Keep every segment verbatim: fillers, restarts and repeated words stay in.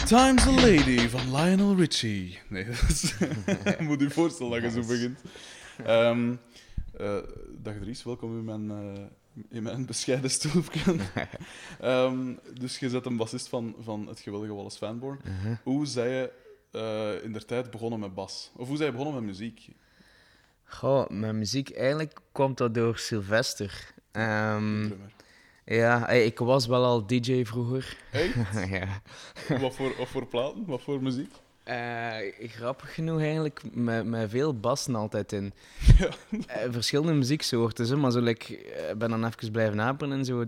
Time's a Lady van Lionel Richie. Nee, dat is... je moet je voorstellen dat je zo begint. Um, uh, dag Dries, welkom in mijn, uh, in mijn bescheiden stoelpje. um, dus je bent een bassist van, van het geweldige Wallace Fanborn. Uh-huh. Hoe zei je uh, in der tijd begonnen met bas? Of hoe zei je begonnen met muziek? Goh, met muziek eigenlijk kwam dat door Sylvester. Um, ja, ik was wel al D J vroeger. Echt? Ja. Wat voor, wat voor platen? Wat voor muziek? Uh, grappig genoeg eigenlijk, met, met veel bassen altijd in. Ja. Uh, verschillende muzieksoorten, zo, maar zo, like, ik ben dan even blijven naperen in zo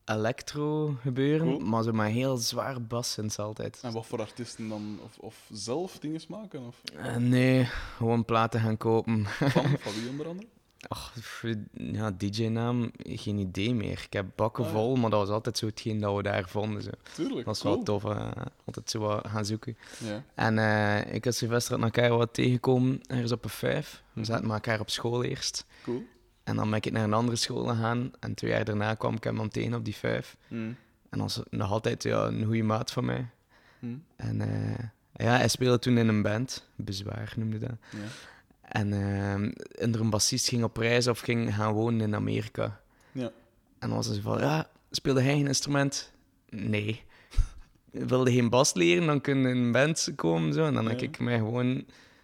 electro gebeuren, cool. Maar zo met heel zwaar bassins altijd. En wat voor artiesten dan? Of, of zelf dingen maken? Of? Uh, nee, gewoon platen gaan kopen. Van? Van wie onder andere? Ach, ja, D J-naam, geen idee meer. Ik heb bakken ah, ja. vol, maar dat was altijd zo hetgeen dat we daar vonden. Zo. Tuurlijk, dat was cool. wel tof, uh, altijd zo wat gaan zoeken. Ja. En uh, ik en Sylvester had elkaar wat tegengekomen, ergens op een vijf. We zaten met elkaar op school eerst. Cool. En dan ben ik naar een andere school gegaan. En twee jaar daarna kwam ik hem meteen op die vijf. Mm. En dat was nog altijd ja, een goede maat van mij. Mm. En uh, ja, hij speelde toen in een band. Bezwaar noemde dat. Ja. En, uh, en er een bassist ging op reis of ging gaan wonen in Amerika. Ja. En dan was hij van, ja, speelde hij een instrument? Nee. Wilde geen bas leren, dan kun je in een band komen. Zo. En dan ja. heb ik mij gewoon...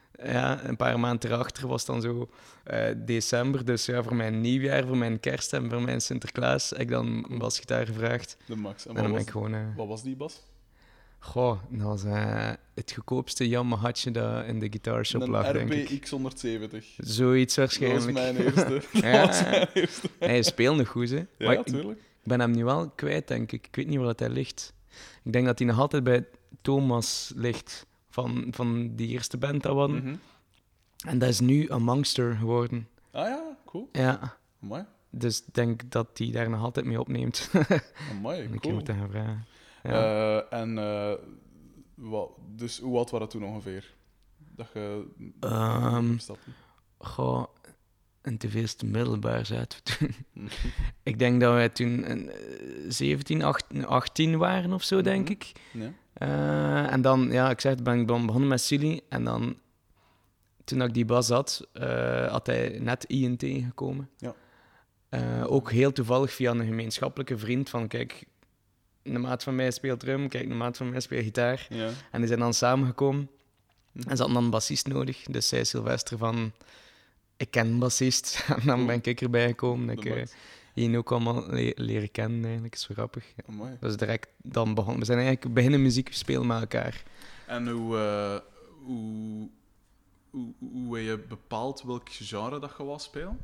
Ja, een paar maanden erachter was dan zo uh, december. Dus ja, voor mijn nieuwjaar, voor mijn kerst en voor mijn Sinterklaas heb ik dan een basgitaar gevraagd. De max. En, en wat, dan was, ik gewoon, uh, wat was die bas? Goh, dat was uh, het goedkoopste Yamahaatje dat in de guitarshop een lag, R denk ik. R B X honderdzeventig. Zoiets waarschijnlijk. Dat was mijn eerste. ja. Dat was mijn eerste. Hij speelt nog goed, hè. Ja, maar natuurlijk. Ik, ik ben hem nu wel kwijt, denk ik. Ik weet niet waar dat hij ligt. Ik denk dat hij nog altijd bij Thomas ligt, van, van die eerste band dat we hadden. Mm-hmm. En dat is nu een Monster geworden. Ah ja, cool. Ja. Amai. Dus ik denk dat hij daar nog altijd mee opneemt. Amai, cool. Ik moet hem vragen. Ja. Uh, en uh, wat, dus hoe oud was dat toen ongeveer? Dat je um, stapte? Goh, in de veelste middelbaar zaten we toen. Mm-hmm. Ik denk dat wij toen uh, zeventien, achttien waren of zo, denk mm-hmm. ik. Ja. Uh, en dan, ja, ik zeg, ben ik dan begonnen met Silly. En dan, toen ik die bas had, uh, had hij net I N T gekomen. Ja. Uh, ook heel toevallig via een gemeenschappelijke vriend van, kijk, een maat van mij speelt drum, kijk, een maat van mij speelt gitaar. Ja. En die zijn dan samengekomen. Mm-hmm. En ze hadden dan een bassist nodig. Dus zei Sylvester van, ik ken een bassist. En dan ben ik erbij gekomen. Ik uh, Ian ook allemaal le- leren kennen, eigenlijk. Dat is wel grappig. Ja. Amai. Dus direct dan begonnen. We zijn eigenlijk beginnen muziek spelen met elkaar. En hoe, uh, hoe, hoe, hoe heb je bepaald welk genre dat je wou spelen?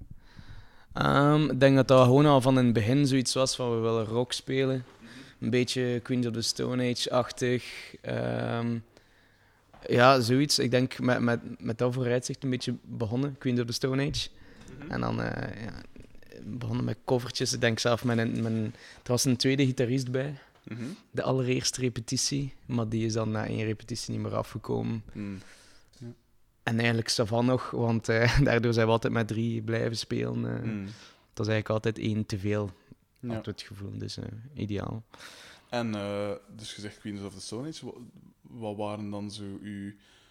Um, ik denk dat dat gewoon al van in het begin zoiets was van we willen rock spelen. Een beetje Queens of the Stone Age-achtig. Um, ja, zoiets. Ik denk met, met, met dat vooruitzicht een beetje begonnen, Queens of the Stone Age. Mm-hmm. En dan uh, ja, begonnen met covertjes. Ik denk zelf met een, met een... Er was een tweede gitarist bij. Mm-hmm. De allereerste repetitie. Maar die is dan na één repetitie niet meer afgekomen. Mm. Ja. En eigenlijk Savan nog, want uh, daardoor zijn we altijd met drie blijven spelen. Uh, mm. Dat is eigenlijk altijd één te veel. Ja. Had het gevoel, dus uh, ideaal. En uh, dus je zegt Queens of the Stone Age, wat, wat waren dan zo uw,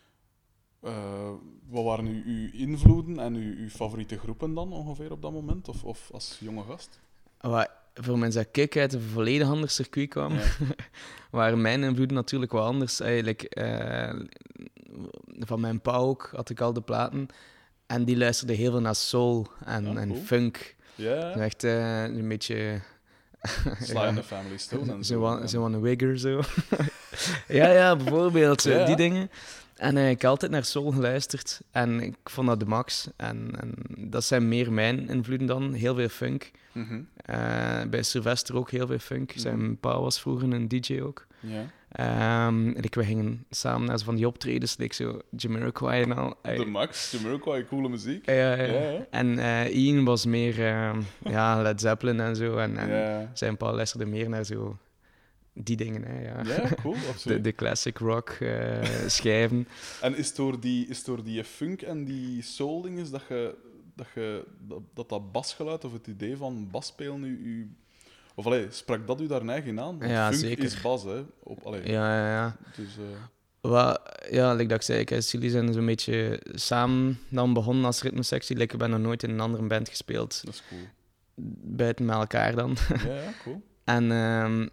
uh, wat waren uw, uw invloeden en uw, uw favoriete groepen dan ongeveer op dat moment, of, of als jonge gast? Wat, voor mensen dat ik uit een volledig ander circuit kwam, ja. waren mijn invloeden natuurlijk wel anders. Eigenlijk, uh, van mijn pa ook had ik al de platen en die luisterde heel veel naar soul en, ja, en cool. funk. Ja. Echt uh, een beetje... Sly and the Family Stone en zo. Zo, zo een wigger, zo. ja, ja, bijvoorbeeld. Zo, ja. Die dingen. En uh, ik heb altijd naar soul geluisterd. En ik vond dat de max. En, en dat zijn meer mijn invloeden dan. Heel veel funk. Mm-hmm. Uh, bij Sylvester ook heel veel funk. Mm-hmm. Zijn pa was vroeger een D J ook. Ja. Um, en ik, we gingen samen naar zo van die optredens, like zo Jamiroquai en al. De max, Jamiroquai, coole muziek. Ja, ja, ja. ja, ja. En uh, Ian was meer uh, ja, Led Zeppelin en zo. En, en ja. zijn pa luisterde meer naar zo die dingen. Hè, ja. Ja, cool, absoluut. De, de classic rock uh, schijven. En is het door die, is door die funk en die soul dingen dat je dat, je, dat, dat dat basgeluid of het idee van basspelen u, u Of allee, sprak dat u daar eigen aan? Want Ja, funk zeker. is bas, hè? Op, allee, Ja, ja, ja. Dus, uh... Wat, ja, like dat ik zei, ik en Silly zijn zo'n beetje samen dan begonnen als ritmesectie. Like, ik ben nog nooit in een andere band gespeeld. Dat is cool. Buiten met elkaar dan. Ja, ja, cool. En um,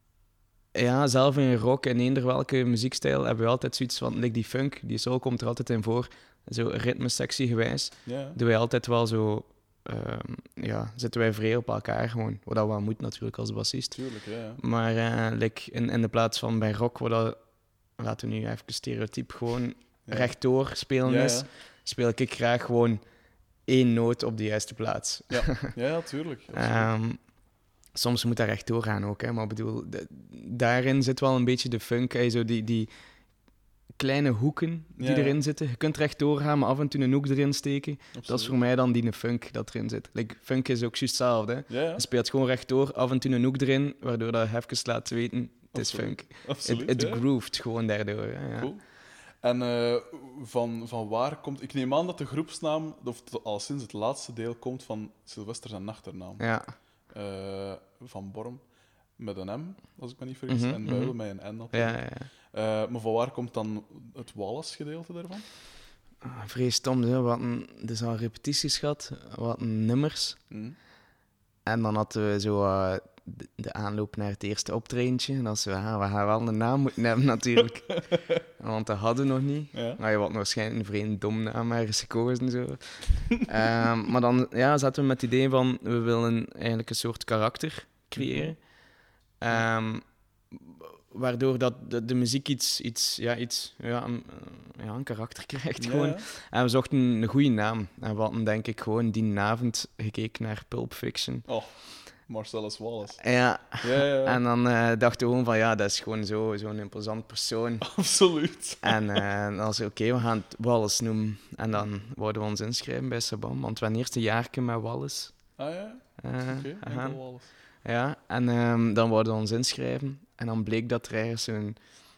ja, zelf in rock en eender welke muziekstijl hebben we altijd zoiets van, like die funk, die soul komt er altijd in voor. Zo ritmesectie gewijs. Ja. Doen wij altijd wel zo, um, ja, zitten wij vrij op elkaar gewoon. Wat dat wel moet natuurlijk als bassist. Tuurlijk, ja. ja. Maar uh, like in, in de plaats van bij rock, wat dat, laten we nu even stereotyp gewoon Ja. rechtdoor spelen Ja, is, ja. speel ik graag gewoon één noot op de juiste plaats. Ja, ja, ja tuurlijk. Um, soms moet dat rechtdoor gaan ook, hè, maar ik bedoel, de, daarin zit wel een beetje de funk, hè, zo die, die kleine hoeken die Ja, ja. erin zitten. Je kunt rechtdoor gaan, maar af en toe een hoek erin steken. Absoluut. Dat is voor mij dan die funk dat erin zit. Like, funk is ook juist hetzelfde. Hè. Ja, ja. Je speelt gewoon rechtdoor, af en toe een hoek erin, waardoor dat je even laat weten, het is Absoluut. funk. Absoluut, Het ja. grooved gewoon daardoor. Hè, ja. Cool. En uh, van, van waar komt... Ik neem aan dat de groepsnaam, of al sinds het laatste deel, komt van Sylvester zijn achternaam. Ja. Uh, van Borm, met een M, als ik me niet vergis, Mhm, en Buil mhm. met een N natuurlijk. Ja, ja, ja. Uh, maar van waar komt dan het Wallace-gedeelte daarvan? Ah, vrij stom, hè. We hadden dus al repetities gehad, we hadden nummers. Mm. En dan hadden we zo uh, de, de aanloop naar het eerste optredentje. En dan zo, ah, we gaan wel een naam moeten hebben natuurlijk. Want dat hadden we nog niet. Ja. Nou, je had waarschijnlijk een vreemd dom naam ergens gekozen. Zo. um, maar dan ja, zaten we met het idee van, we willen eigenlijk een soort karakter creëren. Um, waardoor dat de, de muziek iets, iets, ja, iets ja, een, ja, een karakter krijgt. Ja, Gewoon. ja. En we zochten een goede naam. En we hadden denk ik gewoon die avond gekeken naar Pulp Fiction. Oh, Marcellus Wallace. Ja, Ja, ja, ja. en dan uh, dachten we gewoon van ja, dat is gewoon zo, zo'n imposant persoon. Absoluut. En uh, dan was het oké, we gaan het Wallace noemen. En dan wouden we ons inschrijven bij Sabam, want we hebben eerst een jaartje met Wallace. Ah ja? Uh, Oké, okay, gegaan. enkel Wallace. Ja, en um, dan wouden we ons inschrijven. En dan bleek dat er ergens zo'n,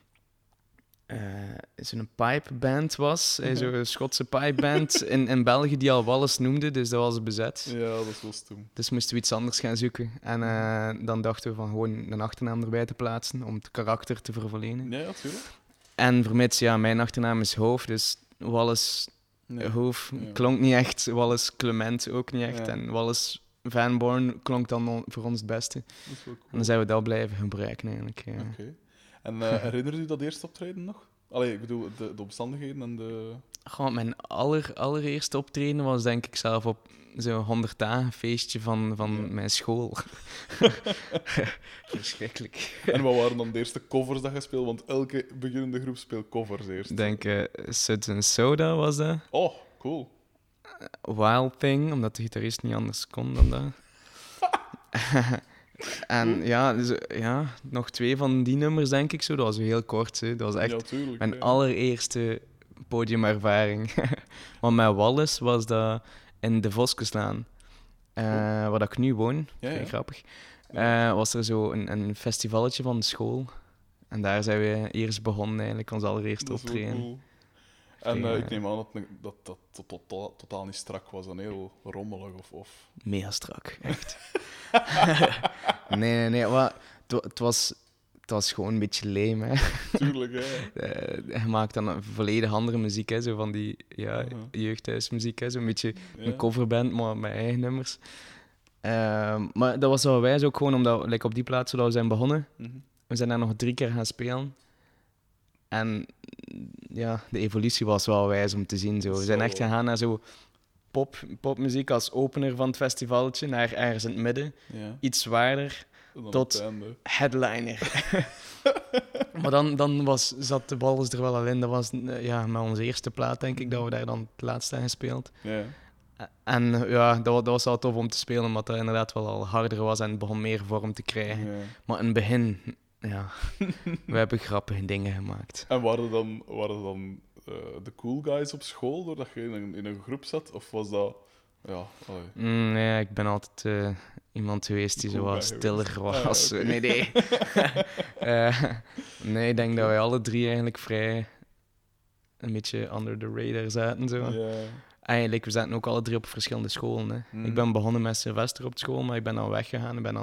uh, zo'n pipeband was. Mhm. Zo'n Schotse pipeband in, in België die al Wallace noemde, dus dat was bezet. Ja, dat is wel stom. Dus moesten we iets anders gaan zoeken. En uh, dan dachten we van gewoon een achternaam erbij te plaatsen om het karakter te vervolledigen. Ja, natuurlijk. En vermits, ja, mijn achternaam is Hoof, dus Wallace Nee. Hoof Ja. klonk niet echt. Wallace Clement ook niet echt. Ja. En Wallace Van Born klonk dan on- voor ons het beste. Dat is wel cool. En dan zijn we dat blijven gebruiken eigenlijk. Ja. Oké. Okay. En uh, herinnert u dat eerste optreden nog? Allee, ik bedoel, de, de omstandigheden en de... Goh, mijn aller, allereerste optreden was denk ik zelf op zo'n honderd dagen feestje van, van Ja. mijn school. Verschrikkelijk. En wat waren dan de eerste covers dat je speelde? Want elke beginnende groep speelt covers eerst. Ik denk uh, Suds and Soda was dat. Oh, cool. Wild Thing, omdat de gitarist niet anders kon dan dat. En ja, dus, ja, nog twee van die nummers denk ik zo. Dat was heel kort, hè. Dat was echt Ja, tuurlijk. mijn ja. allereerste podiumervaring. Want met Wallace was dat in de Voskeslaan, uh, waar ik nu woon. Ja, Vrij ja. grappig. Uh, was er zo een, een festivalletje van de school. En daar zijn we eerst begonnen, eigenlijk, ons allereerste Dat is wel optreden. cool. En uh, Ja. ik neem aan dat dat, dat, dat totaal, totaal niet strak was en heel rommelig. Of, of... Mega strak, echt. nee, nee, nee. Maar het, wa- het, was, het was gewoon een beetje lame, hè. Tuurlijk, ja. Uh, je maakt dan een volledig andere muziek, hè. Zo van die ja, Uh-huh. jeugdhuismuziek, hè. Zo'n beetje Ja. een coverband, maar met eigen nummers. Uh, maar dat was wel wijs ook gewoon, omdat like, op die plaats waar we zijn begonnen, Mhm. we zijn daar nog drie keer gaan spelen. En ja, de evolutie was wel wijs om te zien. Zo. We zijn Zo. echt gegaan naar zo pop, popmuziek als opener van het festivaltje, naar ergens in het midden. Ja. Iets zwaarder, En dan tot- op het einde. headliner. Maar dan, dan was, zat de Wallace er wel al in. Dat was eh, ja, met onze eerste plaat, denk ik, dat we daar dan het laatste hebben gespeeld. Ja. En eh, ja, dat, wa- dat was wel tof om te spelen, omdat dat inderdaad wel al harder was en het begon meer vorm te krijgen. Ja. Maar in het begin, ja, we hebben grappige dingen gemaakt. En waren dan, waren dan uh, de cool guys op school, doordat je in een, in een groep zat? Of was dat... Ja, allee. Mm, nee, ik ben altijd eh, iemand geweest die Cool zo guy wat geweest. stiller was. Ah, ja, oké. Nee, nee. Eh, nee, ik denk dat wij alle drie eigenlijk vrij een beetje under the radar zaten. Zo. Ja. Eigenlijk, we zaten ook alle drie op verschillende scholen. Hè. Mm. Ik ben begonnen met Sylvester op school, maar ik ben dan weggegaan. Ik ben dan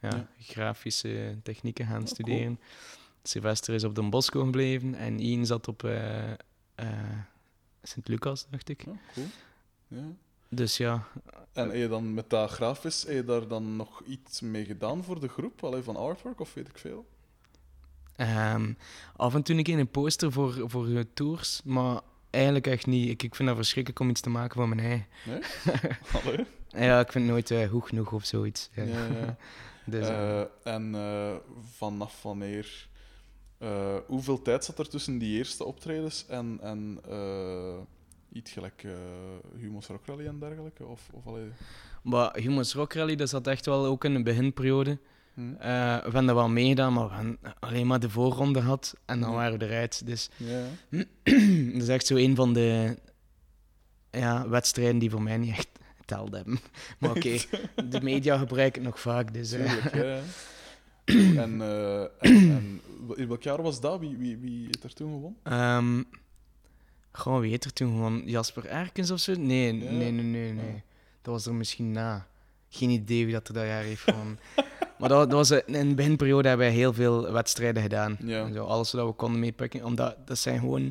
ja, Ja. grafische technieken gaan Oh, studeren. Sylvester is op Don Bosco gebleven en Ian zat op eh eh, Sint-Lucas, dacht ik. Ja, cool. Ja. Dus ja, En heb je dan met dat grafisch, heb je daar dan nog iets mee gedaan voor de groep? Alleen van artwork of weet ik veel? ehm, af en toe een keer een poster voor, voor eh, tours, maar eigenlijk echt niet. Ik, ik vind dat verschrikkelijk om iets te maken van mijn eigen. Nee? Allee? Ja, ik vind het nooit eh, goed genoeg of zoiets. Ja. Ja, ja. Dus, eh, Eh, en eh, vanaf wanneer... eh, hoeveel tijd zat er tussen die eerste optredens en, en eh, iets gelijk uh, Humo's Rock Rally en dergelijke? Of, of allee... maar Humo's Rock Rally, dat zat echt wel ook in de beginperiode. Hm? Uh, we hebben dat wel meegedaan, maar we hebben alleen maar de voorronde gehad en dan Ja. waren we eruit. Dus Ja. dat is echt zo een van de ja, wedstrijden die voor mij niet echt geteld hebben. Maar oké, de media gebruiken het nog vaak, dus... eh, Tuurlijk, ja. ja. En, eh, en, en in welk jaar was dat? Wie, wie, wie heeft er toen gewonnen? ehm, Goh, wie heet er toen gewoon? Jasper Erkens of zo? Nee, Ja. nee, nee, nee, nee. Ja. Dat was er misschien na. Geen idee wie dat er dat jaar heeft gewonnen. Maar dat, dat was een- in de beginperiode hebben wij heel veel wedstrijden gedaan. Ja. Zo, alles wat we konden meepakken. Omdat dat zijn gewoon...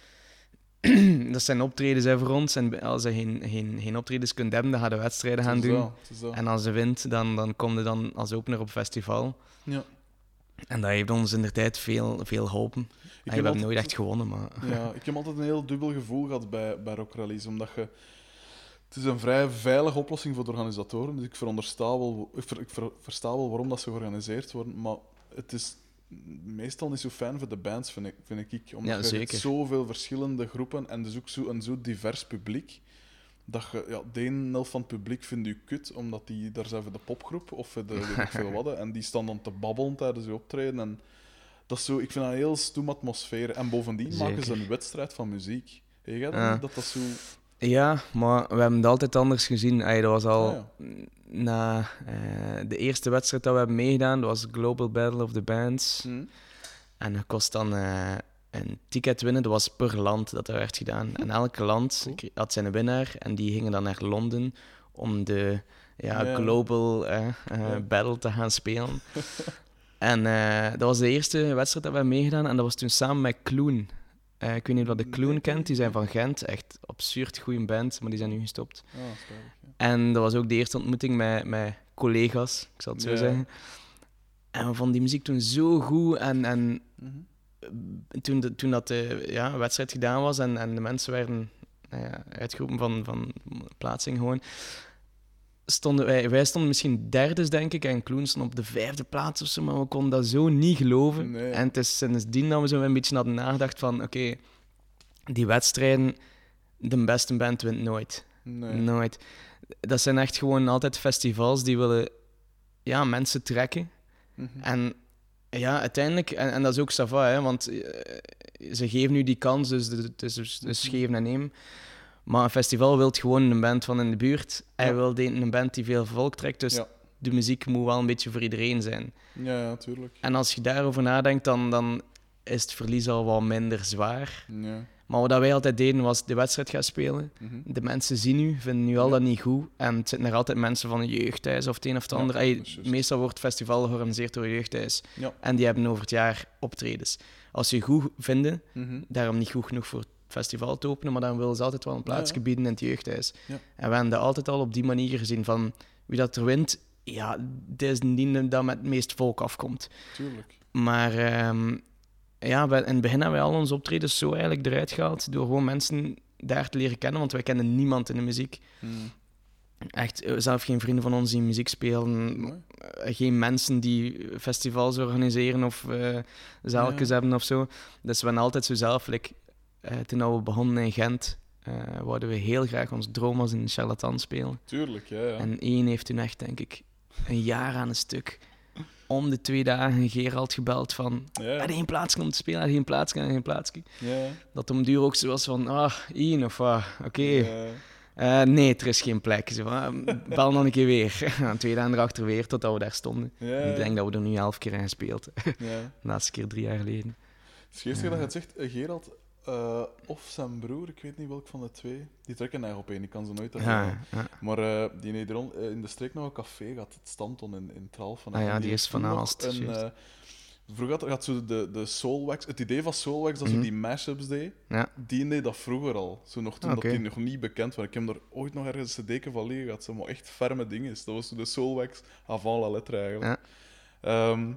dat zijn optredens hè, voor ons. En als je geen, geen, geen optredens kunt hebben, dan gaan we wedstrijden gaan Het is doen. dat, het is dat. En als je wint, dan, dan kom je dan als opener op festival. Ja. En dat heeft ons inderdaad veel, veel geholpen. Ik En we heb hebben altijd- nooit echt gewonnen, maar... Ja, ik heb altijd een heel dubbel gevoel gehad bij, bij Rock Rallies, omdat je... Het is een vrij veilige oplossing voor de organisatoren, dus ik, verondersta wel, ik, ver- ik ver- versta wel waarom dat ze georganiseerd worden, maar het is meestal niet zo fijn voor de bands, vind ik. Vind ik omdat Ja, je hebt zeker. zoveel verschillende groepen en dus ook zo, een zo divers publiek, dat je... Ja, de ene helft van het publiek vindt je kut, omdat die... Daar zijn we de popgroep, of de weet ik veel wat, hè, en die staan dan te babbelen tijdens je optreden en... Dat is zo, ik vind dat een heel stoem atmosfeer. En bovendien maken ze Zeker. een wedstrijd van muziek. Heb jij dat Ja. niet? Dat dat zo... Ja, maar we hebben het altijd anders gezien. Ey, dat was al Ah, ja. na eh, de eerste wedstrijd dat we hebben meegedaan. Dat was Global Battle of the Bands. Hm? En dat kost dan eh, een ticket winnen. Dat was per land dat er werd gedaan. En elk land Cool. kre- had zijn winnaar. En die gingen dan naar Londen om de ja, Ja. Global eh, eh, Ja. Battle te gaan spelen. En eh, dat was de eerste wedstrijd dat we hebben meegedaan. En dat was toen samen met Kloen. Eh, ik weet niet of je de Kloen Nee, kent. Die zijn van Gent. Echt absurd goede band, maar die zijn nu gestopt. Ah, spijtig, ja. En dat was ook de eerste ontmoeting met, met collega's, ik zal het zo Ja. zeggen. En we vonden die muziek toen zo goed. En, en Mhm. toen, de, toen dat de ja, wedstrijd gedaan was en, en de mensen werden nou ja, uitgeroepen van, van plaatsing gewoon, stonden wij, wij stonden misschien derde, denk ik, en Kloen stond op de vijfde plaats of zo, maar we konden dat zo niet geloven. Nee. En het is sindsdien dat we zo een beetje hadden nagedacht van, oké, die wedstrijden, de beste band wint nooit. Nee. Nooit. Dat zijn echt gewoon altijd festivals die willen ja, mensen trekken. Mhm. En ja, uiteindelijk, en, en dat is ook ça va, hè, want eh, ze geven nu die kans, dus de- het is dus, dus Mhm. geven en nemen. Maar een festival wil gewoon een band van in de buurt. Hij Ja. wil de- een band die veel volk trekt, dus Ja. de muziek moet wel een beetje voor iedereen zijn. Ja, ja, tuurlijk. En als je daarover nadenkt, dan, dan is het verlies al wat minder zwaar. Ja. Maar wat wij altijd deden, was de wedstrijd gaan spelen. Mhm. De mensen zien u, vinden nu al Ja. dat niet goed. En het zitten er altijd mensen van een jeugdhuis of het een of het Ja, ander. Ey, dat is juist. meestal wordt het festival georganiseerd door een jeugdhuis. Ja. En die hebben over het jaar optredens. Als ze je goed vinden, Mhm. daarom niet goed genoeg voor het festival te openen, maar dan willen ze altijd wel een plaatsje Ja, ja. bieden in het jeugdhuis. Ja. En we hebben dat altijd al op die manier gezien van wie dat er wint, ja, dit is die dat met het meest volk afkomt. Tuurlijk. Maar ehm, ja, wij- in het begin hebben wij al onze optredens zo eigenlijk eruit gehaald door gewoon mensen daar te leren kennen, want wij kennen niemand in de muziek. Mhm. Echt, eh, zelf geen vrienden van ons die muziek spelen, Mooi. eh, geen mensen die festivals organiseren of eh zaaltjes Ja. hebben of zo. Dus we hebben altijd zo zelf, like, eh, toen we begonnen in Gent, eh wouden we heel graag ons droom als een charlatan spelen. Tuurlijk, ja. ja. En één heeft toen echt, denk ik, een jaar aan een stuk om de twee dagen Gerald gebeld van Ja, had je geen plaatsje om te spelen, had je geen plaatsje, had je geen plaatsje. ja. Dat om duur ook zo was van, ah, Ian of wat, oké. Ja. Eh, nee, er is geen plek. Zo, van, ah, bel dan een keer weer. En twee dagen erachter weer, totdat we daar stonden. Ja. Ik denk dat we er nu elf keer aan gespeeld. Ja. De laatste keer drie jaar geleden. Het is geestig dat je het zegt, eh, Gerald. Uh, of zijn broer, ik weet niet welk van de twee. Die trekken eigenlijk op één, ik kan ze nooit Ja, herinneren. ja. Maar uh, die heeft er in de streek nog een café gehad, het Stanton in, in Tralfen. Ah ja, die, die is toen van nog Aalst, een, juist. uh, Vroeger had, had zo de, de Soulwax, het idee van Soulwax dat Mhm. ze die mashups deed, Ja. die deed dat vroeger al. Zo nog toen Ah, oké. dat die nog niet bekend was. Ik heb er ooit nog ergens een cd'tje van liggen gehad, zo, maar echt ferme dingen is. Dat was zo de Soulwax avant la lettre eigenlijk. Ja. Um,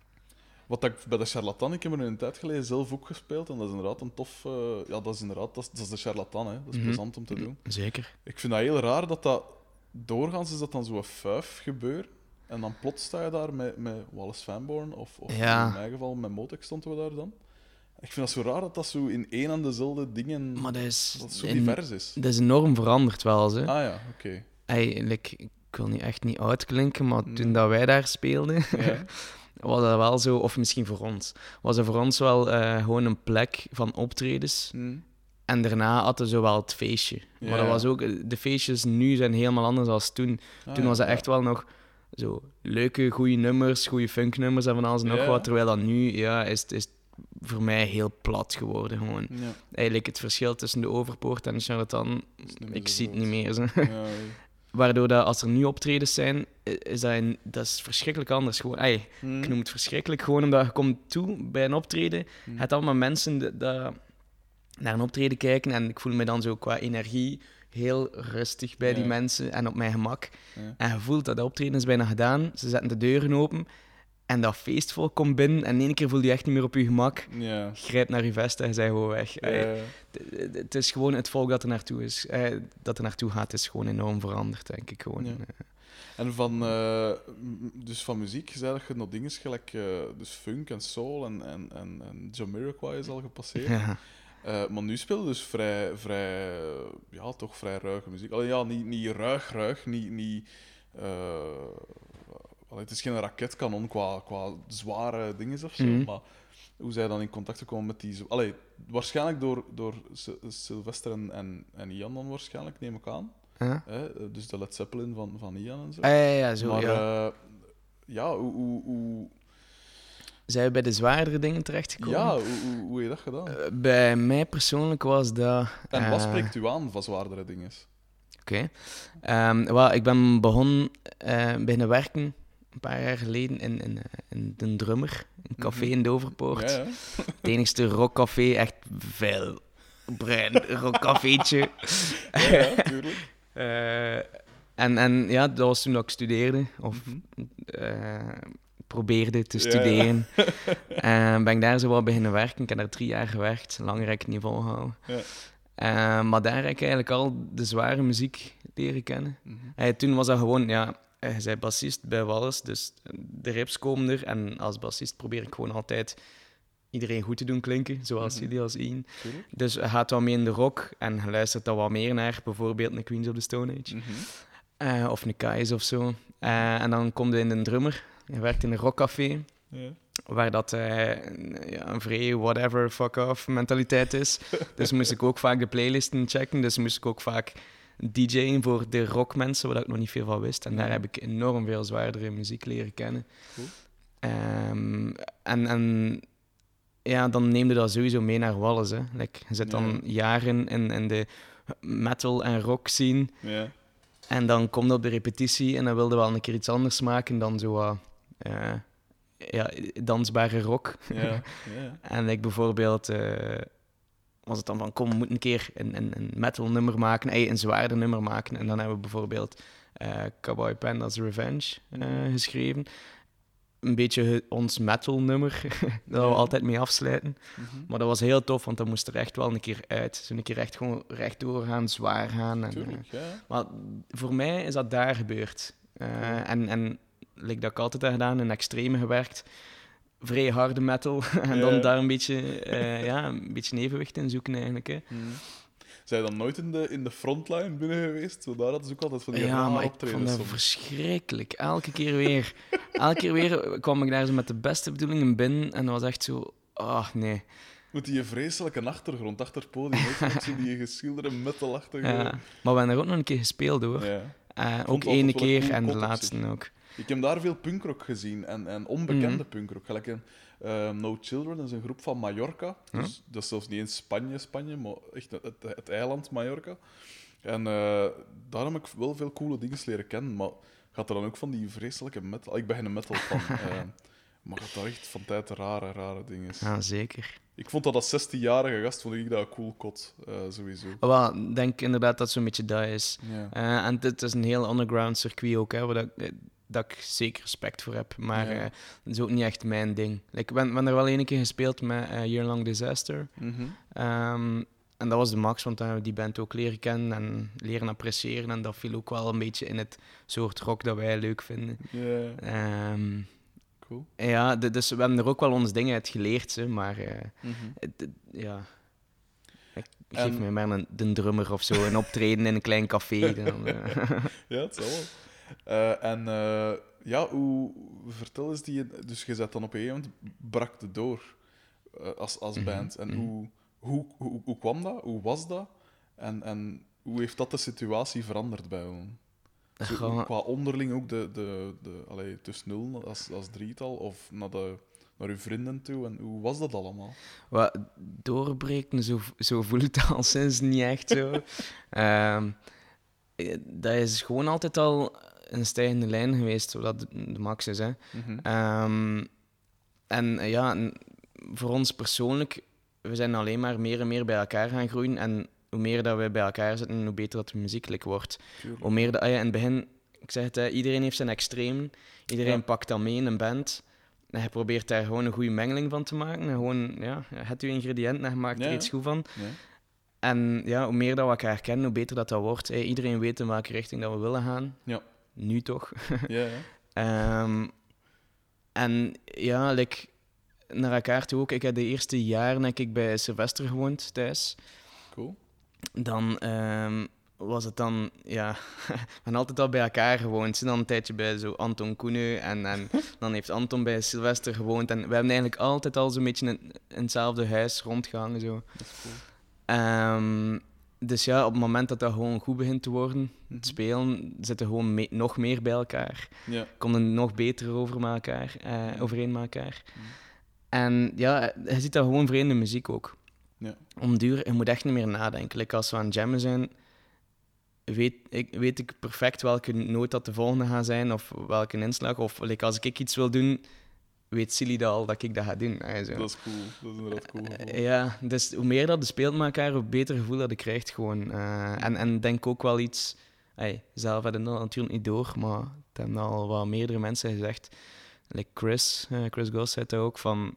Wat ik bij de Charlatan, ik heb er nu een tijd geleden zelf ook gespeeld en dat is inderdaad een tof... Uh, ja, dat is inderdaad, dat is, dat is de Charlatan, hè. Dat is Mhm. plezant om te doen. Zeker. Ik vind dat heel raar dat dat... Doorgaans is dat dan zo'n fuif gebeur en dan plots sta je daar met, met Wallace Fanborn of, of Ja. in mijn geval met Motex stonden we daar dan. Ik vind dat zo raar dat dat zo in één en dezelfde dingen... Maar dat is, dat het zo in- divers is. dat is enorm veranderd wel, hè. Ah ja, oké. Okay. Eigenlijk, ik wil niet echt niet uitklinken, maar Mm. toen dat wij daar speelden, Ja. was dat wel zo, of misschien voor ons, was dat voor ons wel eh, gewoon een plek van optredens. Hm. En daarna hadden ze wel het feestje. Ja. Maar dat was ook, de feestjes nu zijn helemaal anders dan toen. Ah, Toen ja, was dat ja. echt wel nog zo leuke, goede nummers, goede funknummers en van alles en nog Ja. wat. Terwijl dat nu, ja, is, is voor mij heel plat geworden gewoon. Ja. Eigenlijk het verschil tussen de Overpoort en de Charlatan, is niet meer ik zo zie het groot. niet meer. Zo. Ja, Waardoor dat als er nu optredens zijn, is dat, een, dat is verschrikkelijk anders. Gewoon, ay, hm. ik noem het verschrikkelijk, gewoon omdat je komt toe bij een optreden. Hm. Je hebt allemaal mensen die, die naar een optreden kijken en ik voel me dan zo qua energie heel rustig bij die Ja. mensen en op mijn gemak. Ja. En je voelt dat de optreden is bijna gedaan, ze zetten de deuren open en dat feestvolk komt binnen en in één keer voel je je echt niet meer op je gemak. Ja. Grijp naar je vest en je bent gewoon weg. Ay, Ja. het- het is gewoon het volk dat er naartoe is. Eh, dat er naartoe gaat, is gewoon enorm veranderd, denk ik gewoon. Ja. Eh, En van, eh, m- dus van muziek, je zei dat je nog dingen gelijk eh, dus funk en soul en, en, en, en Jamiroquai is al gepasseerd. ja. Eh, maar nu speel je dus vrij, vrij, eh, ja, toch vrij ruige muziek. Allee, ja, niet, niet ruig, ruig, niet... niet eh, allee, het is geen raketkanon qua, qua zware dingen of zo, Mhm. maar hoe zij dan in contact gekomen met die... zo- Allee, waarschijnlijk door, door Sy- Sylvester en, en, en Ian dan waarschijnlijk, neem ik aan. Ja. Hè? Dus de Led Zeppelin van, van Ian en zo. Ah, ja, ja, zo, maar ja. eh, ja, hoe, hoe, hoe, Zijn we bij de zwaardere dingen terechtgekomen? ja, hoe, hoe, hoe heb je dat gedaan? Eh, bij mij persoonlijk was dat... En wat eh, spreekt u aan van zwaardere dingen? Oké. Ehm, wel, ik ben begonnen eh beginnen werken een paar jaar geleden in, in, in De Drummer, een café Mhm. in Doverpoort. Ja, ja. Het enigste rockcafé, echt veel bruin rockcafeetje. Ja, ja, tuurlijk. Eh, en, en ja, dat was toen dat ik studeerde, of Mhm. eh, probeerde te Ja, ja. studeren. En ben ik daar zo wel beginnen werken. Ik heb daar drie jaar gewerkt, langer heb ik het niet volgehouden. Ja. Eh, maar daar heb ik eigenlijk al de zware muziek leren kennen. Mhm. Eh, toen was dat gewoon, ja, je bent bassist bij Wallace, dus de rips komen er. En als bassist probeer ik gewoon altijd iedereen goed te doen klinken, zoals Mhm. jullie als Ian. Tuurlijk. Dus je gaat wat mee in de rock en je luistert dan wat meer naar bijvoorbeeld een Queens of the Stone Age. Mhm. Eh, of een Kais of zo. Eh, en dan kom je in de drummer. Je werkt in een rockcafé, Ja. waar dat eh, een- ja, een vrij whatever, fuck off mentaliteit is. Dus moest ik ook vaak de playlisten checken. Dus moest ik ook vaak D J'en voor de rockmensen, waar ik nog niet veel van wist. En daar heb ik enorm veel zwaardere muziek leren kennen. Cool. Ehm, en, en ja, dan neem je dat sowieso mee naar Wallace. Hè. Like, je zit dan Ja. jaren in, in de metal en rock scene. Ja. En dan kom je op de repetitie en dan wilde wel een keer iets anders maken dan zo wat, eh, ja, dansbare rock. Ja. Ja. Ja. En like bijvoorbeeld eh, was het dan van, kom, we moeten een keer een, een, een metal nummer maken, eh, een zwaarder nummer maken. En dan hebben we bijvoorbeeld eh Cowboy Panda's Revenge eh, geschreven. Een beetje he- ons metal nummer, dat we Ja. altijd mee afsluiten. Mhm. Maar dat was heel tof, want dat moest er echt wel een keer uit. Zo een keer echt gewoon rechtdoor gaan, zwaar gaan. En, eh, Tuurlijk, ja. maar voor mij is dat daar gebeurd. Eh, en, en like dat ik altijd heb gedaan, in extreme gewerkt. Vrij harde metal. en Ja. dan daar een beetje, eh, ja, een beetje evenwicht in zoeken eigenlijk. Hè. Mhm. Zijn je dan nooit in de, in de frontline binnen geweest? Zo, daar hadden ze ook altijd van die Ja, rare maar ik vond optredens dat soms. verschrikkelijk. Elke keer weer. Elke keer weer kwam ik daar zo met de beste bedoelingen binnen. En dat was echt zo... Ah, nee. Met die vreselijke achtergrond, achter het podium. Ook met zo die geschilderde metalachtige... Ja. Maar we hebben er ook nog een keer gespeeld, hoor. Ja. Eh, vond ook het ene altijd wel een keer cool en de kot op laatste zich. ook. Ik heb daar veel punkrock gezien en, en onbekende Mhm. punkrock. Gelijk een, Uh, No Children, dat is een groep van Mallorca. Huh? Dus dat is zelfs niet in Spanje, Spanje, maar echt het, het, het eiland Mallorca. En uh, daar heb ik wel veel coole dingen leren kennen, maar gaat er dan ook van die vreselijke metal... Ik ben geen metal fan, uh, maar gaat daar echt van tijd rare, rare dingen. Ja, zeker. Ik vond dat als zestienjarige gast vond ik dat een cool kot, uh, sowieso. Wel, ik denk inderdaad dat zo'n beetje dat is. Ja. Uh, en het is een heel underground circuit ook, hè, waar dat, dat ik zeker respect voor heb. Maar Ja. uh, dat is ook niet echt mijn ding. Like, ik ben, ben er wel één keer gespeeld met uh, Year Long Disaster. Mm-hmm. Um, en dat was de max, want dan hebben we die band ook leren kennen en leren appreciëren. En dat viel ook wel een beetje in het soort rock dat wij leuk vinden. Yeah. Um, Cool. Ja, d- dus we hebben er ook wel ons dingen uit geleerd, hè, maar uh, Mm-hmm. het, het, ja... Ik En- geef me maar een, de drummer of zo, een optreden in een klein café. Dan, uh. Ja, het zal wel. Uh, en uh, ja, hoe... Vertel eens die... Dus je zet dan op een gegeven moment... Brak het door uh, als, als band. En mhm. hoe, hoe, hoe, hoe kwam dat? Hoe was dat? En, en hoe heeft dat de situatie veranderd bij ons? Zo, Goh, qua onderling ook de... de, de allee, tussen nul als, als drietal? Of naar, de, naar uw vrienden toe? En hoe was dat allemaal? wat doorbreken, zo, zo voelt het al sinds niet echt zo. um, dat is gewoon altijd al een stijgende lijn geweest, zodat de, de max is. Hè. Mm-hmm. Um, en uh, ja, en voor ons persoonlijk, we zijn alleen maar meer en meer bij elkaar gaan groeien. En hoe meer dat we bij elkaar zitten, hoe beter dat de muziekelijk wordt. Tuurlijk. Hoe meer dat, ah ja, in het begin, ik zeg het, hè, iedereen heeft zijn extremen. Iedereen Ja. pakt dat mee in een band. En je probeert daar gewoon een goede mengeling van te maken. En gewoon, ja, je hebt je ingrediënten en je maakt Ja, er ja. iets goed van. Ja. En ja, hoe meer dat we elkaar kennen, hoe beter dat dat wordt. Hè. Iedereen weet in welke richting dat we willen gaan. Ja. Nu toch. Ja, ja. Um, en ja, like, naar elkaar toe ook. Ik heb de eerste jaren heb ik bij Sylvester gewoond thuis. Cool. Dan um, was het dan, ja, we hebben altijd al bij elkaar gewoond. Ze dan een tijdje bij zo Anton Koene en, en dan heeft Anton bij Sylvester gewoond. En we hebben eigenlijk altijd al zo'n beetje in, in hetzelfde huis rondgehangen. Zo. Dat is cool. Um, dus ja, op het moment dat dat gewoon goed begint te worden, Mhm. het spelen, zitten we gewoon me- nog meer bij elkaar. Ja. Komen nog beter over met elkaar, uh, overeen met elkaar. Mhm. En ja, je ziet dat gewoon vreemde muziek ook. Ja. Om duur, je moet echt niet meer nadenken. Like, als we aan het jammen zijn, weet ik, weet ik perfect welke noot dat de volgende gaat zijn, of welke inslag. Of like, als ik iets wil doen, weet Silly dat al dat ik dat ga doen. Hè, zo. Dat is cool. Dat is inderdaad cool. Uh, ja, dus hoe meer dat je speelt met elkaar, hoe beter gevoel dat je krijgt gewoon. Uh, en, en denk ook wel iets... Hey, zelf heb ik dat natuurlijk niet door, maar het hebben al wel meerdere mensen gezegd. Like Chris, uh, Chris Goss zei dat ook, van...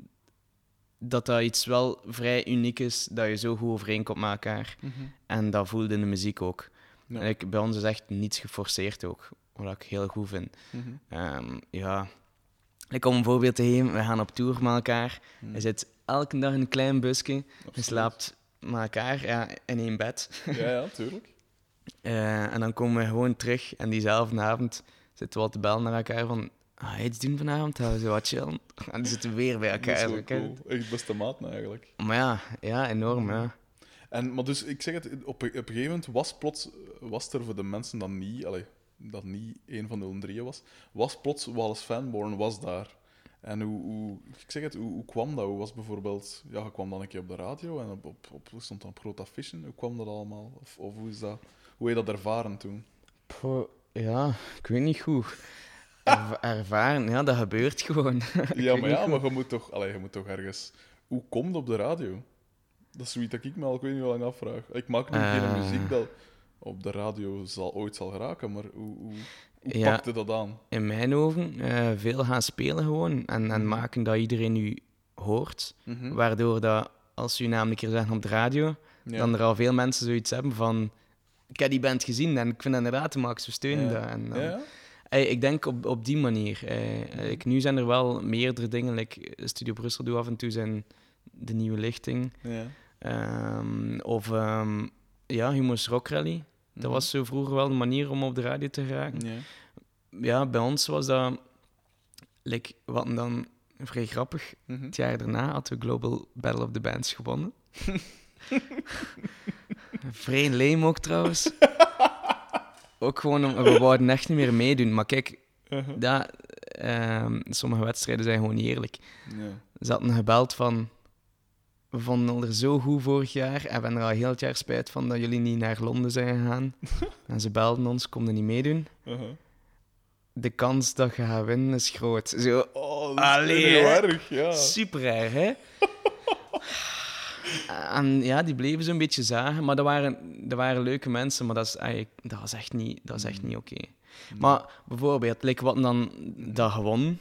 Dat dat iets wel vrij uniek is, dat je zo goed overeenkomt met elkaar. Mm-hmm. En dat voelde in de muziek ook. Ja. Like, bij ons is echt niets geforceerd ook, wat ik heel goed vind. Mm-hmm. Um, ja... Ik om een voorbeeld te geven, we gaan op tour met elkaar. Mm. Je zit elke dag in een klein busje. Je Absoluut. slaapt met elkaar ja, in één bed. Ja, ja, tuurlijk. Uh, en dan komen we gewoon terug. En diezelfde avond zitten we al te bellen naar elkaar van... Ah, iets doen vanavond? Gaan we zo wat chillen? En dan zitten we weer bij Dat is elkaar. wel zo, kijk. cool. Echt beste maat eigenlijk. Maar ja, ja, enorm, ja. En, maar dus, ik zeg het, op, een- op een gegeven moment was plots, was er voor de mensen dat niet, allee, dat niet één van de drieën was, was plots Wallace Fanborn was daar. En hoe, hoe ik zeg het, hoe, hoe kwam dat? Hoe was bijvoorbeeld, ja, je kwam dan een keer op de radio en op, op, op stond dan op groot affichen. Hoe kwam dat allemaal? Of, of hoe is dat? Hoe heb je dat ervaren toen? Poh, ja, ik weet niet goed. Erva- ervaren, ja, dat gebeurt gewoon. Ik Ja, weet maar niet ja, goed. maar je moet toch, allee, je moet toch ergens. Hoe komt het op de radio? Dat is zoiets dat ik me al ik weet niet hoe lang afvraag. Ik maak nu geen Eh. muziek dat op de radio zal, ooit zal geraken, maar hoe, hoe, hoe Ja. pakte dat aan? In mijn ogen, uh, veel gaan spelen gewoon. En, en maken dat iedereen u hoort. Mhm. Waardoor dat, als je je naam een keer zegt op de radio, Ja. dan er al veel mensen zoiets hebben van... Ik heb die band gezien en ik vind dat inderdaad de max, we steunen Ja. dat. En dan, Ja, ja? Ey, ik denk op, op die manier. Eh, ik, nu zijn er wel meerdere dingen. Like Studio Brussel doet af en toe zijn de nieuwe lichting. Ja. Ehm, of um, ja, Humo's Rock Rally. Dat Mhm. was zo vroeger wel de manier om op de radio te geraken. Ja. Ja, bij ons was dat... Like, wat dan vrij grappig. Mhm. Het jaar daarna hadden we Global Battle of the Bands gewonnen. Vrij lame ook trouwens. Ook gewoon, om, we wouden echt niet meer meedoen. Maar kijk, Uh-huh. dat, ehm, sommige wedstrijden zijn gewoon niet eerlijk. Ja. Ze hadden gebeld van... We vonden het er zo goed vorig jaar en we hebben er al heel het jaar spijt van dat jullie niet naar Londen zijn gegaan. En ze belden ons, konden niet meedoen. Uh-huh. De kans dat je gaat winnen is groot. Zo, Oh, dat is allee, heel hè? erg, ja. Super erg, hè? En ja, die bleven zo'n beetje zagen, maar dat waren, dat waren leuke mensen, maar dat is, eigenlijk, dat is echt niet, dat is echt niet oké. Okay. Nee. Maar bijvoorbeeld, like wat dan dat gewonnen.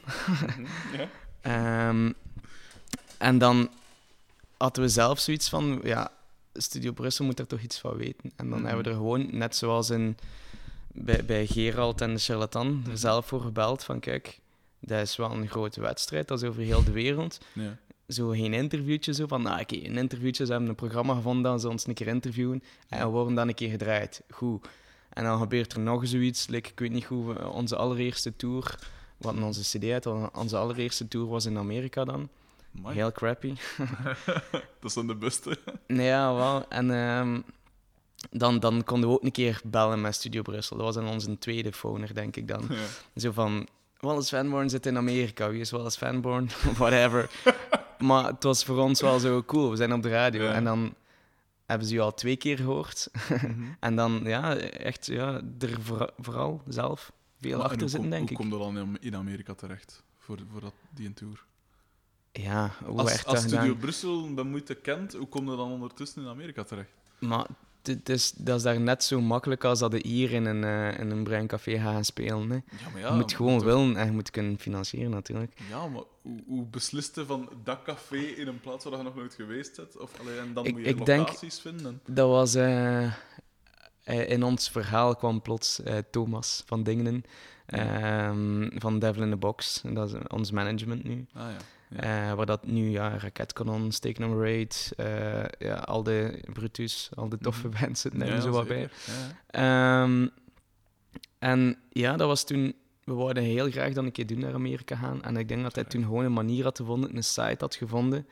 Ja. um, en dan hadden we zelf zoiets van, ja, Studio Brussel moet er toch iets van weten. En dan Mm-hmm. hebben we er gewoon, net zoals in, bij, bij Gerald en de Charlatan, Mm-hmm. er zelf voor gebeld van, kijk, dat is wel een grote wedstrijd, dat is over heel de wereld. Ja. Zo geen interviewtje, zo van, nou oké, okay, een interviewtje, ze hebben een programma gevonden dat ze ons een keer interviewen en we worden dan een keer gedraaid. Goed. En dan gebeurt er nog zoiets, like, ik weet niet hoe, onze allereerste tour, wat onze cd uit, onze allereerste tour was in Amerika dan. Amai. Heel crappy. Dat zijn de beste. Nee, ja, wel. En um, dan, dan konden we ook een keer bellen met Studio Brussel. Dat was dan onze tweede phoner, denk ik dan. Ja. Zo van, Wallace Vanborn zit in Amerika. Wie is Wallace Vanborn? Whatever. Maar het was voor ons wel zo cool. We zijn op de radio. Ja. En dan hebben ze je al twee keer gehoord. Mm-hmm. En dan, ja, echt, ja, er voor, vooral zelf veel Maar, achter hoe, zitten, denk hoe ik. Hoe kom je dan in Amerika terecht voor, voor dat, die een tour? Ja, hoe Als, echt als dat Studio gedaan? Brussel bij moeite kent, hoe kom je dan ondertussen in Amerika terecht? Maar het is, dat is daar net zo makkelijk als dat je hier in een, uh, in een bruin café gaat gaan spelen. Hè. Ja, maar ja, je moet gewoon toch- willen en je moet kunnen financieren, natuurlijk. Ja, maar hoe, hoe besliste van dat café in een plaats waar je nog nooit geweest bent? Of, allee, en dan Ik- moet je ik denk- locaties vinden. Dat was... Uh, in ons verhaal kwam plots uh, Thomas van Dingenen, um, van Devil in the Box. Dat is ons management nu. Ah ja. Ja. Uh, waar dat nu, ja, Raketkanon, Steak Number acht, uh, ja, al de Brutus, al de toffe Mhm. bands zitten er Ja, zo wat bij. zeker. Ja. Um, en ja, dat was toen... We wouden heel graag dan een keer doen naar Amerika gaan. En ik denk dat hij toen gewoon een manier had gevonden, een site had gevonden.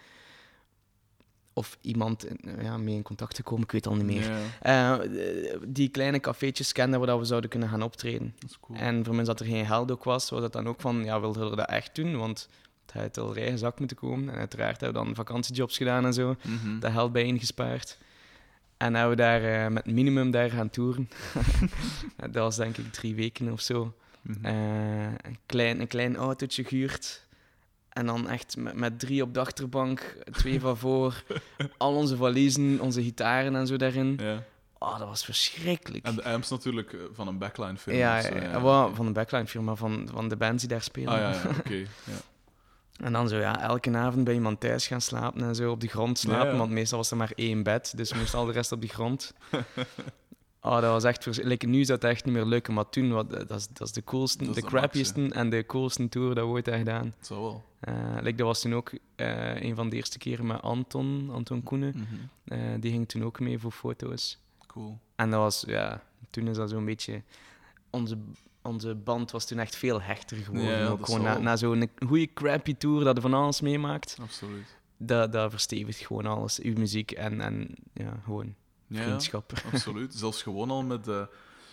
Of iemand ja, mee in contact te komen, ik weet het al niet meer. Ja, Uh, die kleine cafeetjes kenden waar dat we zouden kunnen gaan optreden. dat is cool. En voor mensen dat er geen geld ook was, was het dan ook van, ja, wilden we dat echt doen? Want het had al eigen zak moeten komen. En uiteraard hebben we dan vakantiejobs gedaan en zo. Mhm. Dat geld bij ingespaard. En hebben we daar uh, met minimum daar gaan toeren. Dat was denk ik drie weken of zo. Mhm. Uh, een, klein, een klein autootje gehuurd. En dan echt met, met drie op de achterbank, twee van voor. Al onze valiezen, onze gitaren en zo daarin. Ja. Oh, dat was verschrikkelijk. En de amps natuurlijk eh, van een backline film. ja, of zo, ja, ja, ja, wel, oké. van de backline firma, van, van de bands die daar spelen. Ah ja, ja oké. Ja. En dan zo, ja, elke avond bij iemand thuis gaan slapen en zo op de grond slapen. Ja, ja. Want meestal was er maar één bed, dus we moesten al de rest op de grond. Oh, dat was echt verschrikkelijk. Nu is dat echt niet meer lukken, maar toen, wat, dat, is, dat is de coolste, Dat is de de max, crappieste en de coolste tour dat we ooit hebben gedaan. Het zou wel. Uh, like, dat was toen ook uh, een van de eerste keren met Anton, Anton Koenen. Mhm. Uh, die ging toen ook mee voor foto's. Cool. En dat was, ja, toen is dat zo'n beetje... Onze, onze band was toen echt veel hechter geworden. Ja, ja, ook dat gewoon zal na, wel. na zo'n goede crappy tour dat je van alles meemaakt, Absoluut. dat, dat verstevigt gewoon alles. Uw muziek en, en ja, gewoon Ja, vriendschap. absoluut. Zelfs gewoon al met... Uh,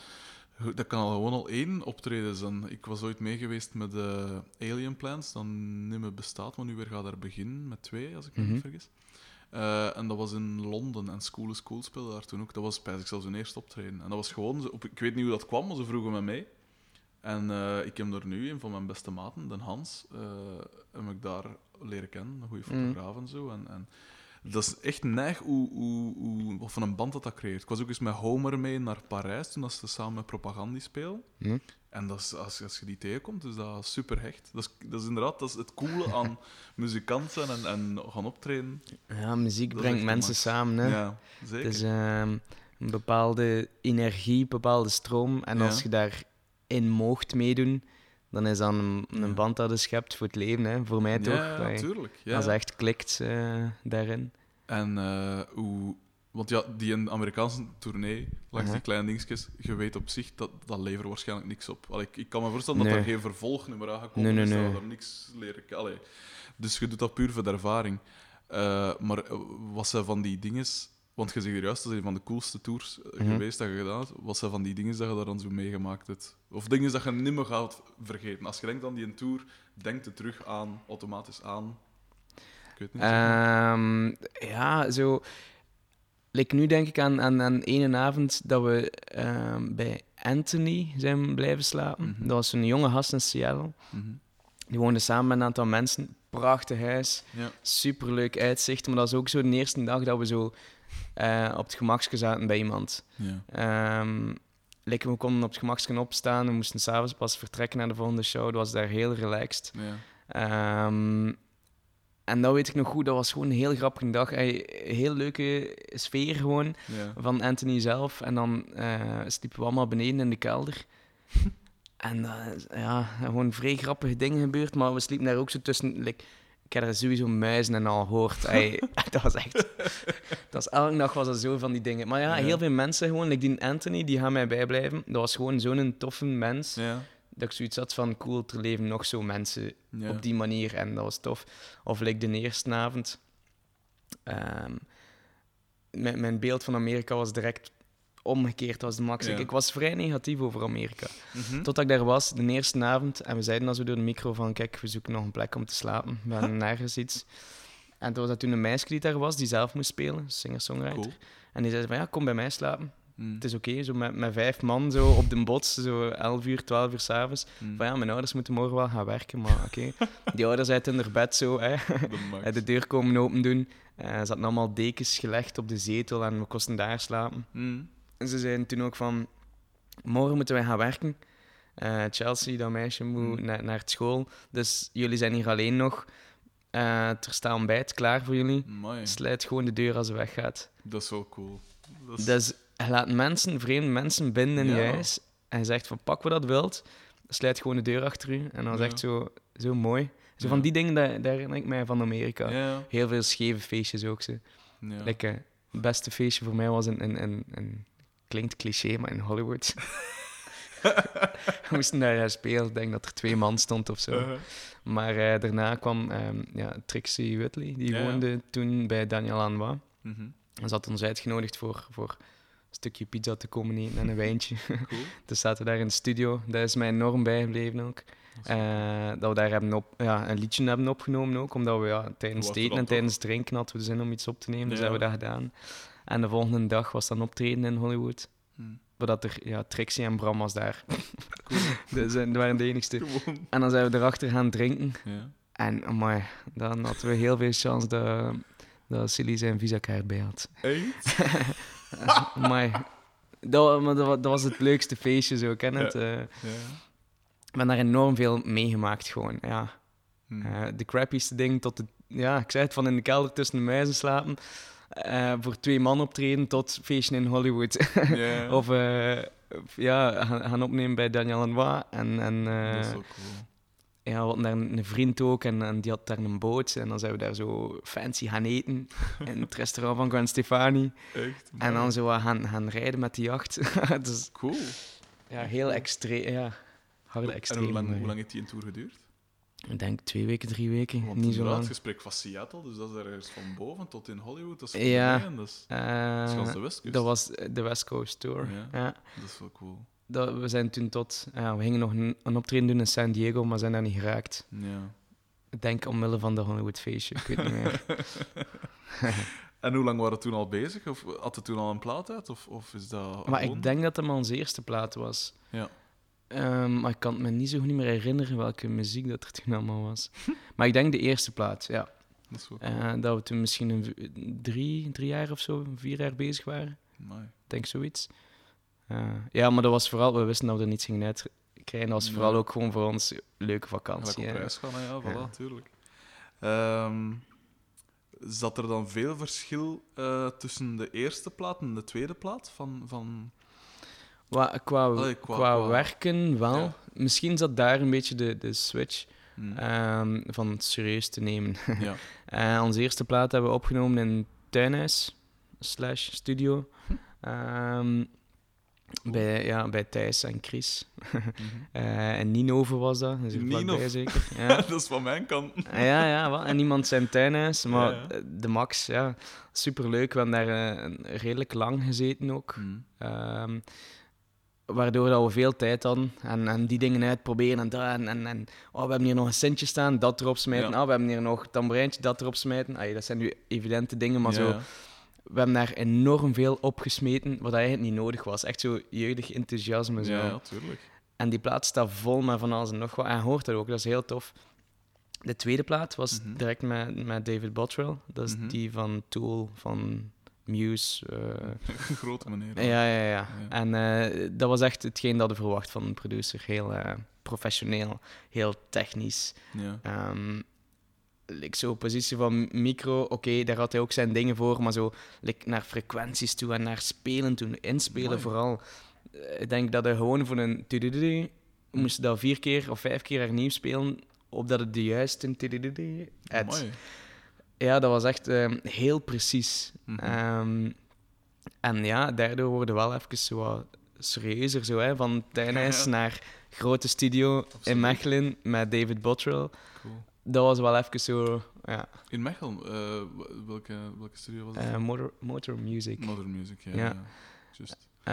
dat kan al gewoon al één optreden zijn. Ik was ooit mee geweest met uh, Alien Plans, dat niet meer bestaat, maar nu weer gaat daar beginnen met twee, als ik me Mhm. niet vergis. Uh, en dat was in Londen en School is Cool speelde daar toen ook. Dat was eigenlijk zelfs hun eerste optreden. En dat was gewoon... zo- Op, ik weet niet hoe dat kwam, maar ze vroegen me mee. En uh, ik heb er nu een van mijn beste maten, de Hans, uh, heb ik daar leren kennen. Een goede fotograaf en zo. En, en dat is echt neig hoe, hoe, hoe, wat van een band dat dat creëert. Ik was ook eens met Homer mee naar Parijs, toen dat ze samen met Propagandie spelen. Hm? En dat is, als, als je die tegenkomt, is dat super hecht. Dat is, dat is inderdaad dat is het coole aan muzikant zijn en, en gaan optreden. Ja, muziek Dat is brengt echt de mensen max. samen. Hè. Ja, zeker. Het is ehm, een bepaalde energie, een bepaalde stroom. En Ja. als je daarin moogt meedoen, dan is dat een, een Ja. band dat je schept voor het leven. Hè. Voor mij toch. Ja, Allee, natuurlijk. Ja. Als het echt klikt uh, daarin. En uh, hoe... Want ja, die een Amerikaanse tournee, langs Uh-huh. die kleine dingetjes, je weet op zich, dat, dat levert waarschijnlijk niks op. Allee, ik, ik kan me voorstellen dat Nee. er geen vervolgnummer aangekomen Nee, nee, is, nee. dat we er niks leren... Allee. Dus je doet dat puur voor de ervaring. Uh, maar uh, wat ze van die dinges Want je zegt er juist, dat is een van de coolste tours uh, Mhm. geweest dat je gedaan hebt. Wat zijn van die dingen dat je daar dan zo meegemaakt hebt? Of dingen dat je niet meer gaat vergeten? Als je denkt aan die tour, denk je terug aan, automatisch aan... Ik weet niet. zeg maar. Ehm, ja, zo... Like nu denk ik aan, aan, aan ene avond dat we ehm, bij Anthony zijn blijven slapen. Mhm. Dat was een jonge gast in Seattle. Mhm. Die woonde samen met een aantal mensen. Prachtig huis. Ja. Superleuk uitzicht. Maar dat was ook zo de eerste dag dat we zo eh, op het gemakje zaten bij iemand. Ja. Ehm like, we konden op het gemakje opstaan. We moesten s'avonds pas vertrekken naar de volgende show. Dat was daar heel relaxed. Ja. Ehm, en dat weet ik nog goed. Dat was gewoon een heel grappige dag. Een heel leuke sfeer gewoon Ja. van Anthony zelf. En dan eh sliepen we allemaal beneden in de kelder. En eh, ja, gewoon vrij grappige dingen gebeurd. Maar we sliepen daar ook zo tussen... Like, ik heb er sowieso muizen en al gehoord. Ey, dat was echt... Dat was, elke dag was dat zo van die dingen. Maar ja, Ja. heel veel mensen gewoon. Like die Anthony, die gaan mij bijblijven. Dat was gewoon zo'n toffe mens. Ja. Dat ik zoiets had van, cool, er leven nog zo mensen Ja. op die manier. En dat was tof. Of like de eerste avond... ehm, mijn, mijn beeld van Amerika was direct omgekeerd. Was de max. Ja. Ik, ik was vrij negatief over Amerika. Mhm. Totdat ik daar was, de eerste avond. En we zeiden als we door de micro van, kijk, we zoeken nog een plek om te slapen. We hebben nergens iets. En toen was dat toen een meisje die daar was, die zelf moest spelen. Singer-songwriter. Cool. En die zei van, ja, kom bij mij slapen. Mm. Het is oké, zo met, met vijf man zo op de bots, zo elf uur, twaalf uur s'avonds. Mm. Van ja, mijn ouders moeten morgen wel gaan werken, maar oké. Die ouders uit in haar bed zo, hè. De max. Eh, de deur komen open doen. Eh, ze hadden allemaal dekens gelegd op de zetel en we kosten daar slapen. Mm. En ze zeiden toen ook van, morgen moeten wij gaan werken. Eh, Chelsea, dat meisje, moet Mm. na- naar het school. Dus jullie zijn hier alleen nog. Eh, er staat ontbijt klaar voor jullie. Amai. Sluit gewoon de deur als ze weggaat. Dat is wel cool. Dat is... Dus je laat mensen, vreemde mensen binnen in je Ja. huis. En je zegt van, pak wat dat wilt. Sluit gewoon de deur achter u. En dan is Ja. echt zo, zo mooi. Zo Ja. van die dingen, daar, daar herinner ik mij van Amerika. Ja. Heel veel scheve feestjes ook. Zo. Ja. Like, eh, het beste feestje voor mij was een, een, een, een klinkt cliché, maar in Hollywood. We moesten daar eh, spelen. Ik denk dat er twee man stond of zo. Uh-huh. Maar eh, daarna kwam ehm, ja, Trixie Whitley. Die Ja, ja. woonde toen bij Daniel Lanois. Mhm. En ze had ons uitgenodigd voor, voor een stukje pizza te komen eten en een wijntje. Cool. Dus zaten we daar in de studio. Dat is mij enorm bijgebleven ook. Eh, dat we daar hebben op, ja, een liedje hebben opgenomen ook. Omdat we ja, tijdens Was het er eten dan en toch? tijdens het drinken hadden we de zin om iets op te nemen. Dus Ja. hebben we dat gedaan. En de volgende dag was dan optreden in Hollywood. Mm. Maar dat er, ja, Trixie en Bram was daar. Cool. Dus eh, die waren de enigste. Gewoon. En dan zijn we erachter gaan drinken. Ja. En amai, dan hadden we heel veel chance dat, dat Silly zijn visakaart bij had. Echt? Amai. Dat, maar dat, wa- dat was het leukste feestje, zo, ken het. Eh, Ja. ik ben daar enorm veel meegemaakt, gewoon. Ja. Mm. Eh, de crappieste ding tot de... Ja, ik zei het, van in de kelder tussen de muizen slapen. eh, voor twee man optreden tot feestje in Hollywood. Ja. Of eh, of, ja, gaan, gaan opnemen bij Daniel Lanois. En, en eh, Dat is wel cool. ja, we hadden daar een, een vriend ook en, en die had daar een boot. En dan zijn we daar zo fancy gaan eten in het restaurant van Gwen Stefani. Echt? En dan zo wat gaan, gaan rijden met die jacht. Dus Cool. ja, heel extreem. Ja, harde En extreem. hoe lang, maar hoe lang heeft die een tour geduurd? Ik denk twee weken, drie weken. Want niet zo inderdaad, lang. je spreekt van Seattle, dus dat is ergens van boven tot in Hollywood. Dat is Ja. ja. Dat is, Eh, dat is gans de Westkust. dat was de West Coast Tour. Ja. Ja. Dat is wel cool. Dat, we zijn toen tot... Ja, we gingen nog een, een optreden doen in San Diego, maar zijn daar niet geraakt. Ja. Ik denk omwille van de Hollywood feestje. Ik weet niet meer. En hoe lang waren we toen al bezig? Of had het toen al een plaat uit? Of, of is dat Maar gewoon- ik denk dat het maar onze eerste plaat was. Ja. Ehm, maar ik kan het me niet zo goed niet meer herinneren welke muziek dat er toen allemaal was. Maar ik denk de eerste plaat, ja. Dat is wel cool. Eh, dat we toen misschien een v- drie, drie jaar of zo, vier jaar bezig waren. Amai. Ik denk zoiets. Eh, ja, maar dat was vooral... We wisten dat we er niets gingen uitkrijgen. Dat was Nee. vooral ook gewoon voor ons leuke Gelijk vakantie. op hè. reis gaan, hè, ja, voilà, Ja. tuurlijk. Ehm, zat er dan veel verschil eh, tussen de eerste plaat en de tweede plaat? Van, van... Wa- qua, Allee, qua- qua, qua- werken wel. Ja. Misschien zat daar een beetje de, de switch Hm. ehm, van het serieus te nemen. Ja. Eh, onze eerste plaat hebben we opgenomen in een tuinhuis slash studio. Ehm, Bij, ja, bij Thijs en Chris. Mhm. Uh, en Ninove was dat, dus er Ninove. vlakbij zeker. Ja. Dat is van mijn kant. ja, ja, wel. En iemand zijn tuinhuis. Maar Ja, ja. de Max, ja, superleuk. We hebben daar uh, redelijk lang gezeten ook. Mm. Um, waardoor dat we veel tijd hadden. En, en die dingen uitproberen. En, dat, en, en, en oh, we hebben hier nog een centje staan, dat erop smijten. Ja. Oh, we hebben hier nog een tamboerijntje, dat erop smijten. Ay, dat zijn nu evidente dingen, maar Ja, zo... ja. We hebben daar enorm veel opgesmeten, wat eigenlijk niet nodig was. Echt zo jeugdig enthousiasme. Zo. Ja, ja, tuurlijk. En die plaat staat vol met van alles en nog wat. En je hoort dat ook, dat is heel tof. De tweede plaat was Mhm. direct met, met David Bottrell. Dat is Mhm. die van Tool, van Muse. eh. Grote meneer. ja, ja, ja, Ja. En eh, dat was echt hetgeen dat je verwacht van een producer. Heel eh, professioneel, heel technisch. Ja. Ehm like zo positie van micro, oké, okay, daar had hij ook zijn dingen voor, maar zo like, naar frequenties toe en naar spelen toe, inspelen Mooi. vooral. Uh, ik denk dat hij gewoon voor een tudududu moest dat vier keer of vijf keer hernieuw spelen, opdat het de juiste tudududu had. Mooi. Ja, dat was echt um, heel precies. Mhm. Um, en ja, daardoor worden we wel even zo wat serieuzer, zo, hè, van tuinhuis Ja. naar grote studio Absoluut. in Mechelen met David Bottrell. Cool. Dat was wel even zo, ja. In Mechelen, uh, welke, welke studio was dat? Uh, motor, motor Music. Modern Music, ja. Ja. ja. Just.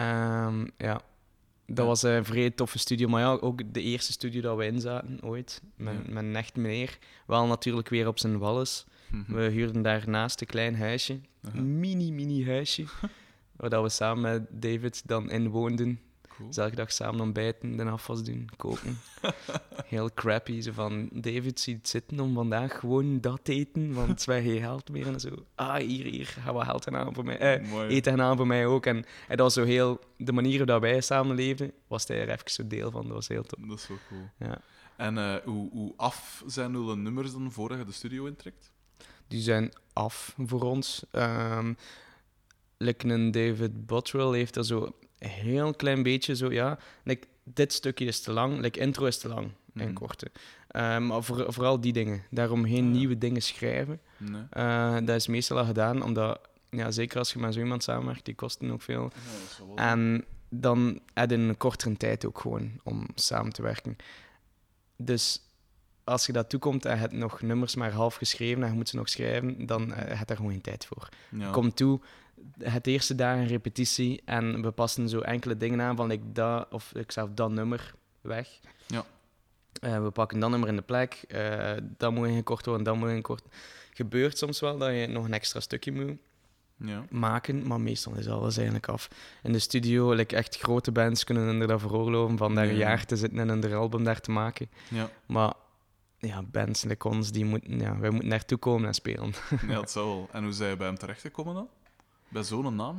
Um, ja. Dat Ja. was een vrij toffe studio, maar ja, ook de eerste studio dat we in zaten ooit, met, Ja. met een echt meneer. Wel natuurlijk weer op zijn wallis. Mhm. We huurden daarnaast een klein huisje, Aha. een mini, mini huisje, waar dat we samen met David dan in woonden. Cool. Dus elke dag samen ontbijten, de afwas doen, koken. Heel crappy, zo van, David ziet zitten om vandaag gewoon dat te eten, want wij hebben geen geld meer en zo. Ah, hier, hier, ga wat geld halen voor mij. Eh, Mooi. eten en aan voor mij ook. En, en dat was zo heel... De manier waarop wij samenleefden, was hij er even zo deel van. Dat was heel tof. Dat is wel cool. Ja. En uh, hoe, hoe af zijn nul nummers dan voordat je de studio intrekt? Die zijn af voor ons. Um, like een David Bottrell heeft er zo een heel klein beetje zo, ja... Like, dit stukje is te lang, like, intro is te lang, in Mhm. korte. Uh, maar voor, vooral die dingen. Daarom geen Ah, ja. nieuwe dingen schrijven. Nee. Uh, dat is meestal al gedaan, omdat... Ja, zeker als je met zo iemand samenwerkt, die kosten ook veel. Ja, dat is wel wel- En dan heb je een kortere tijd ook gewoon om samen te werken. Dus als je dat toekomt en je hebt nog nummers maar half geschreven en je moet ze nog schrijven, dan uh, heb je daar gewoon geen tijd voor. ja. Kom toe, het eerste dag een repetitie en we passen zo enkele dingen aan van ik dat of ik zelf dat nummer weg. Ja. Uh, we pakken dat nummer in de plek, uh, dat moet ingekort worden, dat moet ingekort. Gebeurt soms wel dat je nog een extra stukje moet Ja. maken, maar meestal is alles eigenlijk af. In de studio, like echt grote bands kunnen er dat veroorloven van daar een Ja. jaar te zitten en een album daar te maken. Ja. Maar ja, bands like ons, die moeten, ja, wij moeten naartoe komen en spelen. ja, dat zou wel. En hoe zijn je bij hem terechtgekomen dan? Bij zo'n naam?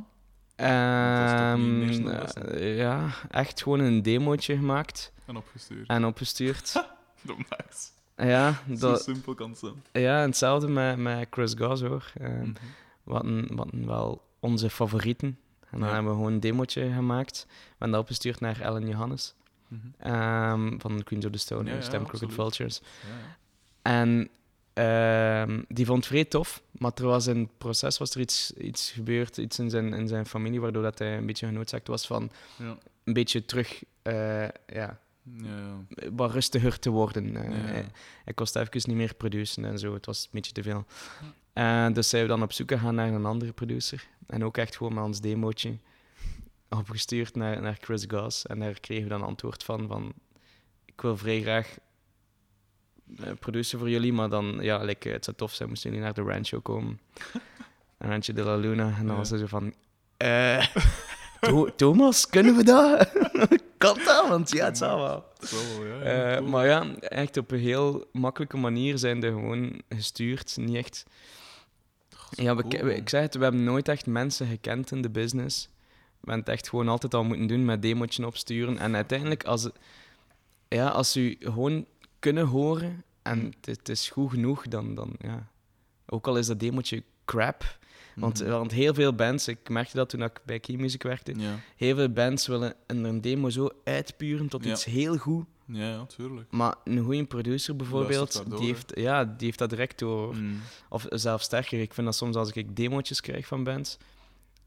Um, niet de eerste beste. uh, ja, echt gewoon een demootje gemaakt En opgestuurd. en opgestuurd. De max. ja, Zo dat, simpel kan het zijn. ja, en hetzelfde met, met Chris Goss hoor. Uh, Mhm. wat, een, wat een wel onze favorieten. En dan Ja. hebben we gewoon een demootje gemaakt. We hebben dat opgestuurd naar Ellen Johannes. Mhm. Um, van Queens of the Stone Ja, Age, ja, Stem Crooked absoluut. Vultures. Ja, ja. En um, die vond het vrij tof, maar er was in het proces was er iets, iets gebeurd, iets in zijn, in zijn familie, waardoor dat hij een beetje genoodzaakt was van Ja. een beetje terug, uh, ja, Ja, ja. wat rustiger te worden. Uh, Ja, ja. Hij, hij kost even niet meer produceren en zo, het was een beetje te veel. Uh, dus zijn we dan op zoek gegaan naar een andere producer. En ook echt gewoon met ons demootje opgestuurd naar, naar Chris Goss. En daar kregen we dan antwoord van, van ik wil vrij graag uh, produceren voor jullie, maar dan, ja, like, het zou tof zijn moesten jullie naar de Rancho komen. Rancho de la Luna. En dan Ja. was hij zo van, eh, Tho- Thomas, kunnen we dat? Kan dat? Want ja, het zou wel. Zo, ja, ja, Uh, cool. maar ja, echt op een heel makkelijke manier zijn er gewoon gestuurd. Niet echt... Ja, we, cool. we- ik zeg het, we hebben nooit echt mensen gekend in de business. We hebben het echt gewoon altijd al moeten doen met demotje opsturen. En uiteindelijk, als, ja, als u gewoon kunnen horen en het, het is goed genoeg, dan, dan ja... Ook al is dat demotje crap. Want, Mhm. want heel veel bands, ik merkte dat toen ik bij Key Music werkte, Ja. heel veel bands willen een, een demo zo uitpuren tot Ja. iets heel goed. Ja, ja, tuurlijk. Maar een goede producer bijvoorbeeld, Luistert daardoor, die hè? heeft, ja, die heeft dat direct door. Mm. Of zelfs sterker, ik vind dat soms als ik demootjes krijg van bands,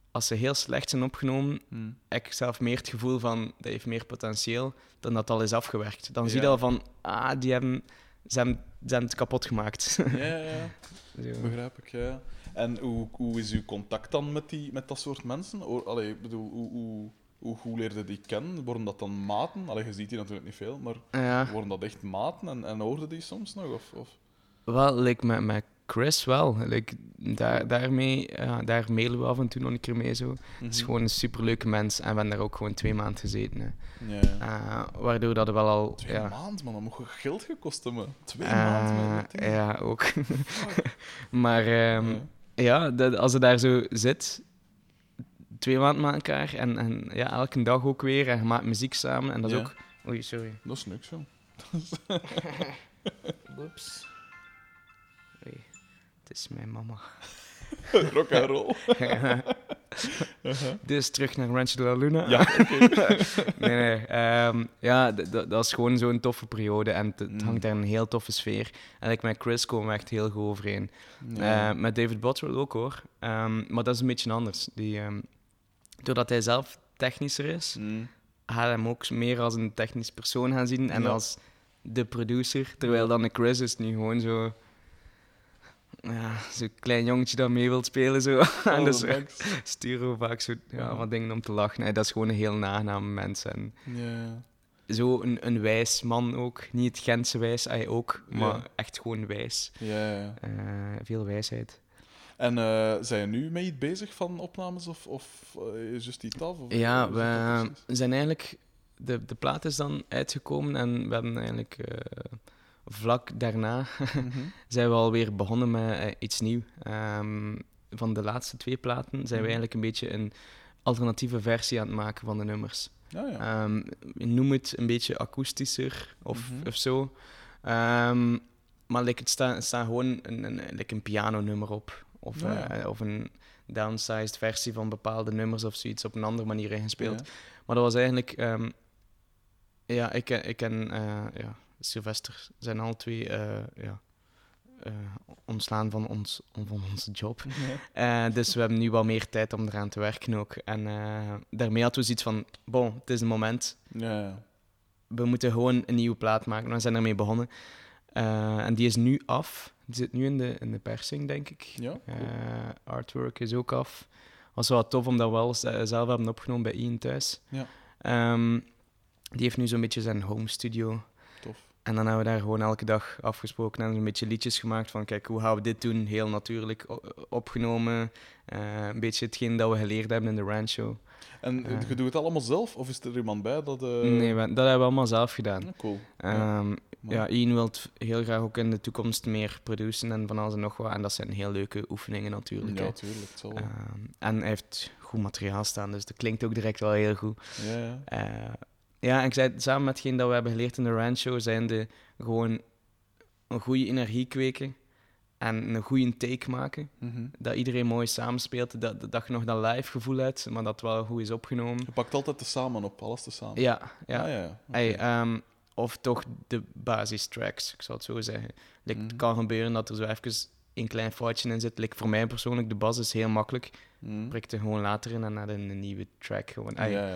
als ze heel slecht zijn opgenomen, Hmm. heb ik zelf meer het gevoel van, dat heeft meer potentieel dan dat al is afgewerkt. Dan zie je Ja. al van, ah, die hebben, ze hebben, ze hebben het kapot gemaakt. Ja, ja, ja. Zo. Begrijp ik, ja. En hoe, hoe is uw contact dan met, die, met dat soort mensen? O, allee, ik bedoel, hoe, hoe, hoe, hoe leerde je die kennen? Worden dat dan maten? Allee, je ziet die natuurlijk niet veel, maar Ja, worden dat echt maten en, en hoorde die soms nog? Of, of? wel, like, met, met Chris wel. Like, daar, daarmee, ja, daar mailen we af en toe nog een keer mee. Zo. Het is Mhm. gewoon een superleuke mens en we hebben daar ook gewoon twee maanden gezeten. Hè. Ja, ja. Uh, waardoor dat er wel al... Twee ja, maanden, man. Dat moet geld gekost hebben. Twee Eh, maanden met dat ding. ja, ook. Fuck. maar ehm, Ja. ja, dat, als je daar zo zit, twee maanden met elkaar en, en ja, elke dag ook weer en je maakt muziek samen en dat is Ja. ook... Oei, sorry. Dat is niks, joh. Oeps. Oei, het is mijn mama. Rock and roll. Dus terug naar Rancho de la Luna. Ja, oké. nee, nee. ehm, ja, d- d- dat is gewoon zo'n toffe periode en het- het Mm. hangt daar een heel toffe sfeer. En ik met Chris komen we echt heel goed overeen. Ja. Eh, met David Bottrell ook hoor. Ehm, maar dat is een beetje anders. Die, ehm, doordat hij zelf technischer is, Mm. ga je hem ook meer als een technisch persoon gaan zien en Ja. als de producer. Terwijl dan de Chris is nu gewoon zo... Ja, zo'n klein jongetje dat mee wil spelen. Zo. en Oh, dus Max. sturen we vaak zo, ja, Ja. wat dingen om te lachen. Nee, dat is gewoon een heel nagename mens. En Ja. zo een, een wijs man ook. Niet het Gentse wijs, hij ook, maar Ja. echt gewoon wijs. Ja, ja. Eh, veel wijsheid. En eh zijn je nu mee bezig van opnames of, of uh, is juist iets af? Of, Ja, hoe zit dat we precies? zijn eigenlijk... De, de plaat is dan uitgekomen en we hebben eigenlijk eh, vlak daarna Mhm. zijn we alweer begonnen met eh, iets nieuws. Ehm, van de laatste twee platen zijn we Mhm. eigenlijk een beetje een alternatieve versie aan het maken van de nummers. Ja, ja. Ehm, noem het een beetje akoestischer of, Mhm. of zo. Ehm, maar like, het staat sta gewoon een, een, like een pianonummer op. Of, Ja, ja. eh, of een downsized versie van bepaalde nummers of zoiets op een andere manier ingespeeld. Ja. Maar dat was eigenlijk... ehm, ja, ik, ken- ik ken eh, ja, Sylvester. Zijn alle twee eh, ja, eh, ontslaan van, ons, van onze job. Ja. Eh, dus we hebben nu wat meer tijd om eraan te werken ook. En eh, daarmee hadden we zoiets van... Bon, het is een moment. Ja, ja. We moeten gewoon een nieuwe plaat maken. We zijn ermee begonnen. Eh, en die is nu af. Die zit nu in de, in de persing, denk ik. Ja, cool. Eh, artwork is ook af. Was wel tof, omdat we alles eh, zelf hebben opgenomen bij Ian thuis. Ja. Ehm, die heeft nu zo'n beetje zijn home studio. Tof. En dan hebben we daar gewoon elke dag afgesproken en een beetje liedjes gemaakt van kijk, hoe gaan we dit doen? Heel natuurlijk o- opgenomen. Eh, een beetje hetgeen dat we geleerd hebben in de Rancho. En Eh. je doet het allemaal zelf of is er iemand bij dat... eh, Nee, we- dat hebben we allemaal zelf gedaan. Ja, cool. Ehm, Mooi. ja, Ian wil heel graag ook in de toekomst meer produceren en van alles en nog wat. En dat zijn heel leuke oefeningen natuurlijk. Ja, hè. tuurlijk. Het zal wel. Ehm, en hij heeft goed materiaal staan, dus dat klinkt ook direct wel heel goed. Ja, ja. Eh, ja, en ik zei het, samen met hetgeen dat we hebben geleerd in de Rancho, zijn de gewoon een goede energie kweken en een goede take maken. Mhm. Dat iedereen mooi samenspeelt, dat, dat je nog dat live gevoel hebt, maar dat het wel goed is opgenomen. Je pakt altijd tezamen op, alles tezamen. Ja, ja. Ah, ja, ja. Oké. Hey, ehm, of toch de basistracks, ik zou het zo zeggen. Like, Mhm. Het kan gebeuren dat er zo even een klein foutje in zit. Like, voor mij persoonlijk, de bas is heel makkelijk. Mhm. Prik er gewoon later in en naar een, een nieuwe track. Gewoon. Ja, Hey, ja.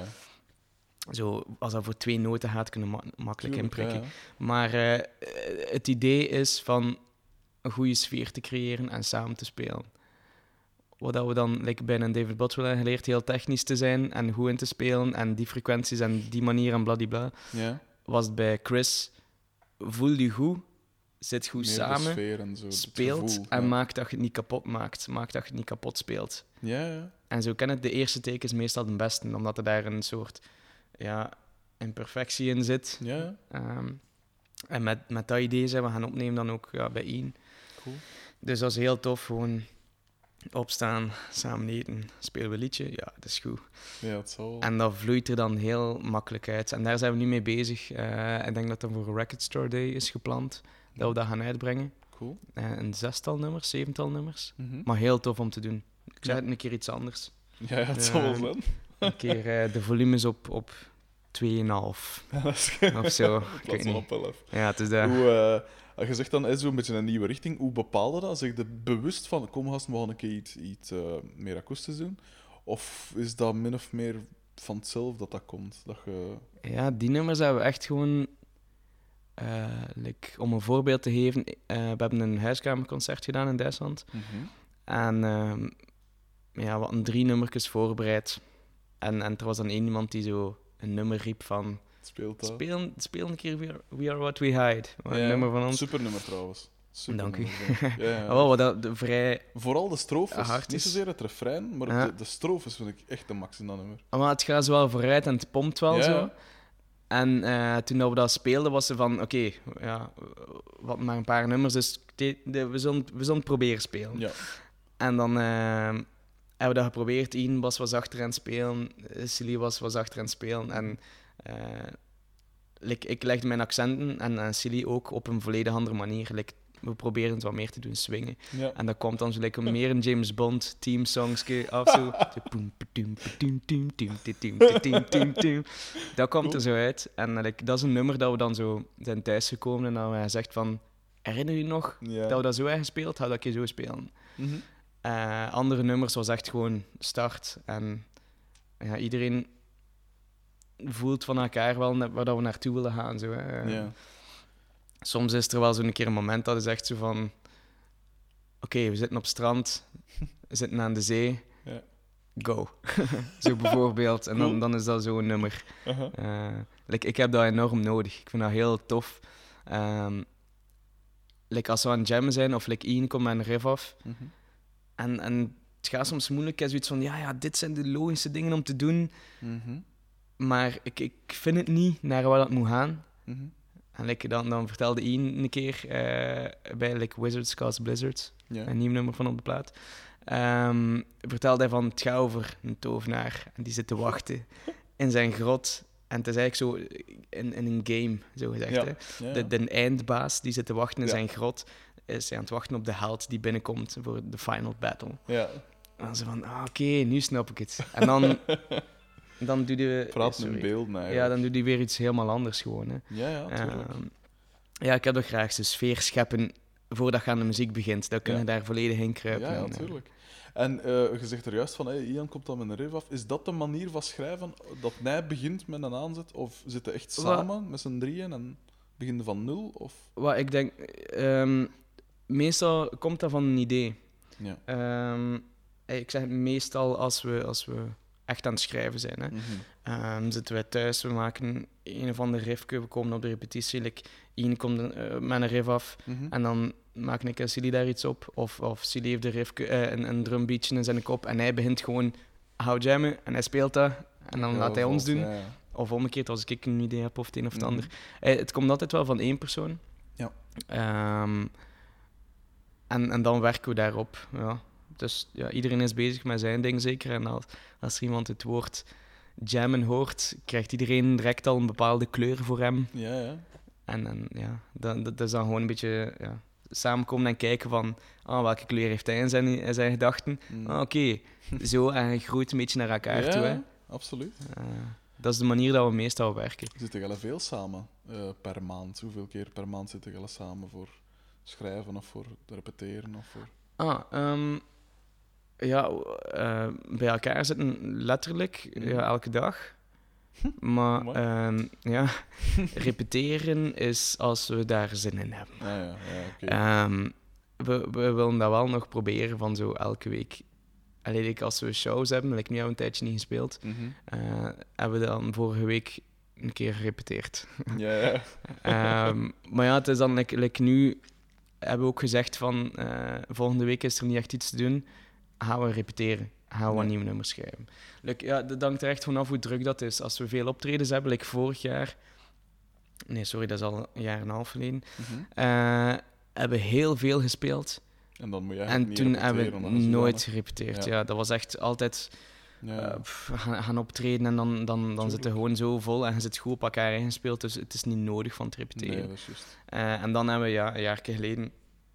Zo, als dat voor twee noten gaat, kunnen we ma- makkelijk Tuurlijk, inprikken. ja, Maar eh, het idee is van een goede sfeer te creëren en samen te spelen. Wat dat we dan like bij een David Bottrell hebben geleerd, heel technisch te zijn en goed in te spelen en die frequenties en die manier en bladibla, ja. Ja. was het bij Chris, voel je goed, zit goed Meer de samen, sfeer en zo, het speelt gevoel, en ja. maakt dat je het niet kapot maakt, maakt dat je het niet kapot speelt. Ja, ja. En zo ken het, de eerste take is meestal de beste, omdat er daar een soort ja, imperfectie in zit. Ja, ja. Ehm, en met, met dat idee zijn we gaan opnemen dan ook ja, bij Ian. Cool. Dus dat is heel tof, gewoon opstaan, samen eten, spelen we een liedje, ja, dat is goed. Ja, het zal wel. En dat vloeit er dan heel makkelijk uit. En daar zijn we nu mee bezig. Eh, ik denk dat dat voor een Record Store Day is gepland, dat we dat gaan uitbrengen. Cool. Eh, een zestal nummers, zevental nummers. Mhm. Maar heel tof om te doen. Ik Ja. zei het een keer iets anders. Ja, ja, het zal wel Ja. zijn. Een keer eh, de volumes op, op twee komma vijf Ja, dat is of zo. Ik plaats weet van niet. op elf. Ja, het is dat. Hoe, eh, je zegt dan is zo'n beetje een nieuwe richting. Hoe bepaalde dat? Zeg je bewust van, kom gasten, we gaan een keer iets, iets eh, meer akoestisch doen? Of is dat min of meer van het zelf dat dat komt? Dat je... Ja, die nummers hebben we echt gewoon... Uh, like, om een voorbeeld te geven, uh, we hebben een huiskamerconcert gedaan in Duitsland. Mm-hmm. En uh, ja, we hadden drie nummertjes voorbereid. En, en er was dan één iemand die zo een nummer riep van... Speelt dat? Speel, speel een keer We Are, We Are What We Hide. Een ja, nummer van ons. Super nummer trouwens. Super Dank u. nummer, ja, ja. Oh, wat dat de vrij... Vooral de strofes. Hard Niet is. zozeer het refrein, maar Ja. de, de strofes vind ik echt de max in dat nummer. Maar het gaat zo wel vooruit en het pompt wel Ja. zo. En uh, toen dat we dat speelden, was ze van... Oké, okay, ja, wat maar een paar nummers, dus de, de, we, zullen, we zullen het proberen spelen. Ja. En dan uh, hebben we dat geprobeerd. Ian was, was achter aan het spelen. Silly was, was achter aan het spelen. En uh, like, ik legde mijn accenten en, en Silly ook op een volledig andere manier. Like, we proberen het wat meer te doen swingen. Ja. En dat komt dan zo like, meer een James Bond teamsongske af. Zo. Dat komt er zo uit. En like, dat is een nummer dat we dan zo zijn thuisgekomen en dan hebben we gezegd van... Herinner je je nog Ja. dat we dat zo hebben gespeeld? Ga dat je zo spelen. Mm-hmm. Uh, andere nummers was echt gewoon start. En ja, iedereen voelt van elkaar wel net waar dat we naartoe willen gaan. Zo, hè. Ja. Soms is er wel zo'n keer een moment dat is echt zo van... Oké, okay, we zitten op het strand, we zitten aan de zee, Ja. go. Zo bijvoorbeeld. En dan, Cool. dan is dat zo'n nummer. Uh-huh. Uh, like, ik heb dat enorm nodig. Ik vind dat heel tof. Um, like, als we aan het jammen zijn, of like, Ian komt met een riff af... Mm-hmm. En, en het gaat soms moeilijk. Ik zoiets van, ja, ja, dit zijn de logische dingen om te doen. Mm-hmm. Maar ik, ik vind het niet naar waar dat moet gaan. Mm-hmm. En like, dan, dan vertelde Ian een keer uh, bij like, Wizards Cause Blizzards, Ja. een nieuw nummer van op de plaat, um, vertelde hij van, het gaat over een tovenaar. En die zit te wachten in zijn grot. En het is eigenlijk zo in, in een game, zo gezegd. Ja. Hè? Ja, ja. De, de eindbaas die zit te wachten in Ja. zijn grot, is aan het wachten op de held die binnenkomt voor de final battle. Ja. En dan ze van, ah, oké, okay, nu snap ik het. En dan, dan doe je... Praat sorry. met beelden eigenlijk. Ja, dan doe je weer iets helemaal anders gewoon. Hè. Ja, ja, tuurlijk. Uh, ja, ik heb toch graag de sfeer scheppen voordat je aan de muziek begint. Dan kun je Ja. daar volledig in kruipen. Ja, ja, En, uh, natuurlijk. En uh, je zegt er juist van, hey, Ian komt dan met een riff af. Is dat de manier van schrijven, dat hij begint met een aanzet? Of zitten echt samen met z'n drieën en beginnen van nul? Of... Wat ik denk... Um, meestal komt dat van een idee. Ja. Um, ik zeg het meestal als we, als we echt aan het schrijven zijn. Hè. Mm-hmm. Um, zitten wij thuis, we maken een of ander riffje, we komen op de repetitie. Like, Ian komt uh, met een riff af Mm-hmm. en dan maak ik en Silly daar iets op. Of, of Silly heeft de riffje, uh, een, een drumbeatje in zijn kop en hij begint gewoon hou jammen en hij speelt dat. En dan Ja, laat hij ons valt, doen. ja, ja. Of omgekeerd, als ik een idee heb of het een of het Mm-hmm. ander. Uh, het komt altijd wel van één persoon. Ja. Um, en, en dan werken we daarop. Ja. Dus ja, iedereen is bezig met zijn ding zeker. En als, als er iemand het woord jammen hoort, krijgt iedereen direct al een bepaalde kleur voor hem. Ja, ja. En, en ja, dat, dat is dan gewoon een beetje ja, samenkomen en kijken van ah, welke kleur heeft hij in zijn, in zijn gedachten. Mm. Ah, Oké, okay. Zo en je groeit een beetje naar elkaar Ja, toe. Hè. absoluut. Uh, dat is de manier dat we meestal werken. Zitten jullie veel samen uh, per maand? Hoeveel keer per maand zitten jullie samen voor schrijven of voor repeteren? Of voor... Ah, um, ja, uh, bij elkaar zitten letterlijk Mm. ja, elke dag. Maar um, ja, repeteren is als we daar zin in hebben. Ah, ja, ja, okay. um, we, we willen dat wel nog proberen van zo elke week. Alleen like, als we shows hebben, like, nu hebben we een tijdje niet gespeeld, Mm-hmm. uh, hebben we dan vorige week een keer gerepeteerd. Ja, ja. um, maar ja, het is dan like, like nu hebben we ook gezegd van uh, volgende week is er niet echt iets te doen, gaan we repeteren. Gaan we Ja. een nieuwe nummer schrijven. Like, ja, dat hangt er echt vanaf hoe druk dat is. Als we veel optredens hebben, like vorig jaar... Nee, sorry, dat is al een jaar en een half geleden. Mm-hmm. Uh, hebben heel veel gespeeld. En dan moet je En niet toen hebben we repeteren, omdat nooit het gerepeteerd. Ja. Ja. dat was echt altijd zodanig- Ja, uh, pff, gaan, gaan optreden en dan, dan, dan zit het gewoon zo vol en je zit goed op elkaar ingespeeld. Dus het is niet nodig van te repeteren. nee, dat is juist. Uh, en dan hebben we ja, een jaar geleden...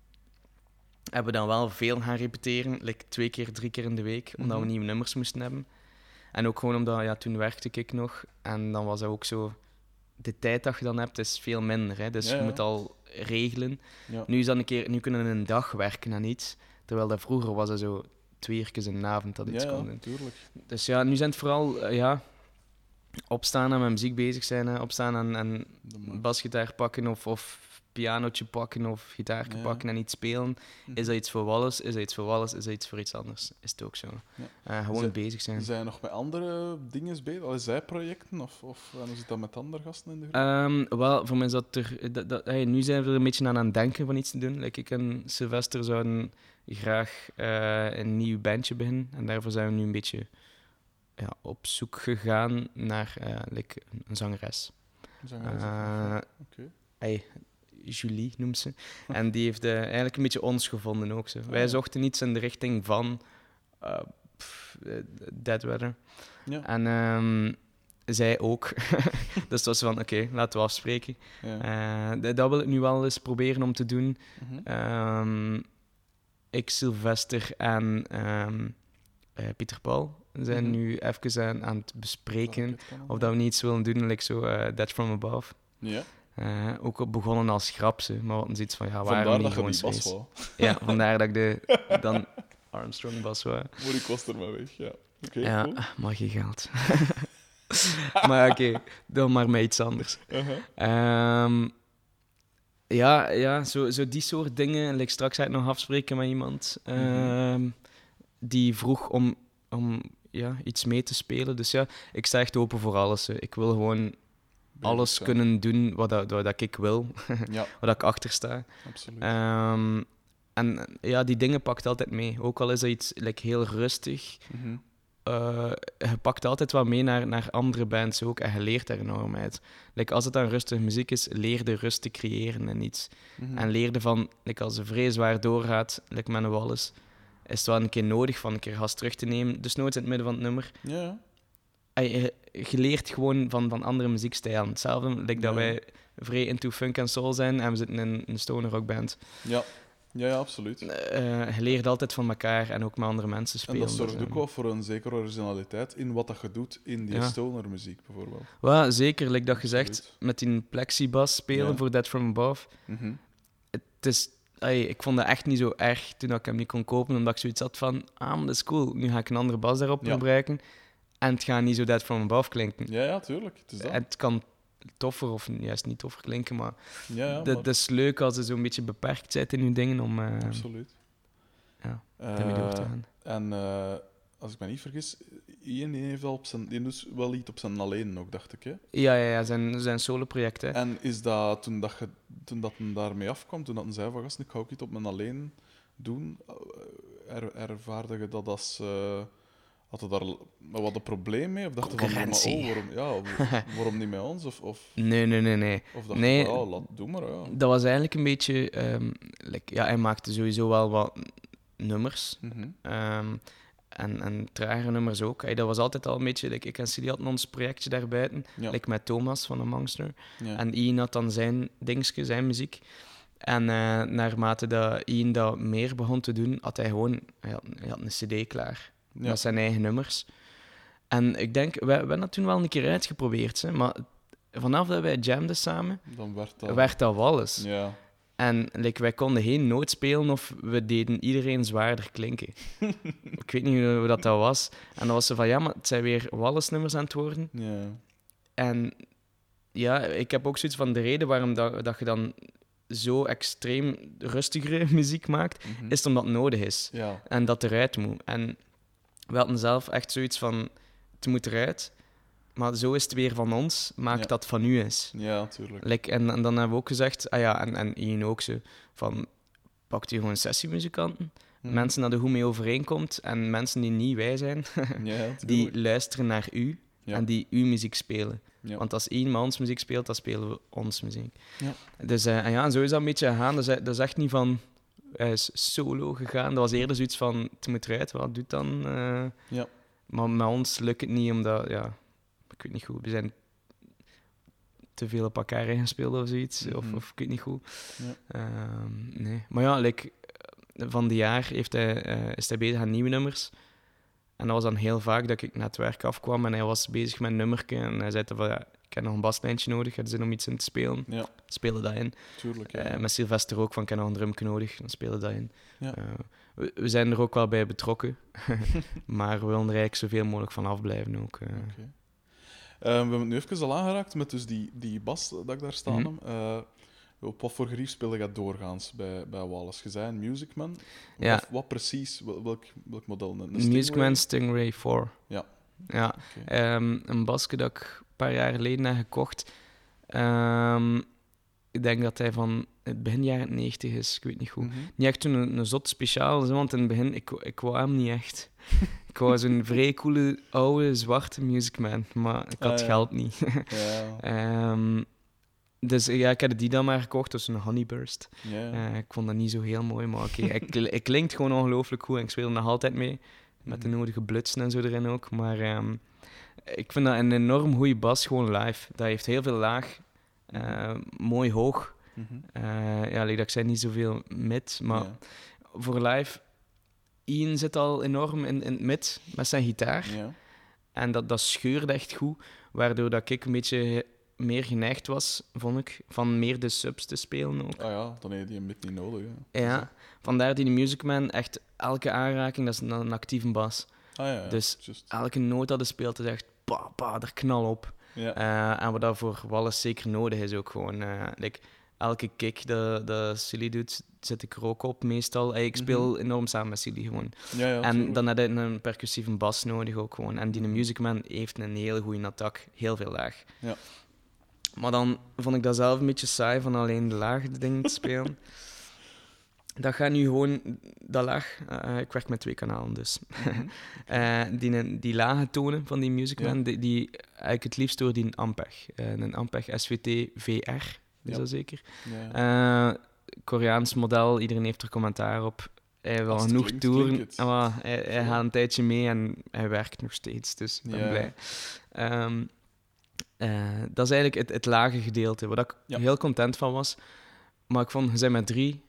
hebben we dan wel veel gaan repeteren. Like twee keer, drie keer in de week. Omdat Mhm. we nieuwe nummers moesten hebben. En ook gewoon omdat, ja, toen werkte ik nog. En dan was dat ook zo... De tijd dat je dan hebt, is veel minder. Hè? Dus Ja, je ja. moet al regelen. Ja. Nu, is dat een keer, nu kunnen we een dag werken aan iets. Terwijl dat vroeger was dat zo twee keer een avond dat iets Ja, kon ja, doen. tuurlijk. Dus ja, nu zijn het vooral eh, ja, opstaan en met muziek bezig zijn. Hè. Opstaan en, en Dat mag. basgitaar pakken of, of pianootje pakken of gitaartje Ja. pakken en iets spelen. Is dat iets voor Wallace? Is dat iets voor Wallace? Is dat iets voor iets anders? Is het ook zo. Ja. Eh, gewoon Zij- bezig zijn. Zijn je nog met andere dingen bezig? Al zij projecten? Of, of en hoe zit dat met andere gasten in de groep? Ehm, wel, voor mij is dat er... Dat, dat, hey, nu zijn we er een beetje aan aan het denken van iets te doen. Like, ik en Sylvester zouden graag eh, een nieuw bandje beginnen. En daarvoor zijn we nu een beetje ja, op zoek gegaan naar eh, like, een, een zangeres. Zangeres of- Eh, Oké. hey, Julie noemt ze. En die heeft eh, eigenlijk een beetje ons gevonden ook. Zo. Wij ja. zochten iets in de richting van uh, pff, eh, Dead Weather. Ja. En ehm, zij ook. Dus het was van, oké, laten we afspreken. Ja. Uh, d- dat wil ik nu wel eens proberen om te doen. Mhm. Ehm, ik, Sylvester en ehm, eh, Pieter Paul zijn Mhm. nu even aan, aan het bespreken Dat kan of dat we niet iets willen doen, like zo uh, Dead From Above. Ja. Uh, ook al begonnen als grapse, maar we hadden zoiets van, ja, waarom Vandaar niet dat je gewoon die bas space? wou. Ja, vandaar dat ik de, dan Armstrong bas wou. Moet ik kost er maar weg. Ja. Oké, Ja, cool. maar geen geld. Maar oké, okay, dan maar met iets anders. Uh-huh. Um, ja, ja zo, zo die soort dingen. Like straks ga ik nog afspreken met iemand um, Mhm. die vroeg om, om ja, iets mee te spelen. Dus ja, ik sta echt open voor alles. Hè. Ik wil gewoon alles zijn. kunnen doen wat, dat, wat dat ik wil, Ja, waar ik achter sta. absoluut. Um, en ja, die dingen pakt altijd mee. Ook al is dat iets like, heel rustig, Mhm. uh, je pakt altijd wat mee naar, naar andere bands ook en je leert daar enorm uit. Like, als het dan rustige muziek is, leer de rust te creëren en iets. Mhm. En leerde van, like, als de vrees zwaar doorgaat, like met een Wallace, is het wel een keer nodig van een keer gas terug te nemen. Dus nooit in het midden van het nummer. Ja, ja. En je, je leert gewoon van, van andere muziekstijlen. Hetzelfde, like Ja. dat wij vrij into funk en soul zijn en we zitten in een stoner rockband. Ja. Ja, ja, absoluut. Uh, je leert altijd van elkaar en ook met andere mensen En spelen. dat zorgt Dus, ook um, wel voor een zekere originaliteit in wat dat je doet in die Ja. stonermuziek, bijvoorbeeld. well, zeker, like dat je zegt, Absoluut. met die plexibas spelen Ja. voor Dead From Above. Mhm. Het is, ay, ik vond dat echt niet zo erg toen ik hem niet kon kopen, omdat ik zoiets had van, ah, maar dat is cool, nu ga ik een andere bas daarop Ja. gebruiken. En het gaat niet zo Dead From Above klinken. Ja, ja, tuurlijk. Het is dat. En het kan toffer of juist niet toffer klinken, maar Ja, ja, dat maar- dat is leuk als je zo'n beetje beperkt bent in je dingen om uh, absoluut. ja, Eh, daarmee door te gaan. En uh, als ik me niet vergis, Ian die heeft al op zijn, die doet wel iets op zijn alleen ook, dacht ik. Hè? Ja, ja, ja, zijn, zijn solo-project. Hè. En is dat toen dat, je, toen dat hem daarmee afkwam, toen dat hij zei van gast, ik ga ook iets op mijn alleen doen, er, ervaarde je dat als... Uh, had je daar wat een probleem mee? Of dacht je van, maar, oh, waarom, ja, waarom niet met ons? Of, of, nee, nee, nee, nee. Of dacht nee, je van, oh, laat, doe maar. Ja. Dat was eigenlijk een beetje... Um, like, ja, hij maakte sowieso wel wat nummers. Mm-hmm. Um, en, en trage nummers ook. Hey, dat was altijd al een beetje... Like, ik en Silly hadden ons projectje daarbuiten. Ja. Like met Thomas van de Monster. Ja. En Ian had dan zijn dingetje, zijn muziek. En uh, naarmate dat Ian dat meer begon te doen, had hij gewoon... Hij had, hij had een cd klaar. Ja. Met zijn eigen nummers. En ik denk... We, we hebben dat toen wel een keer uitgeprobeerd. Hè, maar vanaf dat wij jamden samen, Dan werd dat... werd dat Wallace. Ja. En like, wij konden geen noot spelen of we deden iedereen zwaarder klinken. Ik weet niet hoe dat, dat was. En dan was ze van, ja, maar het zijn weer Wallace-nummers aan het worden. Ja. En ja, ik heb ook zoiets van de reden waarom dat, dat je dan zo extreem rustigere muziek maakt, Mm-hmm. is omdat het nodig is. Ja. En dat eruit moet. En we hadden zelf echt zoiets van, het moet eruit. Maar zo is het weer van ons, maak Ja. dat van u is. Ja, natuurlijk. Like, en, en dan hebben we ook gezegd, ah ja, en, en Ian ook zo, van pakt u gewoon sessiemuzikanten, Mhm. mensen dat er goed mee overeenkomt en mensen die niet wij zijn, Ja, die tuurlijk. luisteren naar u Ja. en die uw muziek spelen. Ja. Want als Ian met ons muziek speelt, dan spelen we ons muziek. Ja. Dus uh, en ja, en zo is dat een beetje gegaan. Dat is, dat is echt niet van, hij is solo gegaan. Dat was eerder zoiets van, het moet eruit, wat doet dan? Uh, Ja. Maar met ons lukt het niet, omdat, ja, ik weet niet goed, we zijn te veel op elkaar ingespeeld of zoiets, Mhm. of, of ik weet niet goed. Ja. Um, nee. Maar ja, like, van die jaar heeft hij, uh, is hij bezig aan nieuwe nummers. En dat was dan heel vaak dat ik naar het werk afkwam en hij was bezig met een nummerke en hij zei van, ja, ik heb nog een baslijntje nodig, heb je zin om iets in te spelen? Ja. Spelen dat in. Tuurlijk, ja. Uh, met Sylvester ook, van ik heb nog een drumke nodig, dan spelen dat in. Ja. Uh, we, we zijn er ook wel bij betrokken. Maar we willen er eigenlijk zoveel mogelijk van afblijven ook. Uh. Okay. Uh, we hebben het nu even al aangeraakt met dus die, die bas dat ik daar staan mm-hmm. heb. Uh, op wat voor gerief speelde je doorgaans bij, bij Wallace? Je zei een Music Man. Ja. Wat, wat precies? Welk, welk model? Een Music Man Stingray vier. Ja. Ja. Okay. Um, een basje dat ik een paar jaar geleden heb gekocht. Um, ik denk dat hij van het begin jaren negentig is. Ik weet niet goed. Mm-hmm. Niet echt toen een, een zot speciaal, want in het begin, ik, ik wou hem niet echt. Ik wou zo'n vrij coole, oude, zwarte Music Man. Maar ik had ah, ja. geld niet. ja. um, Dus ja, ik heb die dan maar gekocht, dus een Honeyburst. Yeah. Uh, ik vond dat niet zo heel mooi, maar oké. Okay. Het klinkt gewoon ongelooflijk goed en ik speel er nog altijd mee. Met de nodige blutsen en zo erin ook. Maar um, ik vind dat een enorm goede bas, gewoon live. Dat heeft heel veel laag, uh, mooi hoog. Mm-hmm. Uh, ja, like dat ik zei, niet zoveel mid, maar yeah. voor live... Ian zit al enorm in, in het mid met zijn gitaar. Yeah. En dat, dat scheurde echt goed, waardoor dat ik een beetje... meer geneigd was, vond ik, van meer de subs te spelen ook. Ah ja, dan heb je die een beetje niet nodig. Hè. Ja, vandaar die de Music Man echt elke aanraking, dat is een, een actieve bas. Ah ja, ja. Dus just. elke noot dat hij speelt, is echt pa, pa, er knal op. Ja. Uh, en wat dat voor Wallace zeker nodig is ook gewoon. Uh, like, elke kick dat, dat Silly doet, zit ik er ook op meestal. Hey, ik speel mm-hmm. enorm samen met Silly gewoon. Ja, ja, en tuurlijk. dan heb je een percussieve bas nodig ook gewoon. En die Music Man heeft een hele goede attack, heel veel laag. Ja. Maar dan vond ik dat zelf een beetje saai van alleen de lage dingen te spelen. Dat gaat nu gewoon... Dat laag... Uh, ik werk met twee kanalen, dus. Mm-hmm. uh, die, die lage tonen van die Music Man, ja. die, die eigenlijk het liefst door die Ampeg. Uh, een Ampeg S V T V R, is ja. dat zeker? Ja. Uh, Koreaans model, iedereen heeft er commentaar op. Hij heeft wel genoeg toeren. Maar hij, hij gaat een tijdje mee en hij werkt nog steeds, dus ik ben ja. blij. Um, Uh, dat is eigenlijk het, het lage gedeelte, waar ik ja. heel content van was. Maar ik vond, we zijn met drie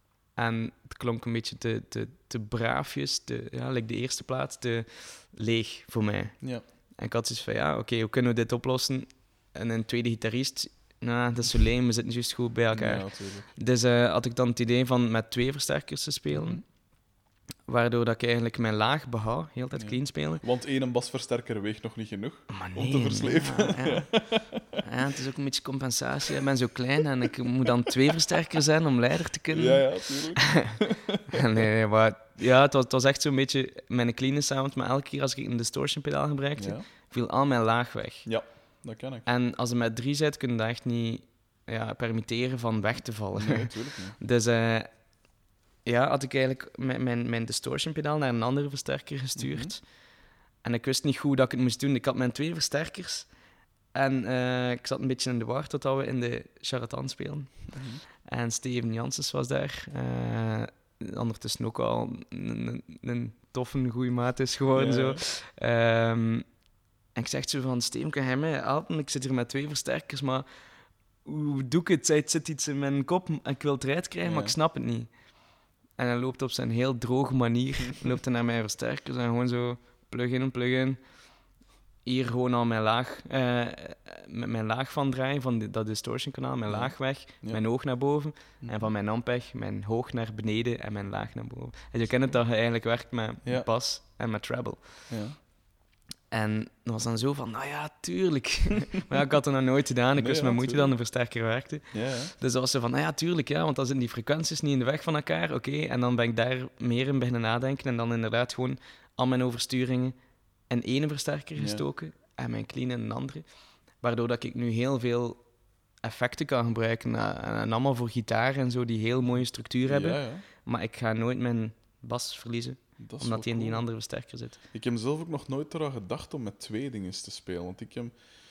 en het klonk een beetje te, te, te braafjes, te, ja, like de eerste plaat, te leeg voor mij. Ja. En ik had zoiets van, ja, oké, okay, hoe kunnen we dit oplossen? En een tweede gitarist, nou, dat is zo leem, we zitten juist goed bij elkaar. Ja, dus uh, had ik dan het idee van met twee versterkers te spelen. Mm-hmm. Waardoor dat ik eigenlijk mijn laag behoud, heel tijd ja. clean spelen. Want één basversterker weegt nog niet genoeg maar nee, om te verslepen. Ja, ja. ja, het is ook een beetje compensatie. Ik ben zo klein en ik moet dan twee versterkers zijn om leider te kunnen. Ja, ja, tuurlijk. nee, nee, maar ja, het was, het was echt zo'n beetje mijn clean sound, maar elke keer als ik een distortion pedaal gebruikte, ja. viel al mijn laag weg. Ja, dat ken ik. En als je met drie zit, kun je dat echt niet ja, permitteren van weg te vallen. Nee, natuurlijk niet. Dus... Uh, ja, had ik eigenlijk mijn, mijn, mijn distortion-pedaal naar een andere versterker gestuurd. Mm-hmm. En ik wist niet goed dat ik het moest doen. Ik had mijn twee versterkers. En uh, ik zat een beetje in de war totdat we in de charlatan spelen. Mm-hmm. En Steven Janssens was daar. Uh, ondertussen ook al een, een, een toffe, goede maat is geworden. Yeah. Zo. Um, en ik zeg zo van, Steven, kan jij mij helpen? Ik zit hier met twee versterkers, maar hoe doe ik het? Het zit iets in mijn kop. Ik wil het eruit krijgen, yeah. maar ik snap het niet. En hij loopt op zijn heel droge manier loopt hij naar mijn versterkers en gewoon zo plug-in, plug-in. Hier gewoon al mijn laag, uh, met mijn laag van draaien, van die, dat distortion kanaal, mijn laag weg, ja. mijn hoog naar boven. Ja. En van mijn ampeg, mijn hoog naar beneden en mijn laag naar boven. En je kent het dat je eigenlijk werkt met ja. bas en met treble. Ja. En dat was dan zo van, nou ja, tuurlijk. Maar ja, ik had het nog nooit gedaan. Ik nee, wist met moeite dat de versterker werkte. Ja, ja. Dus dat was zo van, nou ja, tuurlijk, ja, want dan zitten die frequenties niet in de weg van elkaar. Oké, okay. En dan ben ik daar meer in beginnen nadenken. En dan inderdaad gewoon al mijn oversturingen in één versterker gestoken. Ja. En mijn clean in een andere. Waardoor dat ik nu heel veel effecten kan gebruiken. En allemaal voor gitaar en zo, die heel mooie structuur hebben. Ja, ja. Maar ik ga nooit mijn bas verliezen. Omdat hij in die cool. andere versterker zit. Ik heb zelf ook nog nooit eraan gedacht om met twee dingen te spelen. Want ik heb...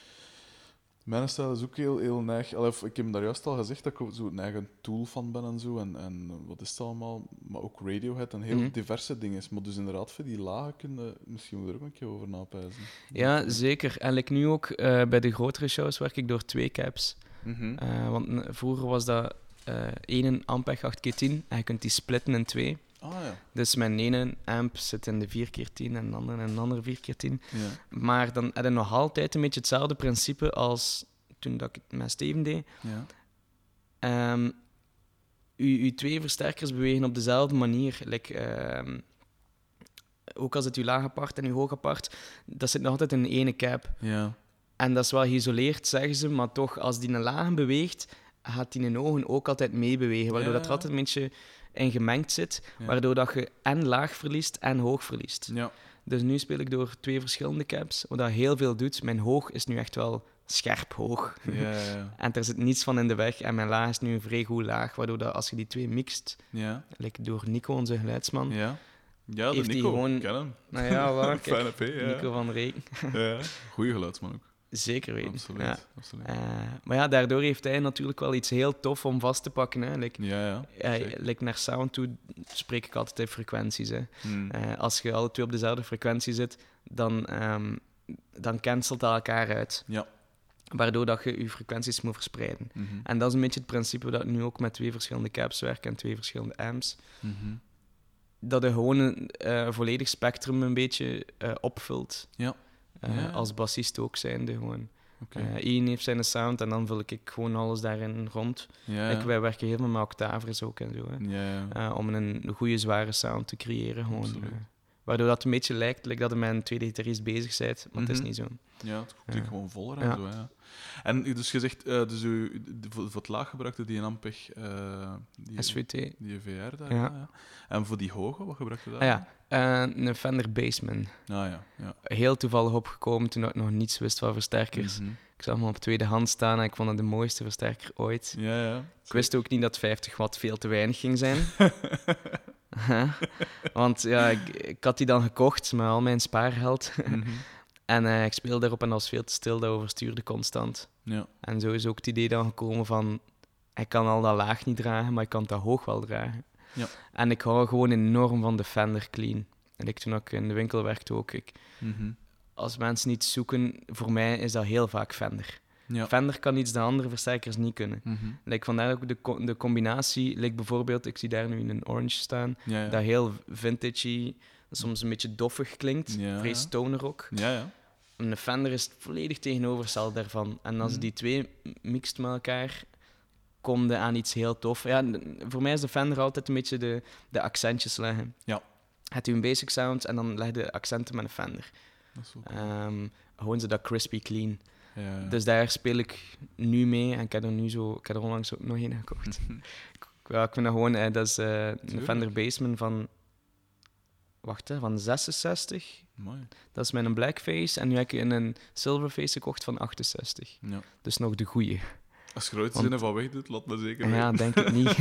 Mijn stijl is ook heel, heel neig... Allee, ik heb daar juist al gezegd dat ik zo een eigen tool van ben en zo. En, en wat is het allemaal? Maar ook Radiohead en heel mm-hmm. diverse dingen. Maar dus inderdaad, voor die lagen kunnen... Misschien moet je er ook een keer over napijzen. Ja, ja, zeker. En like nu ook, uh, bij de grotere shows werk ik door twee caps. Mm-hmm. Uh, want uh, vroeger was dat uh, één Ampeg acht keer tien. En je kunt die splitten in twee. Ah, ja. Dus mijn ene amp zit in de vier keer tien en de andere in een andere vier keer tien. Ja. Maar dan heb je nog altijd een beetje hetzelfde principe als toen dat ik het met Steven deed. Ja. Um, je, je twee versterkers bewegen op dezelfde manier. Like, uh, ook als het je laag apart en je hoog apart, dat zit nog altijd in ene cap. Ja. En dat is wel geïsoleerd, zeggen ze, maar toch, als die een laag beweegt, gaat die in ogen ook altijd meebewegen, waardoor Ja. dat er altijd een beetje in gemengd zit, Ja. waardoor dat je en laag verliest en hoog verliest. Ja. Dus nu speel ik door twee verschillende caps, wat dat heel veel doet. Mijn hoog is nu echt wel scherp hoog. Ja, ja, ja. En er zit niets van in de weg. En mijn laag is nu vrij goed laag, waardoor dat als je die twee mixt, Ja. like door Nico, onze geluidsman, Ja. Ja, de Heeft die Nico, gewoon- ik ken hem. nou ja, waar, kijk, Fijne P, ja. Nico van Reken, Ja. Goeie geluidsman ook. zeker weten. Absoluut. Ja. Absoluut. Eh, maar ja, daardoor heeft hij natuurlijk wel iets heel tof om vast te pakken. Hè. Like, Ja, ja. ja, zeker. like naar sound toe spreek ik altijd in frequenties. Hè. Hmm. Eh, als je alle twee op dezelfde frequentie zit, dan, ehm, dan cancelt dat elkaar uit. Ja. Waardoor dat je je frequenties moet verspreiden. Mhm. En dat is een beetje het principe dat ik nu ook met twee verschillende caps werk en twee verschillende amps. Mhm. Dat je gewoon een eh, volledig spectrum een beetje eh, opvult. Ja. Eh, Ja. Als bassist ook zijnde gewoon. Oké. Eh, Ian heeft zijn sound en dan vul ik gewoon alles daarin rond. Ja, Ik, wij werken heel veel met octavers ook en zo. Hè. ja, ja. Eh, om een, een goede, zware sound te creëren. Gewoon, Absoluut. eh, waardoor dat een beetje lijkt like dat je met een tweede gitarist bezig bent, maar het is Mhm. niet zo. Ja, het klinkt Ja. gewoon voller en Ja. zo. Ja. En dus je zegt, eh, dus u, de- voor, voor het laag gebruikte die een Ampeg, eh die, S V T. die V R daar. Ja. Ja. En voor die hoge, wat gebruikte dat? Ah ja, eh, een Fender Bassman. Ah ja, ja. Heel toevallig opgekomen toen ik nog niets wist van versterkers. Mhm. Ik zag hem op tweedehand staan en ik vond het de mooiste versterker ooit. Ja, ja. Ik wist ook niet dat vijftig watt veel te weinig ging zijn. Huh? Want ja, ik, ik had die dan gekocht met al mijn spaargeld. Mhm. En eh, ik speelde daarop en dat was veel te stil, dat overstuurde constant. Ja. En zo is ook het idee dan gekomen van... Ik kan al dat laag niet dragen, maar ik kan dat hoog wel dragen. Ja. En ik hou gewoon enorm van de Fender Clean. En ik, toen ik in de winkel werkte ook... Ik, Mhm. als mensen iets zoeken, voor mij is dat heel vaak Fender. Ja. Fender kan iets dat andere versterkers niet kunnen. Mhm. Like, vandaar ook de, co- de combinatie. Like bijvoorbeeld, ik zie daar nu een Orange staan, Ja, ja. dat heel vintagey, soms een beetje doffig klinkt. Ja, Vrij ja. stoner ook. Ja, ja. En de Fender is het volledig tegenovergestelde daarvan. En als je Mhm. die twee mixt met elkaar, kom je aan iets heel tof. Ja, n- voor mij is de Fender altijd een beetje de, de accentjes leggen. Ja. Het u een basic sound en dan leg je accenten met een Fender. Dat is wel cool. Ehm gewoon zo dat crispy clean. Ja, ja. Dus daar speel ik nu mee en ik heb er nu zo, ik heb er onlangs ook nog één gekocht. Ja, ik vind dat gewoon, eh, dat is eh, een Tuurlijk. Fender Bassman van, wacht hè, van zesenzestig. Mooi. Dat is mijn blackface en nu heb ik een silverface gekocht van achtenzestig. Ja. Dus nog de goeie. Als je er ooit Want- zinnen van weg doet, laat me zeker Ja, weten. denk ik niet.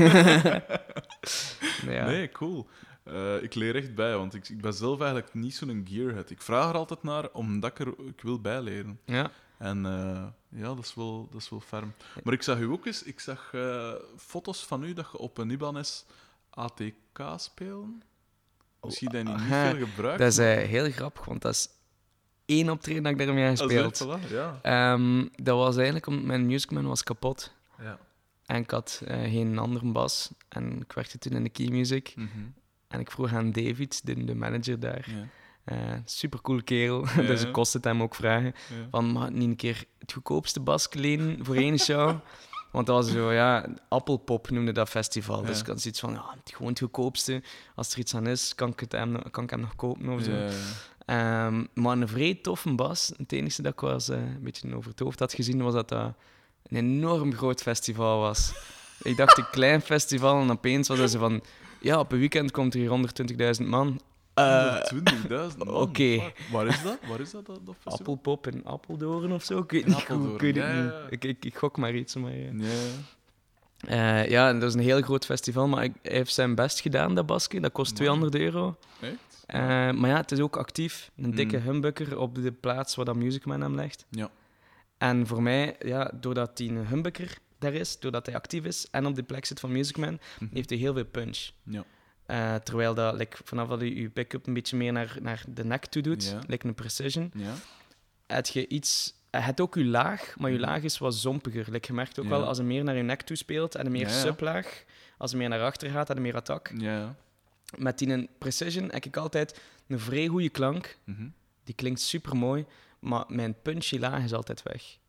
ja. Nee, cool. Eh, ik leer echt bij, want ik, ik ben zelf eigenlijk niet zo'n gearhead. Ik vraag er altijd naar, omdat ik er ik wil bijleren. Ja. En eh, ja, dat is wel, dat is wel ferm. Maar ik zag u ook eens, ik zag eh, foto's van u dat je op een Ibanez A T K spelen. Misschien dat je niet Aha. veel gebruikt. Dat is maar- eh, heel grappig, want dat is één optreden dat ik daarmee heb Ah, zo, gespeeld. voilà, ja. Ehm, dat was eigenlijk omdat mijn Musicman was kapot. ja. En ik had eh, geen andere bas. En ik werkte toen in de Key Music. Mhm. En ik vroeg aan David, de, de manager daar. ja. Uh, supercool kerel, Ja, dus ja. ik kost het hem ook vragen. ja. Van, mag ik niet een keer het goedkoopste basje lenen voor één show? Want dat was zo, ja, Appelpop noemde dat festival. Dus Ja. ik had zoiets van, ja, het- gewoon het goedkoopste. Als er iets aan is, kan ik, het hem, kan ik hem nog kopen of zo. Ja, ja. Ehm, maar een vrij toffe bas. Het enige dat ik was, eh, een beetje over het hoofd had gezien, was dat dat een enorm groot festival was. Ik dacht een klein festival en opeens was dat zo van... Ja, op een weekend komt er hier honderdtwintigduizend man. Eh, honderdtwintigduizend man. oké. Fuck. Waar is dat? Waar is dat, dat, dat festival? Appelpop en Appeldoorn of zo? Ik weet In niet Apeldoorn, goed, ik weet het ja, niet. ja, ja. Ik, ik, ik gok maar iets. Maar, eh. Ja. Eh, ja, dat is een heel groot festival, maar ik, hij heeft zijn best gedaan, dat basje. Dat kost Amai. tweehonderd euro. Echt? Eh, maar ja, het is ook actief. Een dikke Mm. humbucker op de plaats waar dat Musicman hem legt. Ja. En voor mij, ja, doordat die een humbucker daar is, doordat hij actief is en op de plek zit van Musicman, Mhm. heeft hij heel veel punch. Ja. Eh, terwijl dat, like, vanaf dat je je pick-up een beetje meer naar, naar de nek toe doet, Ja. like een precision, Ja. heb je iets... Je hebt ook je laag, maar je Mhm. laag is wat zompiger. Like, je merkt ook Ja. wel, als hij meer naar je nek toe speelt en een meer Ja, ja. sublaag, als hij meer naar achter gaat, en een meer attack. Ja. Met die een precision heb ik altijd een vrij goede klank. Mhm. Die klinkt super mooi, maar mijn punchy laag is altijd weg.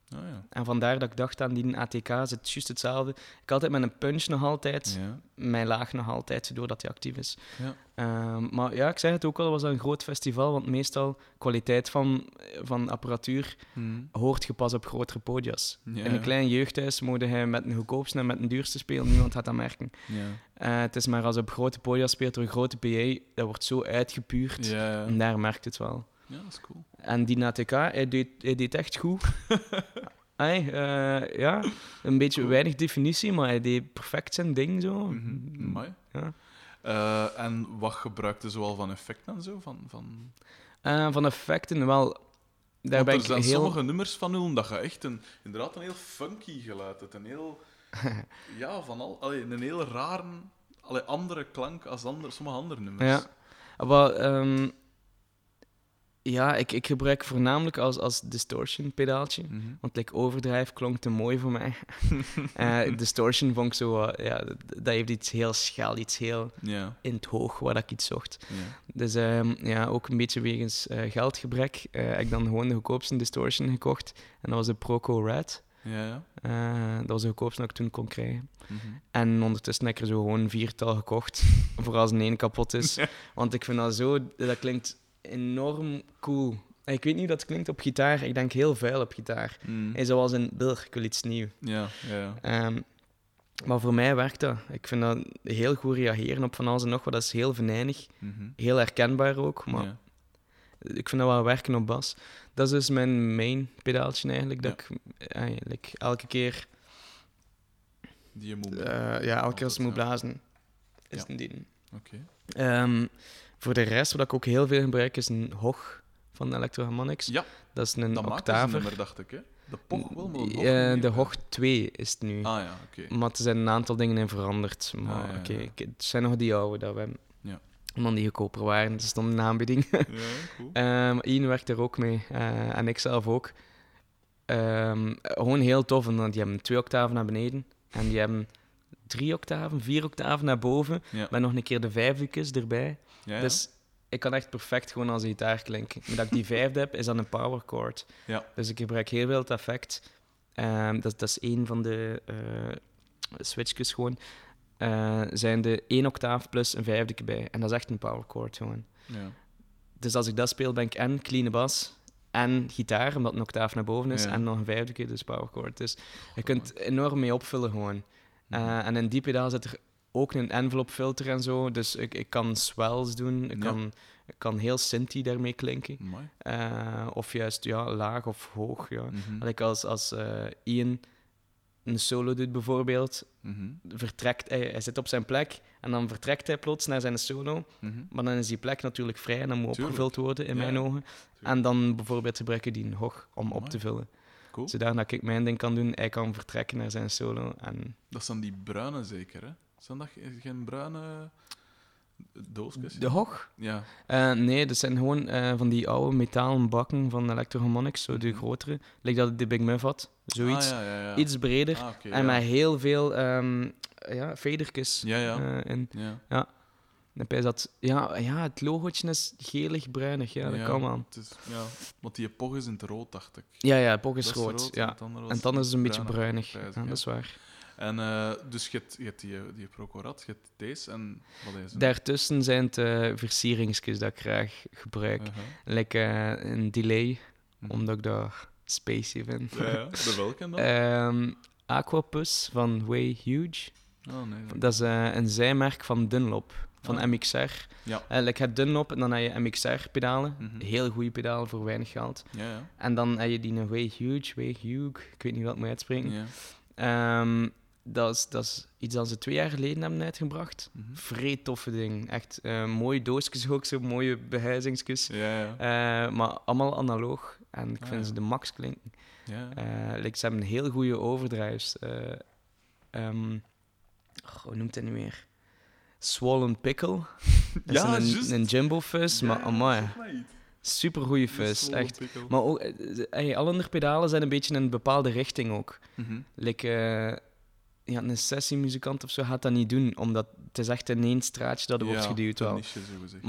Ah, ja. En vandaar dat ik dacht aan die A T K is het juist hetzelfde. Ik altijd met een punch nog altijd, Ja. mijn laag nog altijd, doordat hij actief is. Ja. Ehm, maar ja, ik zeg het ook al, was dat een groot festival, want meestal kwaliteit van, van apparatuur Hm. hoort je pas op grotere podia's. Ja, In een klein jeugdhuis moet je met een goedkoopste en met een duurste spelen, niemand gaat dat merken. Ja. Uh, het is maar als je op grote podia speelt door een grote P A, dat wordt zo uitgepuurd. Ja, ja. En daar merkt het wel. Ja, dat is cool. En die A T K, hij deed, hij deed echt goed. Ay, uh, ja, een beetje Cool. weinig definitie, maar hij deed perfect zijn ding zo. Mhm. Amai. Ja. Uh, en wat gebruikte zoal van effecten en zo? Van, van... Uh, van effecten, wel... Daar Want ben er ik zijn heel... sommige nummers van Nul dat je echt een, inderdaad een heel funky geluid hebt. Een heel... ja, van al... Allee, een heel rare... Allee, andere klank als andere, sommige andere nummers. Ja, maar... Um, ja, ik, ik gebruik voornamelijk als, als distortion pedaaltje. Mm-hmm. Want like, overdrive klonk te mooi voor mij. uh, distortion vond ik zo... Uh, ja, dat, dat heeft iets heel schel, iets heel Yeah. in het hoog, waar ik iets zocht. Yeah. Dus um, ja, ook een beetje wegens uh, geldgebrek uh, heb ik dan gewoon de goedkoopste distortion gekocht. En dat was de Proco Red. Ja, ja. Uh, dat was de goedkoopste dat ik toen kon krijgen. Mm-hmm. En ondertussen heb ik er zo gewoon viertal gekocht. voor als een één kapot is. Ja. Want ik vind dat zo... Dat klinkt enorm cool. Ik weet niet hoe dat klinkt op gitaar. Ik denk heel vuil op gitaar. Mm. Hey, zoals een... Brr, ik wil iets nieuws. Ja, ja, ja. Um, maar voor mij werkt dat. Ik vind dat heel goed reageren op van alles en nog wat. Dat is heel venijnig. Mm-hmm. Heel herkenbaar ook, maar Ja. ik vind dat wel werken op bas. Dat is dus mijn main pedaaltje eigenlijk. Dat Ja. ik eigenlijk elke keer... Die je moet... Uh, ja, elke keer als ik moet ja. blazen, is Ja. het een ding. Oké. Okay. Um, voor de rest, wat ik ook heel veel gebruik, is een Hoch van Electro-Harmonix. Ja. Dat is een Dat maakt dus octaver. een nummer, dacht ik, hè? De Poch wel, maar een Hoch Uh, niet de meer. Hoch twee is het nu. Ah ja, oké. Okay. Maar er zijn een aantal dingen in veranderd. Maar Ah, ja, oké, ja. okay, het zijn nog die oude dat we hebben. Ja. Omdat die goedkoper waren. Dat stond een aanbieding. Ja, cool. um, Ian werkt er ook mee. Uh, en ik zelf ook. Um, gewoon heel tof. En die hebben twee octaven naar beneden. En die hebben drie octaven, vier octaven naar boven. Ja. Met nog een keer de vijfdekes erbij. Ja, ja. Dus ik kan echt perfect gewoon als een gitaar klinken. Maar dat ik die vijfde heb, is dan een power chord. Ja. Dus ik gebruik heel veel het effect. Um, dat, dat is één van de uh, switchjes gewoon. Uh, zijn de één octaaf plus een vijfde bij. En dat is echt een power chord gewoon. Ja. Dus als ik dat speel, ben ik en clean bas en gitaar, omdat een octaaf naar boven is, Ja. en nog een vijfde keer, dus power chord. Dus je kunt enorm mee opvullen gewoon. Mhm. Uh, en in die pedaal zit er ook een envelope filter en zo, dus ik, ik kan swells doen, ik, Ja. kan, ik kan heel synthy daarmee klinken. Mooi. Uh, of juist ja, laag of hoog. Ja. Mhm. Like als als uh, Ian een solo doet bijvoorbeeld, Mhm. vertrekt, hij, hij zit op zijn plek en dan vertrekt hij plots naar zijn solo, Mhm. maar dan is die plek natuurlijk vrij en dan moet Tuurlijk. opgevuld worden in Ja, mijn ogen. En dan bijvoorbeeld gebruiken die een hoog om op Amai. te vullen. Cool. Zodat dat ik mijn ding kan doen, hij kan vertrekken naar zijn solo. En Dat zijn die bruine zeker, hè? Zijn dat ge- geen bruine doosjes? de hoog? Ja. Uh, nee, dat zijn gewoon uh, van die oude metalen bakken van Electro-Harmonix, zo de Mhm. grotere. Lijkt dat de Big Muff had, zoiets. Ah, ja, ja, ja. Iets breder Ah, oké, en ja. met heel veel um, ja, vedertjes Ja, ja. uh, in. Ja. En bij dat, ja, ja, het logootje is gelig-bruinig, ja, dat Ja, kan wel. Het is, ja, want die Poch is in het rood, dacht ik. Ja, ja, het pok is Dat rood, rood, ja. En het andere was En dan is het een beetje bruinig, bruinig, prijzig, ja, ja. dat is waar. En uh, dus je hebt, je hebt die, die Procorat, je hebt deze en wat is het? Daartussen zijn het uh, versieringsjes dat ik graag gebruik. Uh-huh. Like uh, een delay, Mhm. omdat ik daar spacey vind. Ja, ja. De welke dan? um, Aquapus van Way Huge. Oh, nee. dat- Dat is uh, een zijmerk van Dunlop, van Ah. M X R. Ja. Uh, like, je hebt Dunlop en dan heb je M X R-pedalen. Mhm. Heel goede pedalen voor weinig geld. Ja, ja. En dan heb je die Way Huge, Way Huge, ik weet niet wat ik moet uitspreken. ja. Um, dat, is, dat is iets dat ze twee jaar geleden hebben uitgebracht. Mhm. Vrij toffe ding. Echt uh, mooie doosjes ook, zo mooie behuizingsjes. Ja, ja. Uh, maar allemaal analoog. En ik Ah, vind ja. ze de max klinken. ja. Uh, like, ze hebben heel goede overdrives. Uh, um, oh, hoe noemt hij nu weer? Swollen Pickle. Dat Ja, is juist. een, een Jumbo Fuzz, maar amai. zeg maar iets. Super goede De fuzz, Swollen echt. Pickle. Maar ook, uh, hey, alle andere pedalen zijn een beetje in een bepaalde richting ook. Mhm. Like, uh, ja, een sessiemuzikant of zo gaat dat niet doen, omdat het is echt in één straatje dat er wordt Ja, geduwd een wel. niche, zo gezegd. Maar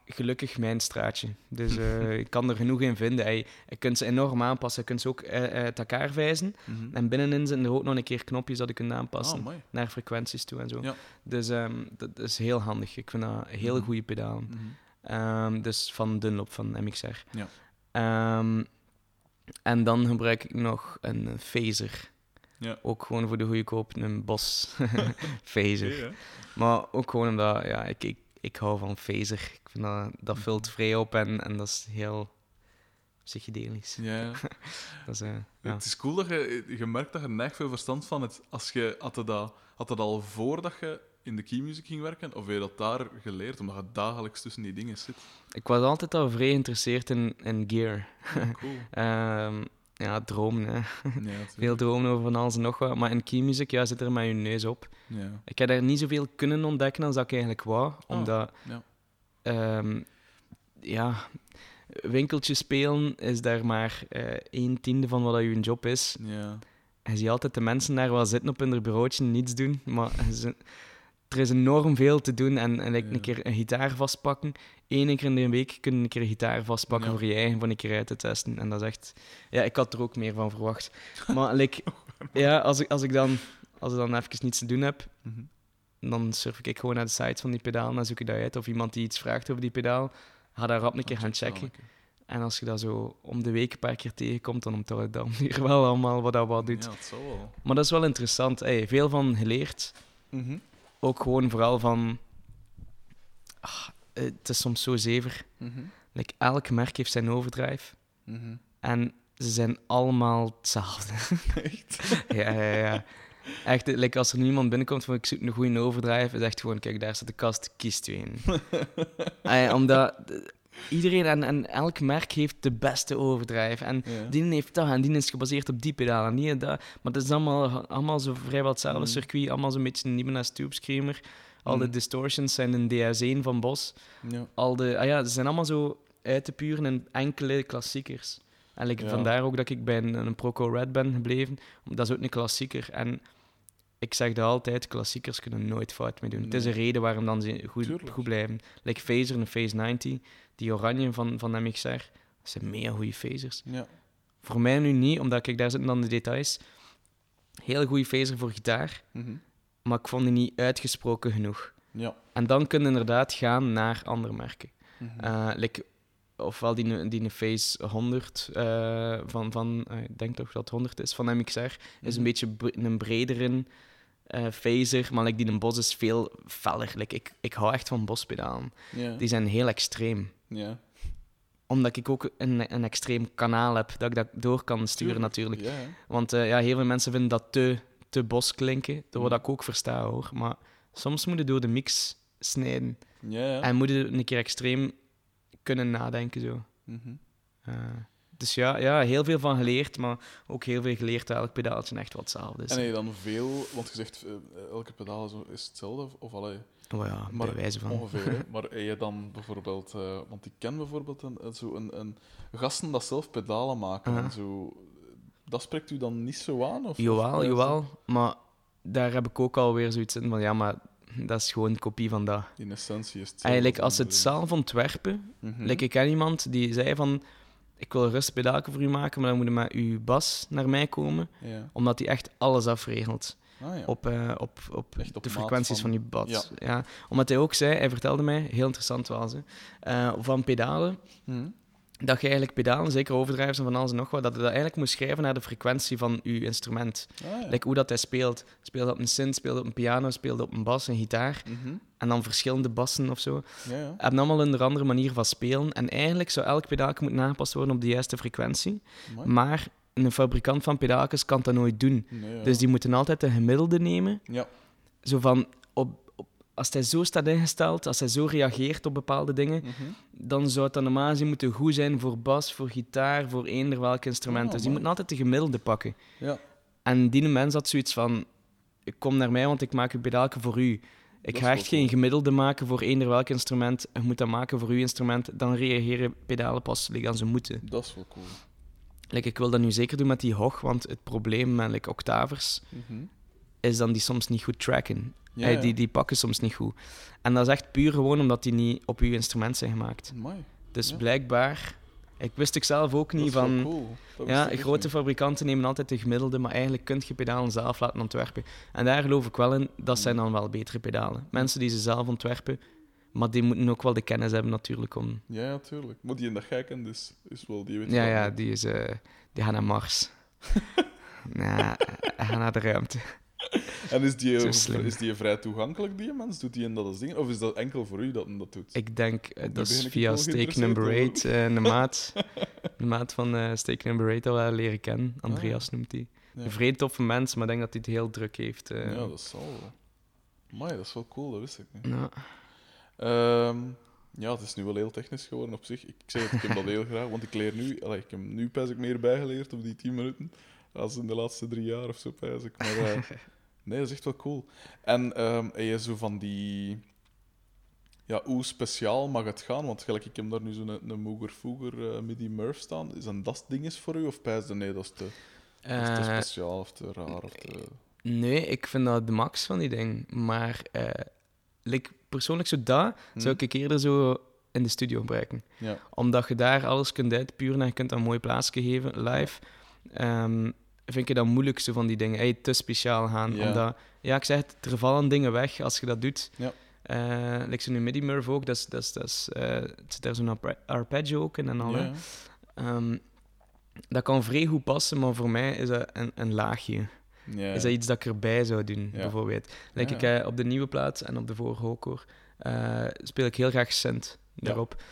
gelukkig mijn straatje. Dus uh, ik kan er genoeg in vinden. Hey, je kunt ze enorm aanpassen. Je kunt ze ook uh, uit elkaar vijzen. Mhm. En binnenin zitten er ook nog een keer knopjes dat je kunt aanpassen. Ah, mooi. Naar frequenties toe en zo. Ja. Dus um, dat is heel handig. Ik vind dat een hele Mhm. goede pedalen. Mhm. Um, dus van Dunlop, van M X R. Ja. Um, en dan gebruik ik nog een phaser. Ja. Ook gewoon voor de goede koop, een Boss phaser. Okay, ja. Maar ook gewoon omdat, ja, ik, ik, ik hou van phaser. Ik vind dat, dat vult vrij op en, en dat is heel psychedelisch. Ja. Dat is, uh, ja. Het is cool dat je, je merkt dat je er echt veel verstand van hebt. Als je, had je dat, had je dat al voordat je in de keymusic ging werken, of heb je dat daar geleerd, omdat je dagelijks tussen die dingen zit? Ik was altijd al vrij geïnteresseerd in, in gear. Ja, cool. um, ja, dromen, hè. Ja, Veel dromen over van alles en nog wat. Maar in keymusic, ja, zit er met je neus op. Ja. Ik heb daar niet zoveel kunnen ontdekken als dat ik eigenlijk wou. Ah, Omdat, ja. um, ja, winkeltjes spelen is daar maar uh, een tiende van wat je job is. Ja. Je ziet altijd de mensen daar wel zitten op hun bureautje en niets doen. Maar ze, er is enorm veel te doen. En, en like, Ja. een keer een gitaar vastpakken. Eén keer in de week kun je een keer een gitaar vastpakken Ja. voor je eigen, voor een keer uit te testen. En dat is echt... Ja, ik had er ook meer van verwacht. Maar like, ja, als, ik, als, ik dan, als ik dan even niets te doen heb, Mhm. dan surf ik gewoon naar de site van die pedaal en zoek ik dat uit. Of iemand die iets vraagt over die pedaal, ga daar rap een keer gaan checken. En als je dat zo om de week een paar keer tegenkomt, dan onthoud je dan hier wel allemaal wat dat wat doet. Ja, dat zal wel. Maar dat is wel interessant. Hey, veel van geleerd. Mhm. Ook gewoon vooral van... Ah, het is soms zo zever. Mhm. Like, elk merk heeft zijn overdrive. Mhm. En ze zijn allemaal hetzelfde. Echt? ja, ja, ja. Echt, like, als er niemand binnenkomt van ik zoek een goede overdrive, is echt gewoon, kijk, daar staat de kast, kies er een. Ay, omdat iedereen en, en elk merk heeft de beste overdrive. En Ja. die heeft dat en die is gebaseerd op die pedaal en die en dat. Maar het is allemaal, allemaal zo vrijwel hetzelfde Mm. circuit, allemaal zo'n beetje een Ibanez Tube Screamer. Al de Mm. distortions zijn een D S één van Boss. Ja. Al de, ah ja, ze zijn allemaal zo uit te puren in enkele klassiekers. En like, Ja. vandaar ook dat ik bij een, een Proco Red ben gebleven. Dat is ook een klassieker. En ik zeg dat altijd, klassiekers kunnen nooit fout mee doen. Het is Nee. een reden waarom dan ze goed, Tuurlijk. goed blijven. Like Phaser, een Phase negentig, die oranje van, van M X R, dat zijn mega goede phasers. Ja. Voor mij nu niet, omdat kijk, daar zitten dan de details. Heel goede phaser voor gitaar, Mhm. maar ik vond die niet uitgesproken genoeg. Ja. En dan kun je inderdaad gaan naar andere merken. Mhm. Uh, like, ofwel die, die Phase honderd uh, van, van uh, ik denk toch dat het honderd is, van M X R, is Mhm. een beetje bre- een bredere uh, phaser, maar like, die een Boss is veel feller. Like, ik, ik hou echt van Boss-pedalen. Ja. Die zijn heel extreem. Ja. Omdat ik ook een, een extreem kanaal heb, dat ik dat door kan sturen Tuurlijk. natuurlijk. Ja, ja. Want uh, ja, heel veel mensen vinden dat te, te Boss klinken, door wat Mhm. ik ook versta hoor. Maar soms moet je door de mix snijden. Ja, ja. En moet je een keer extreem kunnen nadenken zo. Mhm. Uh, dus ja, ja, heel veel van geleerd, maar ook heel veel geleerd dat elk pedaaltje echt wat hetzelfde is. En heb je dan veel, want je zegt eh, elke pedaal is, is hetzelfde, of, of allee, Oh ja, maar bij wijze van. ongeveer. Hè? Maar heb je dan bijvoorbeeld, eh, want ik ken bijvoorbeeld een, een- zo een, een gasten dat zelf pedalen maken Aha. en zo. Dat spreekt u dan niet zo aan? Of, Jawel, of, jawel, maar daar heb ik ook alweer zoiets in van ja, maar dat is gewoon een kopie van dat. In essentie is het Eigenlijk, als ze het zelf ontwerpen, Mhm. like, ik ken iemand die zei van ik wil rust pedaalken voor u maken, maar dan moet je met uw bas naar mij komen, Ja. omdat hij echt alles afregelt. Ah, ja. Op, uh, op, op, Echt op de maat frequenties van, van- je bad. Ja. Ja. Omdat hij ook zei, hij vertelde mij, heel interessant was het, uh, van pedalen, Mhm. dat je eigenlijk pedalen, zeker overdrijvers en van alles en nog wat, dat je dat eigenlijk moet schrijven naar de frequentie van je instrument. Ah, ja. Like hoe dat hij speelt. Speelt op een synth, speelt op een piano, speelt op een bas, een gitaar. Mhm. En dan verschillende bassen of zo. Ja, ja. Hebben allemaal een andere manier van spelen. En eigenlijk zou elk pedaaltje moeten aangepast worden op de juiste frequentie. Amai. Maar een fabrikant van pedaaltjes kan dat nooit doen. Nee, ja. Dus die moeten altijd de gemiddelde nemen. Ja. Zo van, op, op, als hij zo staat ingesteld, als hij zo reageert op bepaalde dingen, Mhm. dan zou het dan normaal gezien moeten goed zijn voor bas, voor gitaar, voor eender welk instrument. Oh, dus die man. moeten altijd de gemiddelde pakken. Ja. En die mens had zoiets van, kom naar mij, want ik maak uw pedaaltje voor u. Ik is ga wel echt geen cool. gemiddelde maken voor eender welk instrument. Je moet dat maken voor uw instrument. Dan reageren pedalen pas like, als ze moeten. Dat is wel cool. Like, ik wil dat nu zeker doen met die H O G, want het probleem met like, octavers Mhm. is dan die soms niet goed tracken. Ja, Ey, ja. die, die pakken soms niet goed. En dat is echt puur gewoon omdat die niet op je instrument zijn gemaakt. Amai, Dus Ja. blijkbaar... Ik wist ik zelf ook dat niet is wel van... cool. Dat wist Ja, ik echt grote niet. fabrikanten nemen altijd de gemiddelde, maar eigenlijk kun je pedalen zelf laten ontwerpen. En daar geloof ik wel in, dat zijn dan wel betere pedalen. Mensen die ze zelf ontwerpen, maar die moeten ook wel de kennis hebben natuurlijk om... Ja, ja, tuurlijk. Maar die in dat jij kent, is, is wel... Die weet Ja, wel. ja, die, is, eh, die gaan naar Mars. Ja, hij gaat naar de ruimte. En is die, Zo slim. is die vrij toegankelijk, die mens? Doet die in dat als ding? Of is dat enkel voor u dat hij dat doet? Ik denk, eh, Nu dat is begin ik via wel Steak geïnteresseerd Number te eight, eh, de maat, de maat van eh Steak Number eight al wel leren kennen. Andreas noemt hij. Ja. Een vrij toffe mens, maar ik denk dat hij het heel druk heeft. eh. Ja, dat zal wel. Amai, dat is wel cool, dat wist ik niet. Ja. Ehm, ja, het is nu wel heel technisch geworden op zich. Ik, ik zeg het, ik heb dat heel graag, want ik leer nu... Allee, ik heb nu pas ik meer bijgeleerd op die tien minuten, als in de laatste drie jaar of zo, pijs ik. Maar eh, nee, dat is echt wel cool. En ehm heb je zo van die... Ja, hoe speciaal mag het gaan? Want gelijk, ik heb daar nu zo'n een, een Mooger Fooger eh, Midi Murph staan. Is een dat ding is voor u? Of pijs je, nee, dat is te, dat is te Eh, speciaal of te raar? Of te... Nee, ik vind dat de max van die ding. Maar eh, like, persoonlijk zo dat zou Hm? ik eerder zo in de studio gebruiken. Ja. Omdat je daar alles kunt uitpuren en je kunt dat een mooi plaatsje geven, live. Ehm, vind ik dat moeilijk, zo van die dingen. Hey, te speciaal gaan. Ja. Omdat, ja, ik zeg het, er vallen dingen weg als je dat doet. Ja. Eh like zo'n Midi Murph ook, dat is, dat is, dat is, eh, het zit daar zo'n arpe- arpeggio ook in en al. hè. Ja. Ehm, dat kan vrij goed passen, maar voor mij is dat een, een laagje. Ja. Is dat iets dat ik erbij zou doen, Ja. bijvoorbeeld? Like Ja. ik, eh, op de nieuwe plaat en op de vorige ook hoor, eh, speel ik heel graag synth daarop.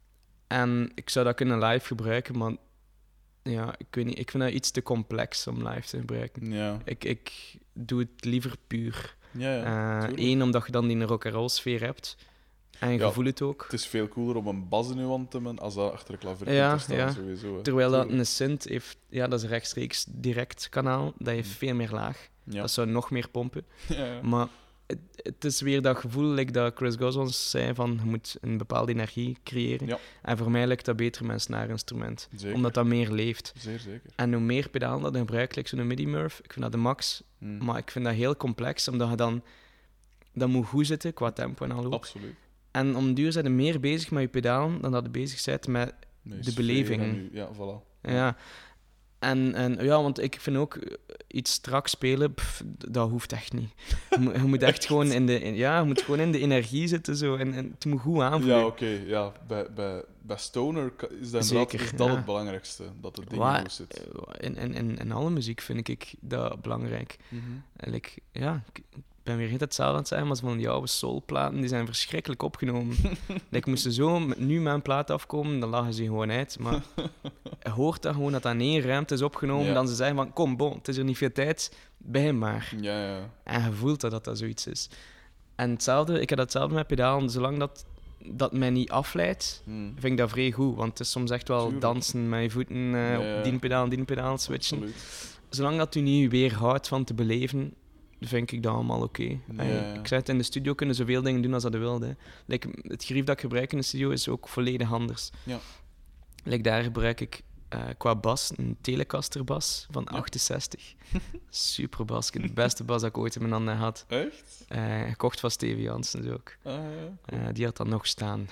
En ik zou dat kunnen live gebruiken, maar ja, ik weet niet, ik vind dat iets te complex om live te gebruiken. Ja. Ik, ik doe het liever puur. Ja, ja. Eh, tuurlijk. Eén, omdat je dan die rock-and-roll sfeer hebt. En je Ja. voelt het ook. Het is veel cooler om een bas in je hand te hebben als dat achter een klavier Ja, te staan, ja. sowieso. Hè. Terwijl dat Tuurlijk. een synth heeft, ja, dat is een rechtstreeks direct kanaal, dat heeft veel meer laag. Ja. Dat zou nog meer pompen. Ja, ja. Maar het, het is weer dat gevoel, like dat Chris Goswans zei, van je moet een bepaalde energie creëren. Ja. En voor mij lijkt dat beter met een snaarinstrument, Zeker. omdat dat meer leeft. Zeer zeker. En hoe meer pedalen dat je gebruikt, like zo'n Midi Murph, ik vind dat de max, Hm. maar ik vind dat heel complex, omdat je dan... Dat moet goed zitten, qua tempo en al ook. Absoluut. En om duur zijn je meer bezig met je pedalen dan dat je bezig bent met... Nee, De sfeer beleving. en u- Ja, voilà. Ja. En, en ja, want ik vind ook eh, iets strak spelen, pff, d- dat hoeft echt niet. Je moet, je moet echt gewoon in de, in- ja, je moet gewoon in de energie zitten zo, en, en het moet goed aanvoelen. Ja, oké. ja. Bij, bij, bij Stoner ka- is dat, inderdaad- Zeker, is dat ja. het belangrijkste, dat het ding Waar- goed zit. Eh, In, in, in, in alle muziek vind ik dat belangrijk. Mhm. En like, ja, ik ik ben weer heel hetzelfde aan het zijn, maar van die oude soulplaten, die zijn verschrikkelijk opgenomen. like, moesten zo met- nu mijn plaat afkomen, dan lachen ze gewoon uit. Maar je hoort dat gewoon dat dat in één ruimte is opgenomen, Ja. dan ze zeggen van, kom, bon, het is er niet veel tijd, begin maar. Ja, ja. En je voelt dat dat, dat zoiets is. En hetzelfde, ik heb hetzelfde met pedalen, zolang dat, dat mij niet afleidt, Hm. vind ik dat vrij goed. Want het is soms echt wel Tuurlijk. dansen met je voeten, eh, Ja, ja. op die pedaal, die pedaal switchen. Absoluut. Zolang dat u niet weerhoudt van te beleven, vind ik dat allemaal oké. Ja, En ja. Ik zei het, in de studio kunnen zoveel dingen doen als dat je wilt. Hè. Like, het gerief dat ik gebruik in de studio is ook volledig anders. Ja. Like, daar gebruik ik eh, qua bas een Telecaster bas van Ja. achtenzestig. Super bas. De beste bas dat ik ooit in mijn handen had. Echt? Eh, gekocht van Stevie Janssens ook. Ah, ja. Eh, die had dan nog staan.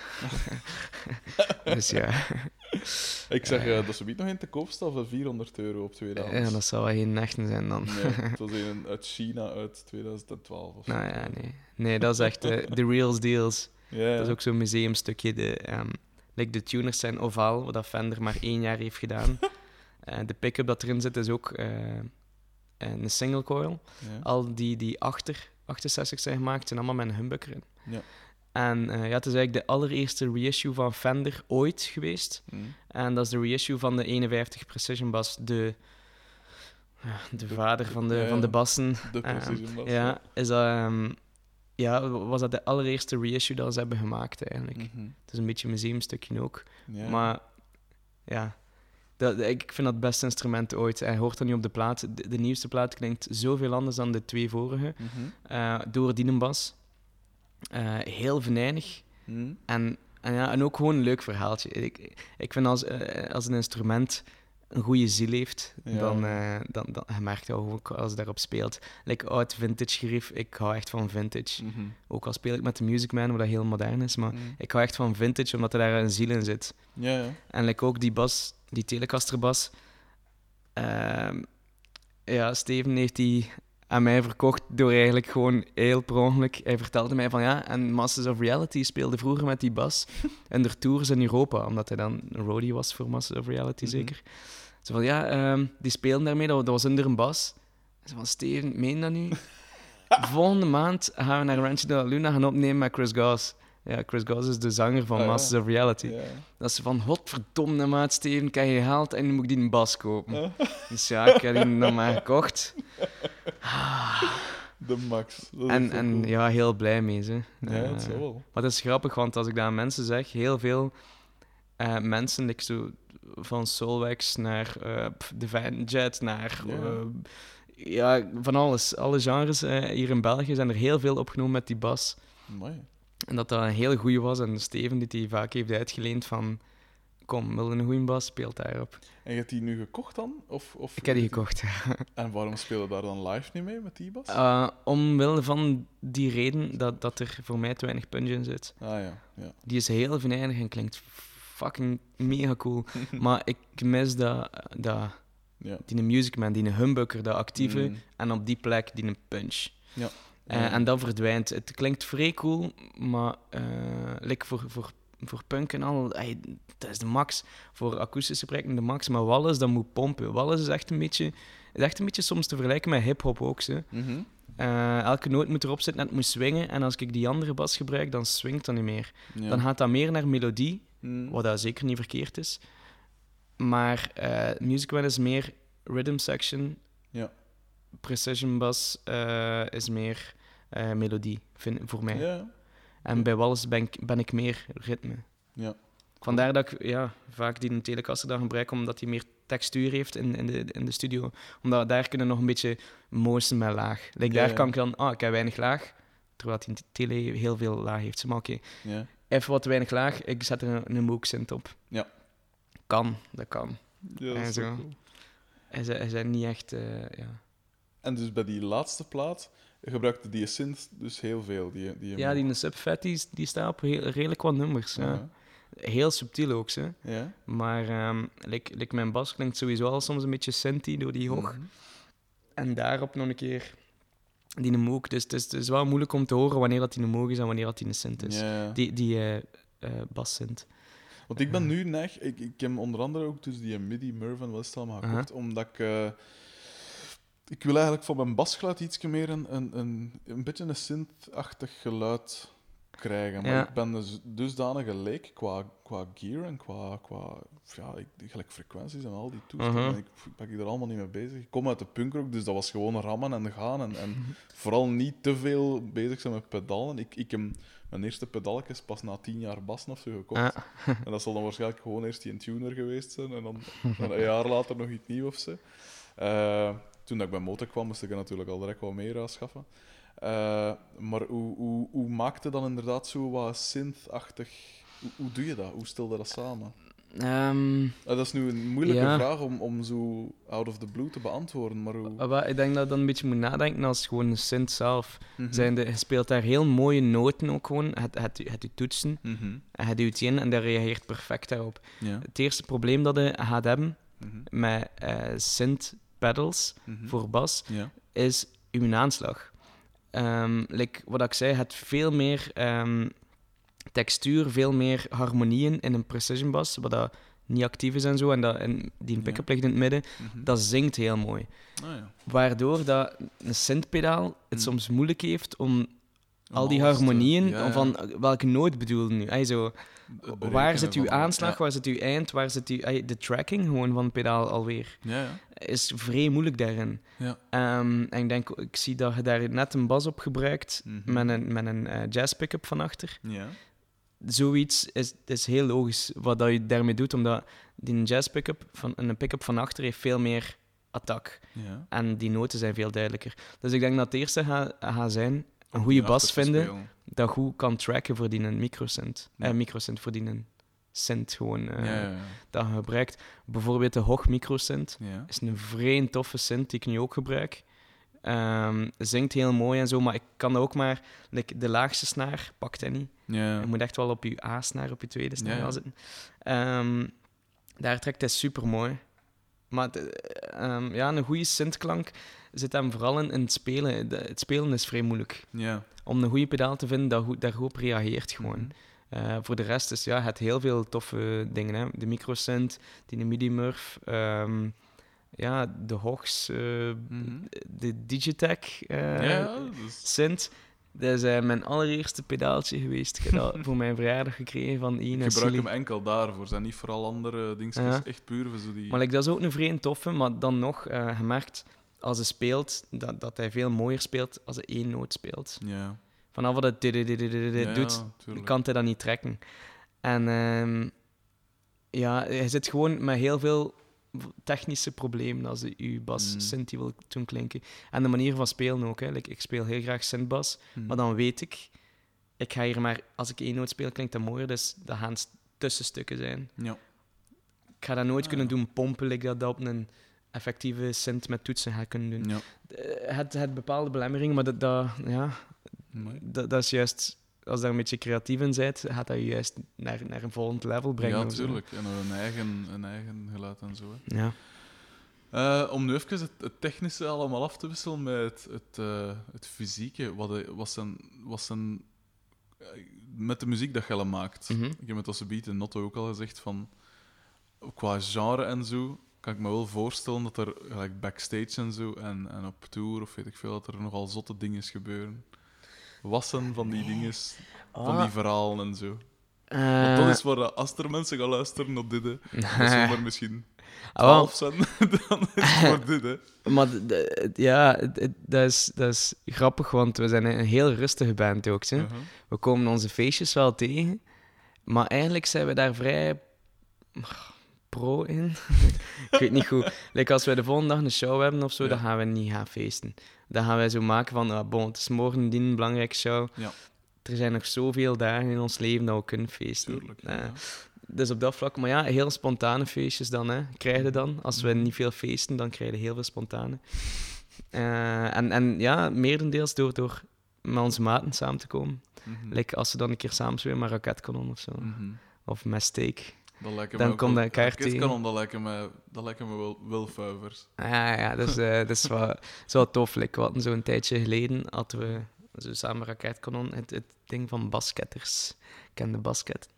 Dus ja. Ik zeg eh, dat ze niet nog in te koop staat voor vierhonderd euro op tweedehands. ja, dat zou wel geen echten zijn dan. Nee, het was een uit China uit twintig twaalf of zo. Nou ja, nee. Nee, dat is echt eh, de reals deals. Ja, ja. Dat is ook zo'n museumstukje. De, ehm, like de tuners zijn ovaal, wat dat Fender maar één jaar heeft gedaan. Eh, de pick-up dat erin zit is ook eh, een single coil. Ja. Al die die achter achtenzestig zijn gemaakt, zijn allemaal met een humbucker in. Ja. En eh, ja, het is eigenlijk de allereerste reissue van Fender ooit geweest. Hm. En dat is de reissue van de eenenvijftig Precision Bass, de, ja, de vader van de, Ja, ja. van de bassen. De Ehm, Precision Bass. ja, is dat, ehm, ja, was dat de allereerste reissue dat ze hebben gemaakt eigenlijk. Mhm. Het is een beetje een museumstukje ook. Ja. Maar ja, dat, ik vind dat het beste instrument ooit. Hij hoort dat nu op de plaat. De, de nieuwste plaat klinkt zoveel anders dan de twee vorige. Mhm. Uh, door die bas. Uh, heel venijnig. Hm. En, en, ja, en ook gewoon een leuk verhaaltje. Ik, ik vind als, uh, als een instrument een goede ziel heeft, Ja. dan, uh, dan, dan je merkt dat ook als je daarop speelt. Like oud vintage gerief, ik hou echt van vintage. Mm-hmm. Ook al speel ik met de Music Man, wat dat heel modern is, maar Mm. ik hou echt van vintage, omdat er daar een ziel in zit. Ja, ja. En like ook die bas, die Telecaster bas, uh, ja, Steven heeft die aan mij verkocht door eigenlijk gewoon heel per ongeluk. Hij vertelde mij van ja, en Masters of Reality speelde vroeger met die bas in de tours in Europa, omdat hij dan een roadie was voor Masters of Reality, mm-hmm. zeker. Zo van ja, um, die speelden daarmee, dat, dat was onder een bas. En zo van Steven, meen dat nu? Volgende maand gaan we naar Rancho de la Luna gaan opnemen met Chris Goss. Ja, Chris Goss is de zanger van ah, Masters ja. of Reality. Ja. Dat is van, godverdomme maat, Steven, ik heb je gehaald en nu moet ik die een bas kopen. Ah. Dus ja, ik heb die dan maar gekocht. De max. Dat En, en cool. ja, heel blij mee. Ze. Ja, uh, dat is wel. Maar het is grappig, want als ik dat aan mensen zeg, heel veel uh, mensen, like zo, van Soulwax naar uh, Divine Jet, naar Ja. uh, ja, van alles. Alle genres uh, hier in België zijn er heel veel opgenomen met die bas. Mooi. En dat dat een heel goeie was. En Steven, die die vaak heeft uitgeleend van... Kom, wil je een goede bas, speelt daarop. En je hebt die nu gekocht dan? Of, of Ik heb die gekocht. En waarom speel je daar dan live niet mee met die bas? Uh, omwille van die reden dat, dat er voor mij te weinig punch in zit. Ah ja, ja. Die is heel venijnig en klinkt fucking mega cool. Maar ik mis dat... dat ja. Die Music Man, die humbucker, dat actieve. Mm. En op die plek die een punch. Ja. Uh, ja. En dat verdwijnt. Het klinkt vrij cool, maar uh, like voor, voor, voor punk en al, ay, dat is de max. Voor akoestische projecten de max. Maar Wallis, dat moet pompen. Wallis is echt een beetje, is echt een beetje soms te vergelijken met hip-hop ook. Zo. Mm-hmm. Uh, elke noot moet erop zitten en het moet swingen. En als ik die andere bas gebruik, dan swingt dat niet meer. Ja. Dan gaat dat meer naar melodie, mm. wat dat zeker niet verkeerd is. Maar uh, Music Man is meer rhythm section. Ja. Precision bass uh, is meer uh, melodie, vind, voor mij. Ja. En bij Wallis ben ik, ben ik meer ritme. Ja. Vandaar dat ik ja, vaak die Telecaster dan gebruik, omdat hij meer textuur heeft in, in, de, in de studio. Omdat daar kunnen nog een beetje mozen met laag. Like, Ja, daar ja. kan ik dan, ah, ik heb weinig laag, terwijl die tele heel veel laag heeft. Maar oké, okay, Ja. even wat weinig laag, ik zet er een, een Moog synth op. Ja. Kan, dat kan. Ja, dat En is zo. toch cool. Hij zijn, hij zijn niet echt, uh, ja... En dus bij die laatste plaat gebruikte die synth dus heel veel. Die, die Ja, die Sub-Fat, die, die staat op heel, redelijk wat nummers. Ja. Ja. Heel subtiel ook, hè. Ja. Maar um, like, like mijn bas klinkt sowieso al soms een beetje synthy door die hoog. Mm-hmm. En daarop nog een keer die Moog. Dus het is, het is wel moeilijk om te horen wanneer dat die een Moog is en wanneer dat die een synth is. Ja. Die, die uh, uh, bas-synth. Want ik ben nu neig... Ik, ik heb onder andere ook dus die MIDI Mervin wel eens allemaal gekocht, uh-huh. omdat ik... Uh, ik wil eigenlijk van mijn basgeluid iets meer een, een, een, een beetje een synth-achtig geluid krijgen. Maar Ja. ik ben dus dusdanig leek qua, qua gear en qua, qua ja, ik, gelijk frequenties en al die toestanden. Uh-huh. Ik, ik ben ik er allemaal niet mee bezig. Ik kom uit de punkrock, dus dat was gewoon rammen en gaan. En, en vooral niet te veel bezig zijn met pedalen. Ik, ik heb mijn eerste pedalletjes pas na tien jaar bassen of zo gekocht. Ja. En dat zal dan waarschijnlijk gewoon eerst die tuner geweest zijn en dan, dan een jaar later nog iets nieuws of zo. Uh, toen ik bij Motor kwam, moest ik er natuurlijk al direct wat meer aanschaffen. Uh, maar hoe, hoe, hoe maakte dan inderdaad zo wat synth-achtig... Hoe, hoe doe je dat? Hoe stel je dat samen? Um, uh, dat is nu een moeilijke ja. vraag om, om zo out of the blue te beantwoorden, maar hoe... Uh, ik denk dat je dan een beetje moet nadenken als gewoon een synth zelf. Mm-hmm. Zijnde, je speelt daar heel mooie noten ook gewoon. Het, het, het, het toetsen. Mm-hmm. En je duwt die in en dat reageert perfect daarop. Ja. Het eerste probleem dat je gaat hebben Mm-hmm. met uh, synth pedals Mm-hmm. voor bas, Ja. is uw aanslag. Um, like wat ik zei, het veel meer um, textuur, veel meer harmonieën in een precision bas, wat dat niet actief is en zo, en dat in, die een pick-up Ja. ligt in het midden, Mm-hmm. dat zingt heel mooi. Ah, ja. Waardoor dat een synthpedaal het Mm. soms moeilijk heeft om al die alles te- harmonieën, ja, ja. van welke noot bedoel je nu? Ay, zo, Het waar berekenen zit uw van- aanslag, Ja. waar zit uw eind, waar zit uw... ay, de tracking gewoon van het pedaal alweer Ja, ja. is vrij moeilijk daarin. Ja. Um, en ik denk, ik zie dat je daar net een bas op gebruikt Mhm. met een, met een uh, jazz pick-up van achter. Ja. Zoiets is, is heel logisch wat dat je daarmee doet, omdat die jazz pick-up van een pick-up van achter heeft veel meer attack. Ja. En die noten zijn veel duidelijker. Dus ik denk dat het eerste gaat ga zijn een goede bas vinden dat goed kan tracken voor die een microsynth. Ja. Eh, microsynth voor die een synth gewoon uh, Ja, ja, ja. dat je gebruikt. Bijvoorbeeld de Hoch microsynth Ja. is een vreemd toffe synth die ik nu ook gebruik. Um, zingt heel mooi en zo, maar ik kan ook maar... Like, de laagste snaar pakt hij niet. Ja. Je moet echt wel op je A-snaar, op je tweede snaar Ja, ja. gaan zitten. Um, daar trekt hij super mooi. Maar de, um, ja, een goede synthklank zit hem vooral in, in het spelen. De, het spelen is vrij moeilijk. Ja. Om een goede pedaal te vinden dat goed, dat goed op reageert gewoon. Mm-hmm. Uh, voor de rest is ja, het heel veel toffe dingen. Hè. De microsynth, die MIDI-murph, um, ja, de Hochs, uh, Mm-hmm. de Digitech uh, Ja, dus... synth. Dat is uh, mijn allereerste pedaaltje geweest. Ik heb dat voor mijn verjaardag gekregen van Ian. Ik gebruik hem enkel daarvoor. Zijn niet vooral andere dingetjes. Ja. Echt puur voor zo die... Maar like, dat is ook een vreemd toffe, maar dan nog, uh, je merkt als hij speelt, dat, dat hij veel mooier speelt als hij één noot speelt. Ja. Vanaf wat het dit, dit, dit, dit, dit Ja, doet, ja, kan hij dat niet trekken. En um, ja, hij zit gewoon met heel veel technische problemen als je je bas Mm. synth wil doen klinken. En de manier van spelen ook. Hè. Like, ik speel heel graag synthbas, Mm. maar dan weet ik, ik ga hier maar, als ik één noot speel, klinkt dat mooier, dus dat gaan tussenstukken zijn. Ja. Ik ga dat nooit Ah, kunnen ja. doen pompen, like dat, dat op een effectieve synth met toetsen ga kunnen doen. Ja. Uh, het, het bepaalde belemmeringen, maar dat, dat, ja, Mooi. dat, dat is juist... Als je daar een beetje creatief in bent, gaat dat je juist naar, naar een volgend level brengen. Ja, of zo. tuurlijk. En een eigen, een eigen geluid en zo. Hè. Ja. Uh, om nu even het, het technische allemaal af te wisselen met het, het, uh, het fysieke. Wat, de- wat zijn, wat zijn, uh, met de muziek dat je maakt. Mhm. Ik heb met Ossebeat en Notto ook al gezegd van... Qua genre en zo kan ik me wel voorstellen dat er gelijk backstage en zo en, en op tour of weet ik veel, dat er nogal zotte dingen gebeuren. Wat zijn van die dingen, van die verhalen en zo? Uh, Want dat is waar, dat als er mensen gaan luisteren naar dit, hè, dat zullen er misschien Ah, wel. twaalf zijn, dan is het voor dit, hè. Maar d- d- ja, het- het- dat is, dat is grappig, want we zijn een heel rustige band ook. Hè. Uh-huh. We komen onze feestjes wel tegen, maar eigenlijk zijn we daar vrij pro in. Ik weet niet goed. Like als wij de volgende dag een show hebben of zo, Ja. dan gaan we niet gaan feesten. Dan gaan wij zo maken van, ah, bon, het is morgen die een belangrijke show. Ja. Er zijn nog zoveel dagen in ons leven dat we kunnen feesten. Tuurlijk. Eh, Ja. Dus op dat vlak, maar ja, heel spontane feestjes dan, hè, krijg je dan. Als we niet veel feesten, dan krijg je heel veel spontane. Uh, en, en ja, merendeels door, door met onze maten samen te komen. Mhm. Like als ze dan een keer samen spelen met Raketkanon of zo. Mhm. Of met Steak. Dat lijken Dan me ook komt wel- dat kaart Raketkanon, dat lijken me, dat lijken me wel, wel vuivers. Ah, ja, ja, dat is, uh, dat is wel, dat is wel tof. Like, we hadden zo'n tijdje geleden, hadden we zo samen met Raketkanon het, het ding van basketters. Ik ken de basket.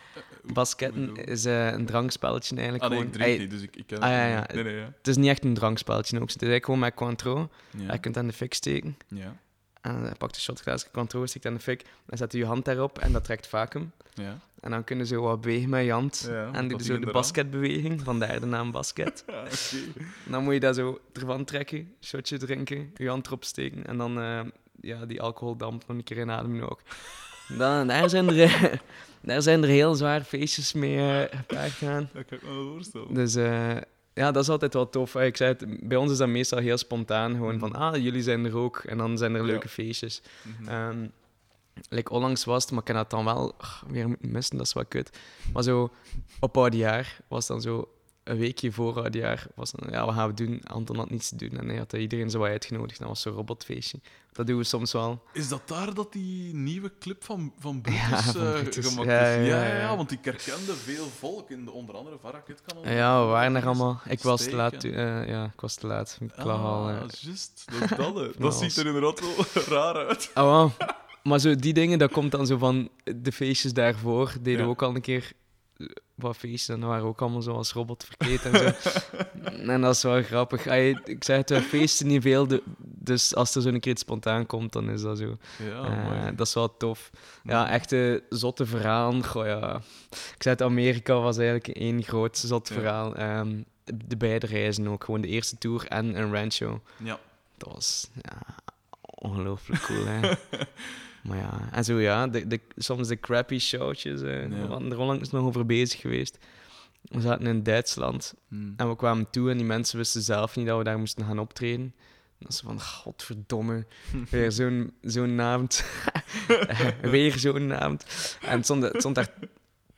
Basketten is uh, een drankspelletje eigenlijk. Ah nee, gewoon. ik drink Ey, niet, dus ik, ik ken Ah, het ja, niet. ja. Nee, nee, ja. Het is niet echt een drankspelletje ook. Het is eigenlijk gewoon met Cointreau. Ja. Je kunt aan de fik steken. Ja. En hij pakt een shotglaasje Cointreau, steekt aan de fik. Dan zet je je hand daarop en dat trekt vacuüm. Ja. En dan kunnen ze zo wat bewegen met je hand. Ja, en wat doe je die zo de eraan? basketbeweging, vandaar de naam basket. Ah, oké. En dan moet je dat zo ervan trekken, shotje drinken, je hand erop steken en dan uh, ja, die alcoholdamp nog een keer inademen ook. Dan, daar, zijn er, daar zijn er heel zwaar feestjes mee uh, gepaard gaan. Dat kan ik me wel voorstellen. Dus uh, ja, dat is altijd wel tof. Ik zei het, bij ons is dat meestal heel spontaan. Gewoon Mhm. van, ah, jullie zijn er ook. En dan zijn er Ja. leuke feestjes. Mhm. Um, like onlangs was het, maar ik heb dat dan wel ach, weer moeten missen, dat is wel kut. Maar zo, op oudjaar was dan zo, een weekje voor oudjaar, was dan, ja, wat gaan we doen? Anton had niets te doen en hij had iedereen zo wat uitgenodigd. Dat was zo'n robotfeestje. Dat doen we soms wel. Is dat daar dat die nieuwe clip van, van Ja, Brutus, van eh, Brutus. gemaakt Ja, is? ja, Ja, ja, ja, ja. want ik herkende veel volk, in de, onder andere van Raketkanon. Ja, we waren er allemaal. Ik was te Steek, laat. ja. toe- uh, ja, ik was te laat. Ik lag al. Ah, uh, juist. Dat is dat, hè. Van Dat alles. ziet er inderdaad wel raar uit. Oh, wow. Maar zo, die dingen, dat komt dan zo van de feestjes daarvoor. Deden Ja. we ook al een keer eh, wat feestjes en dan waren we ook allemaal zo als robot verkleed en zo. En dat is wel grappig. Ay, ik zeg het, we feesten niet veel, de- dus als er zo een keer iets spontaan komt, dan is dat zo. Ja, Eh, mooi. dat is wel tof. Ja, echte zotte verhalen. Goh, ja. Ik zei het, Amerika was eigenlijk één groot zot Ja. verhaal. Ehm, de beide reizen ook. Gewoon de eerste tour en een rancho. Ja. Dat was ja, ongelooflijk cool, hè. Maar ja, en zo ja, de, de, soms de crappy showtjes. eh, Ja. We hadden er onlangs nog over bezig geweest. We zaten in Duitsland Hm. en we kwamen toe en die mensen wisten zelf niet dat we daar moesten gaan optreden. En dat ze van, godverdomme, weer zo'n zo'n avond. Weer zo'n avond. En het stond, het stond daar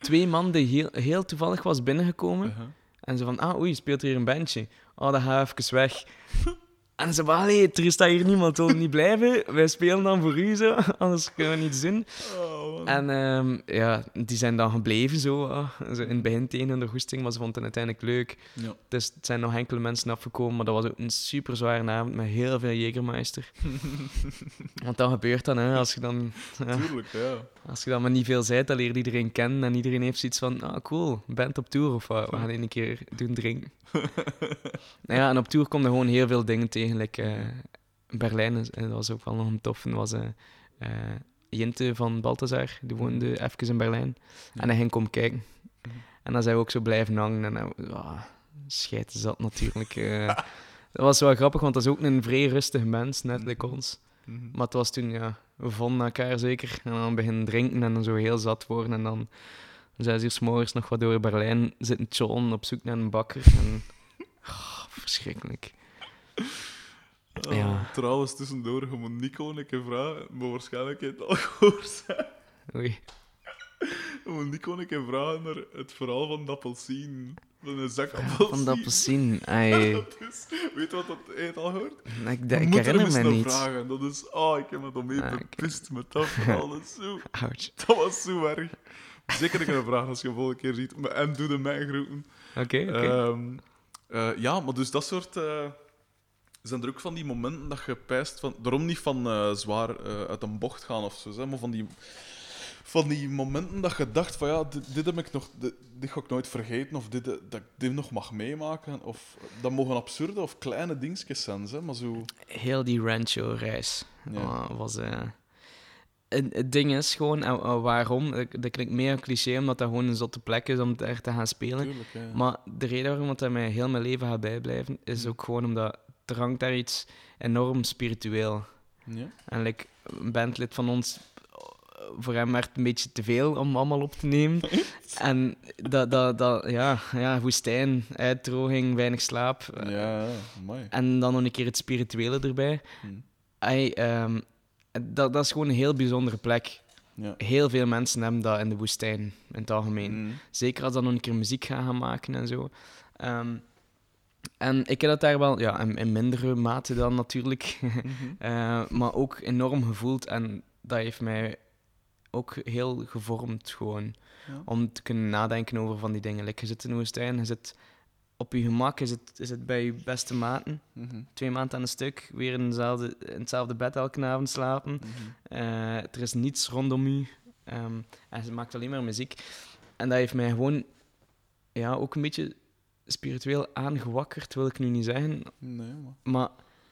twee man die heel, heel toevallig was binnengekomen. Uh-huh. En ze van, ah, oei, speelt hier een bandje. Oh, dan ga ik even weg. En ze van, allee, er staat hier niemand, wil niet blijven. Wij spelen dan voor u, zo. Anders kunnen we niets doen. Oh, man. En um, ja, die zijn dan gebleven, zo. Uh, zo in het begin tegen hun de goesting, maar ze vonden het uiteindelijk leuk. Ja. Dus het zijn nog enkele mensen afgekomen, maar dat was ook een super zware avond met heel veel Jägermeister. Want dat gebeurt dan, hè, als je dan... Ja, Tuurlijk, ja. als je dan maar niet veel zei, dan leert iedereen kennen en iedereen heeft zoiets van, ah, cool, band op tour of wat, we gaan een keer doen drinken. Nou ja, en op tour komen er gewoon heel veel dingen tegen, like, uh, Berlijn, en dat was ook wel nog een tof, en was uh, uh, Jinte van Balthazar, die woonde even in Berlijn, Ja. en hij ging komen kijken. Mhm. En dan zijn we ook zo blijven hangen, en dan, oh, scheiden zat natuurlijk. Uh, dat was wel grappig, want dat is ook een vrij rustige mens, net like ons. Mhm. Maar het was toen, ja, we vonden elkaar zeker. En dan beginnen drinken en dan zo heel zat worden. En dan zes uur 's morgens nog wat door Berlijn zitten chillen op zoek naar een bakker. En, oh, verschrikkelijk. Oh, Ja. Trouwens, tussendoor, je moet Nico een keer vragen, maar waarschijnlijk heeft het al gehoord zijn. Oei. Je moet Nico een keer vragen naar het verhaal van de appelsien. Van een zak appelsien. Van dat appelsien. Ai. Dat is, weet je wat dat heeft al gehoord? Ik, Je ik moet er herinner eens me naar niet. vragen. Dat is... Oh, ik heb me dan mee Ah, oké. bepist met dat verhaal. Dat is zo... Ouch. Dat was zo erg. Zeker een keer vragen als je de volgende keer ziet. Maar- En doe de mij groeten. Oké, oké. Ehm, eh, ja, maar dus dat soort... eh, zijn er ook van die momenten dat je pijst van... Daarom niet van eh, zwaar eh, uit een bocht gaan of zo, zeg, maar van die... Van die momenten dat je dacht van ja, dit, dit heb ik nog, dit, dit ga ik nooit vergeten, of dit, dat ik dit nog mag meemaken. Of, dat mogen absurde of kleine dingetjes zijn, hè, maar zo... Heel die rancho-reis Ja. uh, was... Uh... Het, het ding is gewoon, uh, uh, waarom? Dat, dat klinkt meer een cliché, omdat dat gewoon een zotte plek is om daar te gaan spelen. Tuurlijk, ja. Maar de reden waarom dat mij heel mijn leven gaat bijblijven, is ook gewoon omdat er hangt daar iets enorm spiritueel. Ja? En like, een bandlid van ons, voor hem werd het een beetje te veel om allemaal op te nemen. En dat, dat, dat, ja, ja, woestijn, uitdroging, weinig slaap. Ja, ja, mooi. En dan nog een keer het spirituele erbij. Hm. Ay, ehm, dat, dat is gewoon een heel bijzondere plek. Ja. Heel veel mensen hebben dat in de woestijn, in het algemeen. Hm. Zeker als dan nog een keer muziek gaan, gaan maken en zo. Ehm, en ik heb dat daar wel, ja, in, in mindere mate dan natuurlijk, Mhm. uh, maar ook enorm gevoeld. En dat heeft mij ook heel gevormd, gewoon. Ja. Om te kunnen nadenken over van die dingen. Like, je zit in de woestijn, je zit op je gemak, je zit, je zit bij je beste maten. Mhm. Twee maanden aan een stuk, weer in, dezelfde, in hetzelfde bed elke avond slapen. Mhm. Uh, er is niets rondom u. Um, en ze maakt alleen maar muziek. En dat heeft mij gewoon ja, ook een beetje spiritueel aangewakkerd, wil ik nu niet zeggen. Nee, maar... Maar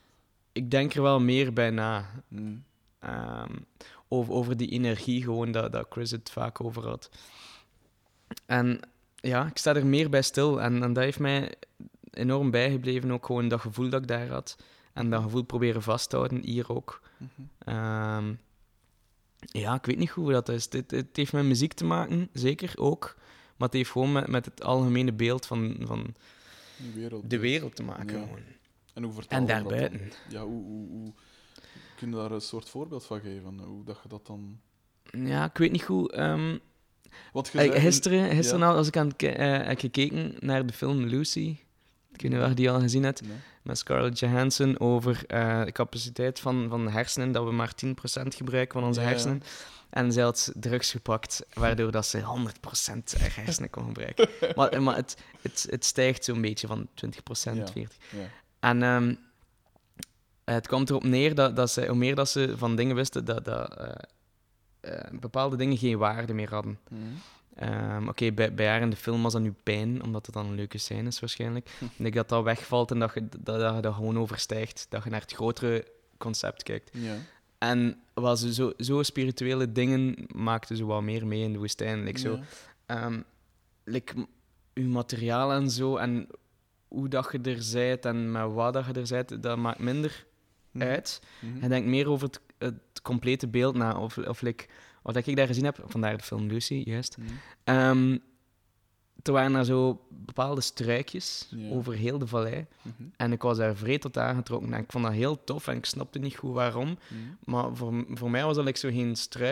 ik denk er wel meer bij na. Hm. Um, over, over die energie gewoon, dat, dat Chris het vaak over had. En ja, ik sta er meer bij stil. En, en dat heeft mij enorm bijgebleven, ook gewoon dat gevoel dat ik daar had. En dat gevoel proberen vasthouden, hier ook. Mhm. Um, ja, ik weet niet hoe dat is. Het, het heeft met muziek te maken, zeker ook. Maar het heeft gewoon met, met het algemene beeld van, van Die wereld. de wereld te maken. Ja. Gewoon. En hoe vertaal En je dat daarbuiten. dan? Ja, hoe, hoe, hoe... Kun je daar een soort voorbeeld van geven? Hoe dat je dat dan... Ja, ik weet niet goed. Um, Want je Ey, zei- gisteren, gisteren Ja. al, als ik aan het ki- eh, heb gekeken naar de film Lucy, ik weet niet of je die al gezien hebt, Nee. met Scarlett Johansson over eh, de capaciteit van, van de hersenen, dat we maar tien procent gebruiken van onze Ja, ja. hersenen. En zij had drugs gepakt, waardoor dat ze honderd procent hersenen kon gebruiken. maar maar het, het, het stijgt zo'n beetje van twintig procent, Ja. veertig Ja. En ehm, het kwam erop neer dat, dat ze, hoe meer dat ze van dingen wisten, dat, dat eh, eh, bepaalde dingen geen waarde meer hadden. Mhm. Um, Oké, bij, bij haar in de film was dat nu pijn, omdat het dan een leuke scène is waarschijnlijk. Hm. Ik denk dat dat wegvalt en dat je dat, dat je dat gewoon overstijgt. Dat je naar het grotere concept kijkt. Ja. En wel zo, zo, zo spirituele dingen maakten ze wat meer mee in de woestijn. Like zo, Ja. um, like, m- uw materiaal en zo, en hoe dat je er bent en met wat dat je er bent, dat maakt minder Mhm. uit. Mhm. Je denkt meer over het, het complete beeld na. Of, of like, wat ik daar gezien heb, vandaar de film Lucy, juist. Mhm. Ehm er waren er zo bepaalde struikjes Ja. over heel de vallei. Mhm. En ik was daar vreed tot aangetrokken. En ik vond dat heel tof en ik snapte niet goed waarom. Mhm. Maar voor, voor mij was dat like zo geen struik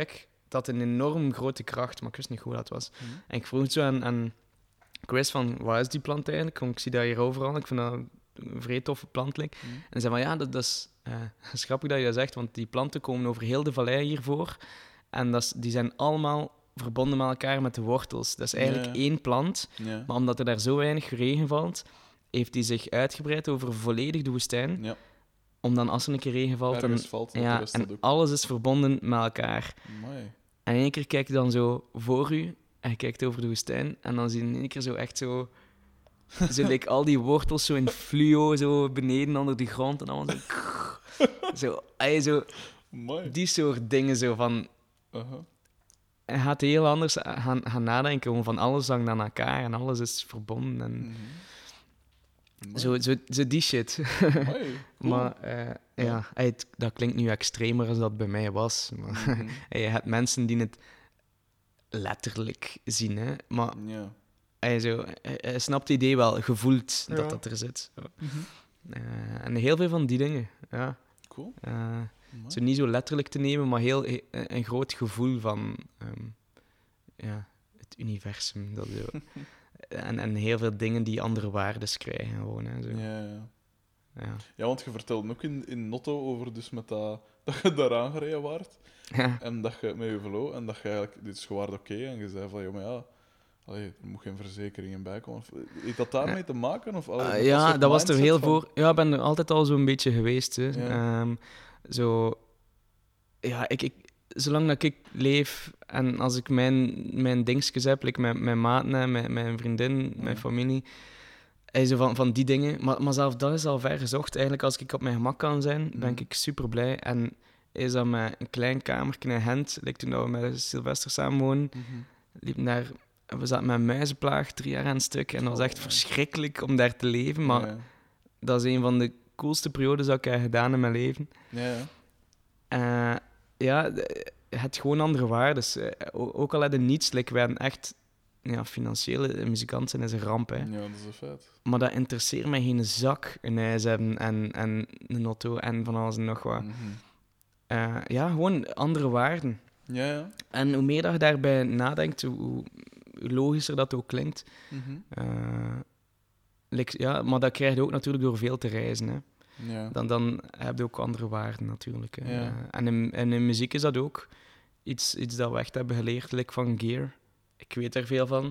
dat een enorm grote kracht, maar ik wist niet hoe dat was. Mhm. En ik vroeg het zo aan, aan Chris van, wat is die plant eigenlijk? Want ik zie dat hier overal, ik vind dat een vrij toffe plant. like. Mhm. En zei van, ja, dat, dat is, eh, dat is grappig dat je dat zegt, want die planten komen over heel de vallei hiervoor. En dat is, die zijn allemaal verbonden met elkaar met de wortels. Dat is eigenlijk Ja, ja. één plant, Ja. maar omdat er daar zo weinig regen valt, heeft die zich uitgebreid over volledig de woestijn. Ja. Om dan, als er een keer regen valt, dan, Ergens valt dat de ja, rest dat en ook. alles is verbonden met elkaar. Amai. En in één keer kijk je dan zo voor u en je kijkt over de woestijn en dan zie je in één keer zo echt zo... Zo like, al die wortels zo in fluo, zo beneden onder de grond en allemaal zo... zo, ey, zo Amai. die soort dingen zo van... Aha. En gaat heel anders gaan, gaan nadenken, gewoon van alles hangt aan elkaar en alles is verbonden en... Mhm. Amai. Zo, zo, zo die shit. Amai. Cool. Maar eh, ja, ey, het- dat klinkt nu extremer als dat bij mij was. Maar, Mhm. ey, je hebt mensen die het letterlijk zien, hè. Maar Ja. hij, zo, hij, hij snapt het idee wel, gevoeld Ja. dat dat er zit. Zo. Mhm. Eh, en heel veel van die dingen, ja. Cool. Eh, Amai. zo niet zo letterlijk te nemen, maar heel, he- een groot gevoel van ehm, ja, het universum. Dat zo. en, en heel veel dingen die andere waardes krijgen gewoon. Hè, zo. Ja, ja. Ja. Ja, want je vertelde ook in, in Notto over dus met dat, dat je daar aangereden waart Ja. en dat je met je velo en dat je eigenlijk, dit is gewoon oké en je zei van, ja, maar ja, allee, er moet geen verzekeringen bij komen. Of, heeft dat daarmee te maken? Of, allee, Ah, met ja, soort dat was er mindset heel van- voor. Ja, ik ben er altijd al zo'n beetje geweest. Hè. Ja. Ehm, zo, ja, ik, ik, zolang dat ik leef en als ik mijn, mijn dingetjes heb, like mijn, mijn maten, hè, mijn, mijn vriendin, mijn Ja. familie, eh, zo van, van die dingen. Maar, maar zelfs dat is al ver gezocht. Eigenlijk, als ik op mijn gemak kan zijn, ben Mhm. ik super blij. En is dat met een klein kamertje in Gent, like toen we met Sylvester samen woonden, Mhm. liepen daar... We zaten met een muizenplaag drie jaar aan een stuk en dat was Oh, echt man. verschrikkelijk om daar te leven. Maar Ja, dat is een van de coolste periodes dat ik heb gedaan in mijn leven. ja, ja. Eh, ja, de- het gewoon andere waardes. Eh, o- ook al hadden niets, like, wij hadden echt... Ja, financiële muzikant zijn is een ramp, hè. Ja, dat is een feit. Maar dat interesseert mij geen zak, een huis hebben en, en een auto en van alles en nog wat. Mhm. Eh, ja, gewoon andere waarden. Ja, ja. En hoe meer dat je daarbij nadenkt, hoe, hoe logischer dat ook klinkt. Mhm. Eh, like, ja, maar dat krijg je ook natuurlijk door veel te reizen, hè. Ja. Dan, dan heb je ook andere waarden natuurlijk. Hè. Ja. Eh, en, in, en in muziek is dat ook iets, iets dat we echt hebben geleerd, like van Gear. Ik weet er veel van.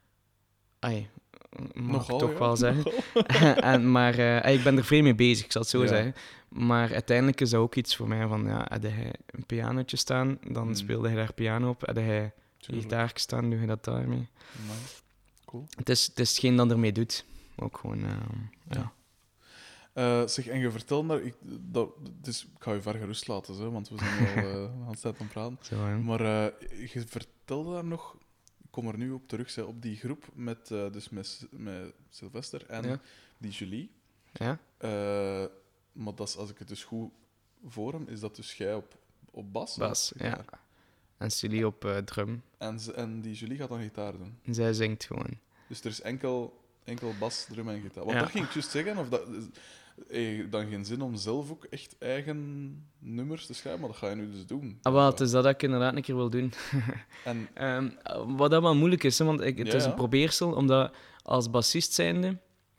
Ai, mag Nogal, ik toch ja. wel zeggen. Nogal. en, maar eh, ik ben er veel mee bezig, ik zal het zo Ja. zeggen. Maar uiteindelijk is dat ook iets voor mij van, ja, had hij een pianotje staan, dan Mm. speelde hij daar piano op. Had hij een Tuurlijk. gitaar staan, doe je dat daarmee. Amai. Cool. Het is, het is hetgeen dat ermee doet. Ook gewoon, eh, ja. Eh, zeg, en je vertelt maar, ik, dat, dus, ik ga je ver gerust laten, hè, want we zijn nu al uh, aan het tijd aan het praten. Zo, hè. Maar eh, je vertelde daar nog, ik kom er nu op terug, zei, op die groep met, eh, dus met, met Sylvester en Ja. die Julie. Ja? Eh, maar dat is, als ik het dus goed voor hem, is dat dus jij op, op bas? Bas, hè? ja. En Silly op eh, drum. En, ze- en die Julie gaat dan gitaar doen. En zij zingt gewoon. Dus er is enkel, enkel bas, drum en gitaar. Want Ja. dat ging ik juist zeggen, of dat, eh, dan geen zin om zelf ook echt eigen nummers te schrijven, maar dat ga je nu dus doen. Ah, wel, het is dat dat ik inderdaad een keer wil doen. En Ehm, wat dat wel moeilijk is, hè, want ik, het Ja, is ja. een probeersel, omdat als bassist zijnde...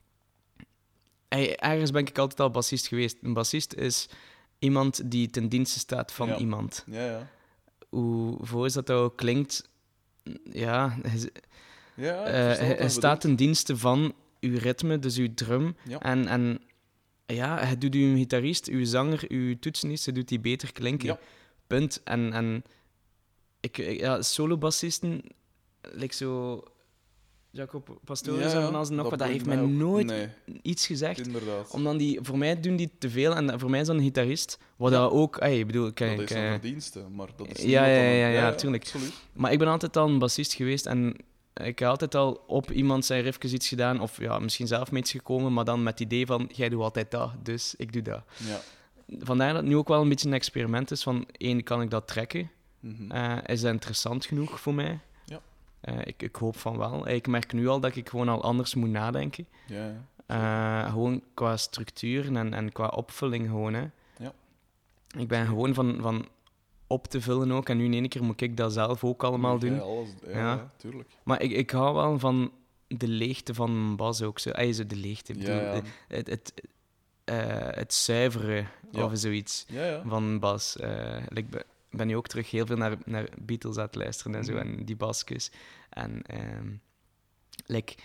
Ey, ergens ben ik altijd al bassist geweest. Een bassist is iemand die ten dienste staat van Ja. iemand. ja, ja. Hoe voor is dat dat ook klinkt... Ja, hij, Ja, ik eh, versta wat hij- je hij staat bedoelt. ten dienste van uw ritme, dus uw drum. Ja. En, en ja, hij doet uw gitarist, uw zanger, uw toetsenist, hij doet die beter klinken. Ja. Punt. En, en ik, ik- ja, solo-bassisten, like zo Jacob Pastorius Ja, en ja, van alles en nog wat, dat boeit heeft mij ook. nooit Nee, iets gezegd. inderdaad. Omdat die, voor mij doen die te veel en voor mij is dat een gitarist. Wat Ja. dat ook, ey, ik bedoel, Dat kijk, is eh, een verdienste, maar dat is ja, niet wat ja, dan een- ja, ja, tuurlijk. Absoluut. maar ik ben altijd al een bassist geweest en ik heb altijd al op iemand zijn riffjes iets gedaan, of ja, misschien zelf mee iets gekomen, maar dan met het idee van, jij doet altijd dat, dus ik doe dat. Ja. Vandaar dat het nu ook wel een beetje een experiment is van, één, kan ik dat trekken? Mhm. Eh, is dat interessant genoeg voor mij? Ja. Eh, ik, ik hoop van wel. Ik merk nu al dat ik gewoon al anders moet nadenken. Ja, ja. Eh, gewoon qua structuur en, en qua opvulling gewoon. Hè. Ja. Ik ben gewoon van, van op te vullen ook. En nu in één keer moet ik dat zelf ook allemaal doen. Ja, alles, ja, Ja. ja, tuurlijk. Maar ik, ik hou wel van de leegte van een bas ook. Zo. Ay, zo de leegte. Ik Ja, bedoel, ja. Het, het, eh, het zuivere Ja. of zoiets Ja, ja. van een bas. Eh, ik ben, ben nu ook terug heel veel naar, naar Beatles aan het luisteren en zo. Mhm. En die basjes. En ehm like,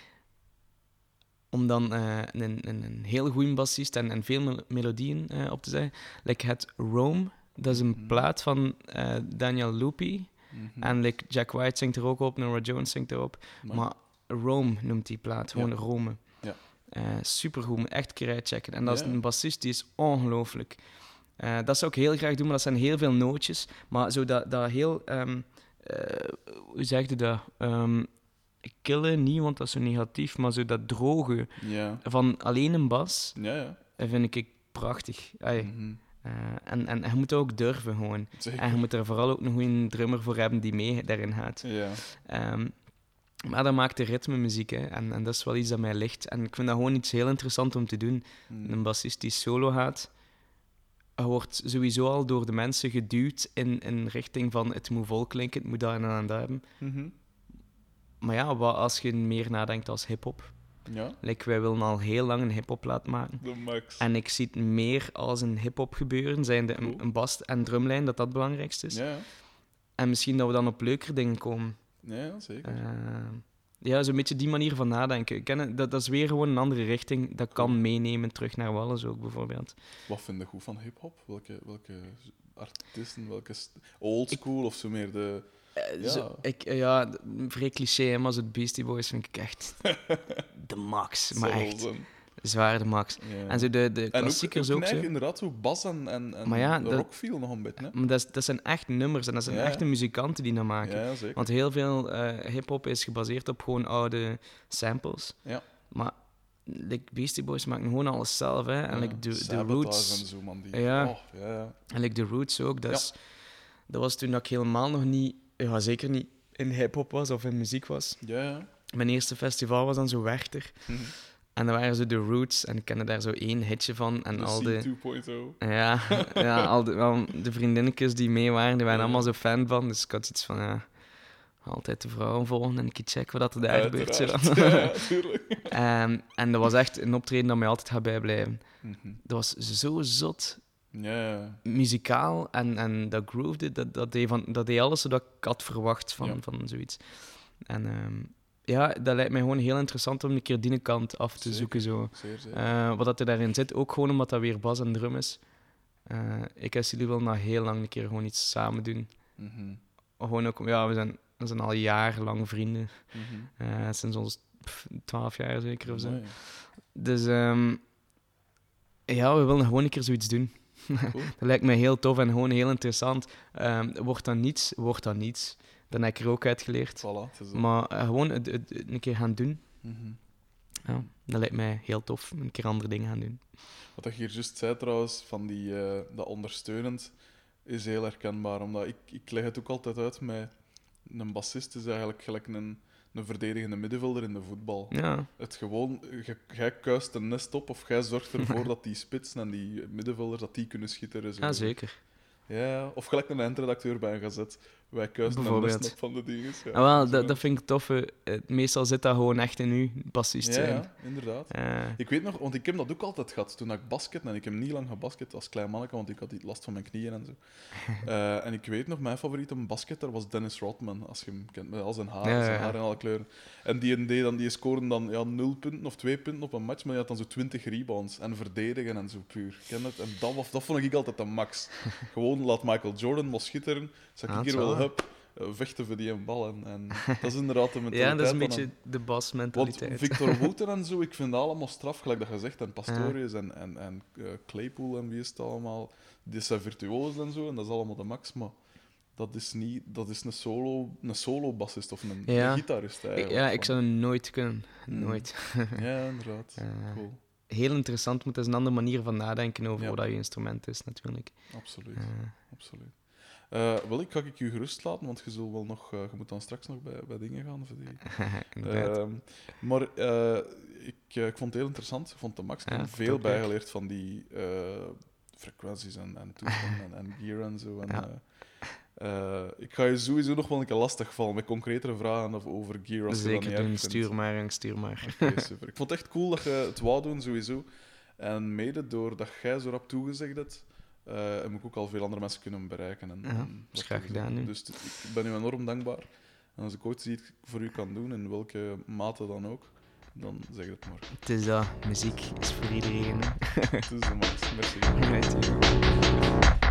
om dan eh, een, een, een heel goede bassist en, en veel mel- melodieën eh, op te zeggen. Like het Rome, dat is een Mhm. plaat van eh, Daniel Lupi. Mhm. En like, Jack White zingt er ook op, Nora Jones zingt erop. Maar- Maar Rome noemt die plaat, gewoon Ja. Rome. Ja. Eh, supergoed, moet echt een keer uitchecken. En dat is Ja. een bassist, die is ongelooflijk. Eh, dat zou ik heel graag doen, maar dat zijn heel veel nootjes. Maar zo dat, dat heel... ehm, eh, hoe zeg je dat? Ehm killen niet, want dat is zo negatief, maar zo dat droge Ja. van alleen een bas, Ja, ja. dat vind ik prachtig. Ai. Mhm. Eh, en, en je moet dat ook durven gewoon. Zeker. En je moet er vooral ook een goede drummer voor hebben die mee daarin gaat. Ja. Ehm, maar dat maakt de ritmemuziek, hè. En, en dat is wel iets dat mij ligt. En ik vind dat gewoon iets heel interessant om te doen. Mhm. Een bassist die solo gaat, hij wordt sowieso al door de mensen geduwd in, in richting van het moet vol klinken, het moet daar en aan daar hebben. Mhm. Maar ja, wat als je meer nadenkt als hip-hop? Ja, Like, wij willen al heel lang een hip-hop plaat maken. de max. En ik zie het meer als een hip-hop gebeuren, zijnde een, Cool. een bas- en drumlijn, dat dat het belangrijkste is. Ja, ja. En misschien dat we dan op leukere dingen komen. Ja, ja, zeker. Eh, ja, zo'n beetje die manier van nadenken. Ik ken het- dat, dat is weer gewoon een andere richting. Dat kan Cool. meenemen terug naar Wallis ook, bijvoorbeeld. Wat vind je goed van hip-hop? Welke, welke artiesten, welke st- old school of zo meer de. Eh, Ja. zo, ik, eh, ja, d- vrij cliché, hè, maar zo de Beastie Boys vind ik echt de max. Maar Zoals echt, een- zwaar de max. ja. En zo de, de En ook, klassiekers ook, ook, zo. neig inderdaad zo bas en, en, en Maar ja, dat- rock feel nog een beetje. Hè? Maar dat, is- dat zijn echt nummers en dat zijn Ja. echte muzikanten die dat maken. Ja, ja, zeker. Want heel veel eh hip-hop is gebaseerd op gewoon oude samples. Ja. Maar like Beastie Boys maken gewoon alles zelf, hè. En Ja, like de, de Sabotage Roots. en zo, man. Die, Ja. Oh, ja, ja. En like de Roots ook. Dat, Ja. is, dat was toen dat ik helemaal nog niet, ja, zeker niet in hip-hop was of in muziek was. Ja, ja. Mijn eerste festival was dan zo Werchter. Mhm. En dan waren zo de Roots en ik kende daar zo één hitje van. En De al C de, twee punt nul. ja, ja, al de, wel, de vriendinnetjes die mee waren, die waren Ja. allemaal zo fan van. Dus ik had iets van, ja, altijd de vrouwen volgen en een keer checken wat er daar gebeurt. Zo. Uiteraard. Ja, ja, tuurlijk. Ehm, en dat was echt een optreden dat mij altijd gaat bijblijven. Mhm. Dat was zo zot, Ja, ja. muzikaal en, en dat grooved, dat, dat, deed van, dat deed alles zodat ik had verwacht van, Ja. van zoiets. En ehm, ja, dat lijkt mij gewoon heel interessant om een keer die kant af te Zeker. zoeken. Zo. Zeer zeker. Eh, wat dat er daarin zit, ook gewoon omdat dat weer bas en drum is. Eh, ik en Silly willen nog heel lang een keer gewoon iets samen doen. Mhm. Gewoon ook, ja, we zijn, we zijn al jarenlang vrienden. Mhm. Eh, sinds ons pff, twaalf jaar zeker of zo. Mooi. Dus ehm, ja, we willen gewoon een keer zoiets doen. Cool. Dat lijkt me heel tof en gewoon heel interessant. Ehm, wordt dat niets, wordt dat niets. Dan heb ik er ook uitgeleerd. Voilà, het is dat. Maar eh, gewoon het, het- het een keer gaan doen, Mhm. ja, dat lijkt mij heel tof. Een keer andere dingen gaan doen. Wat je hier juist zei trouwens, van die, eh, dat ondersteunend, is heel herkenbaar. Omdat ik, ik leg het ook altijd uit met een bassist is eigenlijk gelijk een, een verdedigende middenvelder in de voetbal. Ja, Het gewoon, je- jij kuist een nest op of jij zorgt ervoor dat die spitsen en die middenvelders dat die kunnen schitteren. Zo. ja zeker. Ja, of gelijk een eindredacteur bij een gazet. Wij kuisen een Bijvoorbeeld. nest op van de dingen. Ja, Ah, wel, zo. dat, dat vind ik tof. eh. Eh, Meestal zit dat gewoon echt in u, bassist Ja, zijn. ja, inderdaad. Eh, Ik weet nog, want ik heb dat ook altijd gehad toen ik basket, en ik heb niet lang gebasket als klein manneke, want ik had iets last van mijn knieën en zo. Eh, en ik weet nog, mijn favoriete basketter was Dennis Rodman, als je hem kent, met al zijn haar, Ja, ja, zijn ja. haar en alle kleuren. En die, deed dan, die scoorde dan ja, nul punten of twee punten op een match, maar die had dan zo twintig rebounds en verdedigen en zo puur. Ken het? En dat, was, dat vond ik altijd de max. Gewoon, laat Michael Jordan maar schitteren, zou ik Ah, hier het wel zal. hup, eh, vechten voor die een bal. En, en dat is inderdaad de mentaliteit ja, dat is een van beetje een- de want basmentaliteit. Victor Wooten en zo, ik vind dat allemaal straf, gelijk dat gezegd. En Pastorius en, en, en eh, Claypool en wie is het allemaal. Die zijn virtuoos en zo, en dat is allemaal de max. Maar dat is, niet, dat is een solo, een solo-bassist of een, Ja. een gitarist Ik- eigenlijk. ja, ik Van- zou het nooit kunnen. Hmm. Nooit. Ja, inderdaad. Eh, Cool. Heel interessant, maar het is een andere manier van nadenken over Ja. hoe dat je instrument is, natuurlijk. Absoluut. Eh, Absoluut. Eh, wel, ik ga ik je gerust laten, want je, zult wel nog, eh, je moet dan straks nog bij, bij dingen gaan. Voor die. inderdaad. Ehm, maar eh, ik, eh, ik vond het heel interessant. Ik vond de max. Ik heb Ja, veel top, bijgeleerd van die eh, frequenties en, en toestanden en, en gear en zo. En, Ja. eh, Uh, ik ga je sowieso nog wel een keer lastig vallen met concretere vragen of over gear. Als je dat Zeker niet doen, erg vindt. stuur maar en stuur maar. Okay, super. Ik vond het echt cool dat je het wou doen, sowieso. En mede doordat jij zo rap toegezegd hebt, uh, heb ik ook al veel andere mensen kunnen bereiken. En, Ja, en dat is graag gedaan nu. Dus t- ik ben u enorm dankbaar. En als ik ooit iets voor u kan doen, in welke mate dan ook, dan zeg het maar. Het is dat, muziek is voor iedereen. Het is de max. Merci. Right.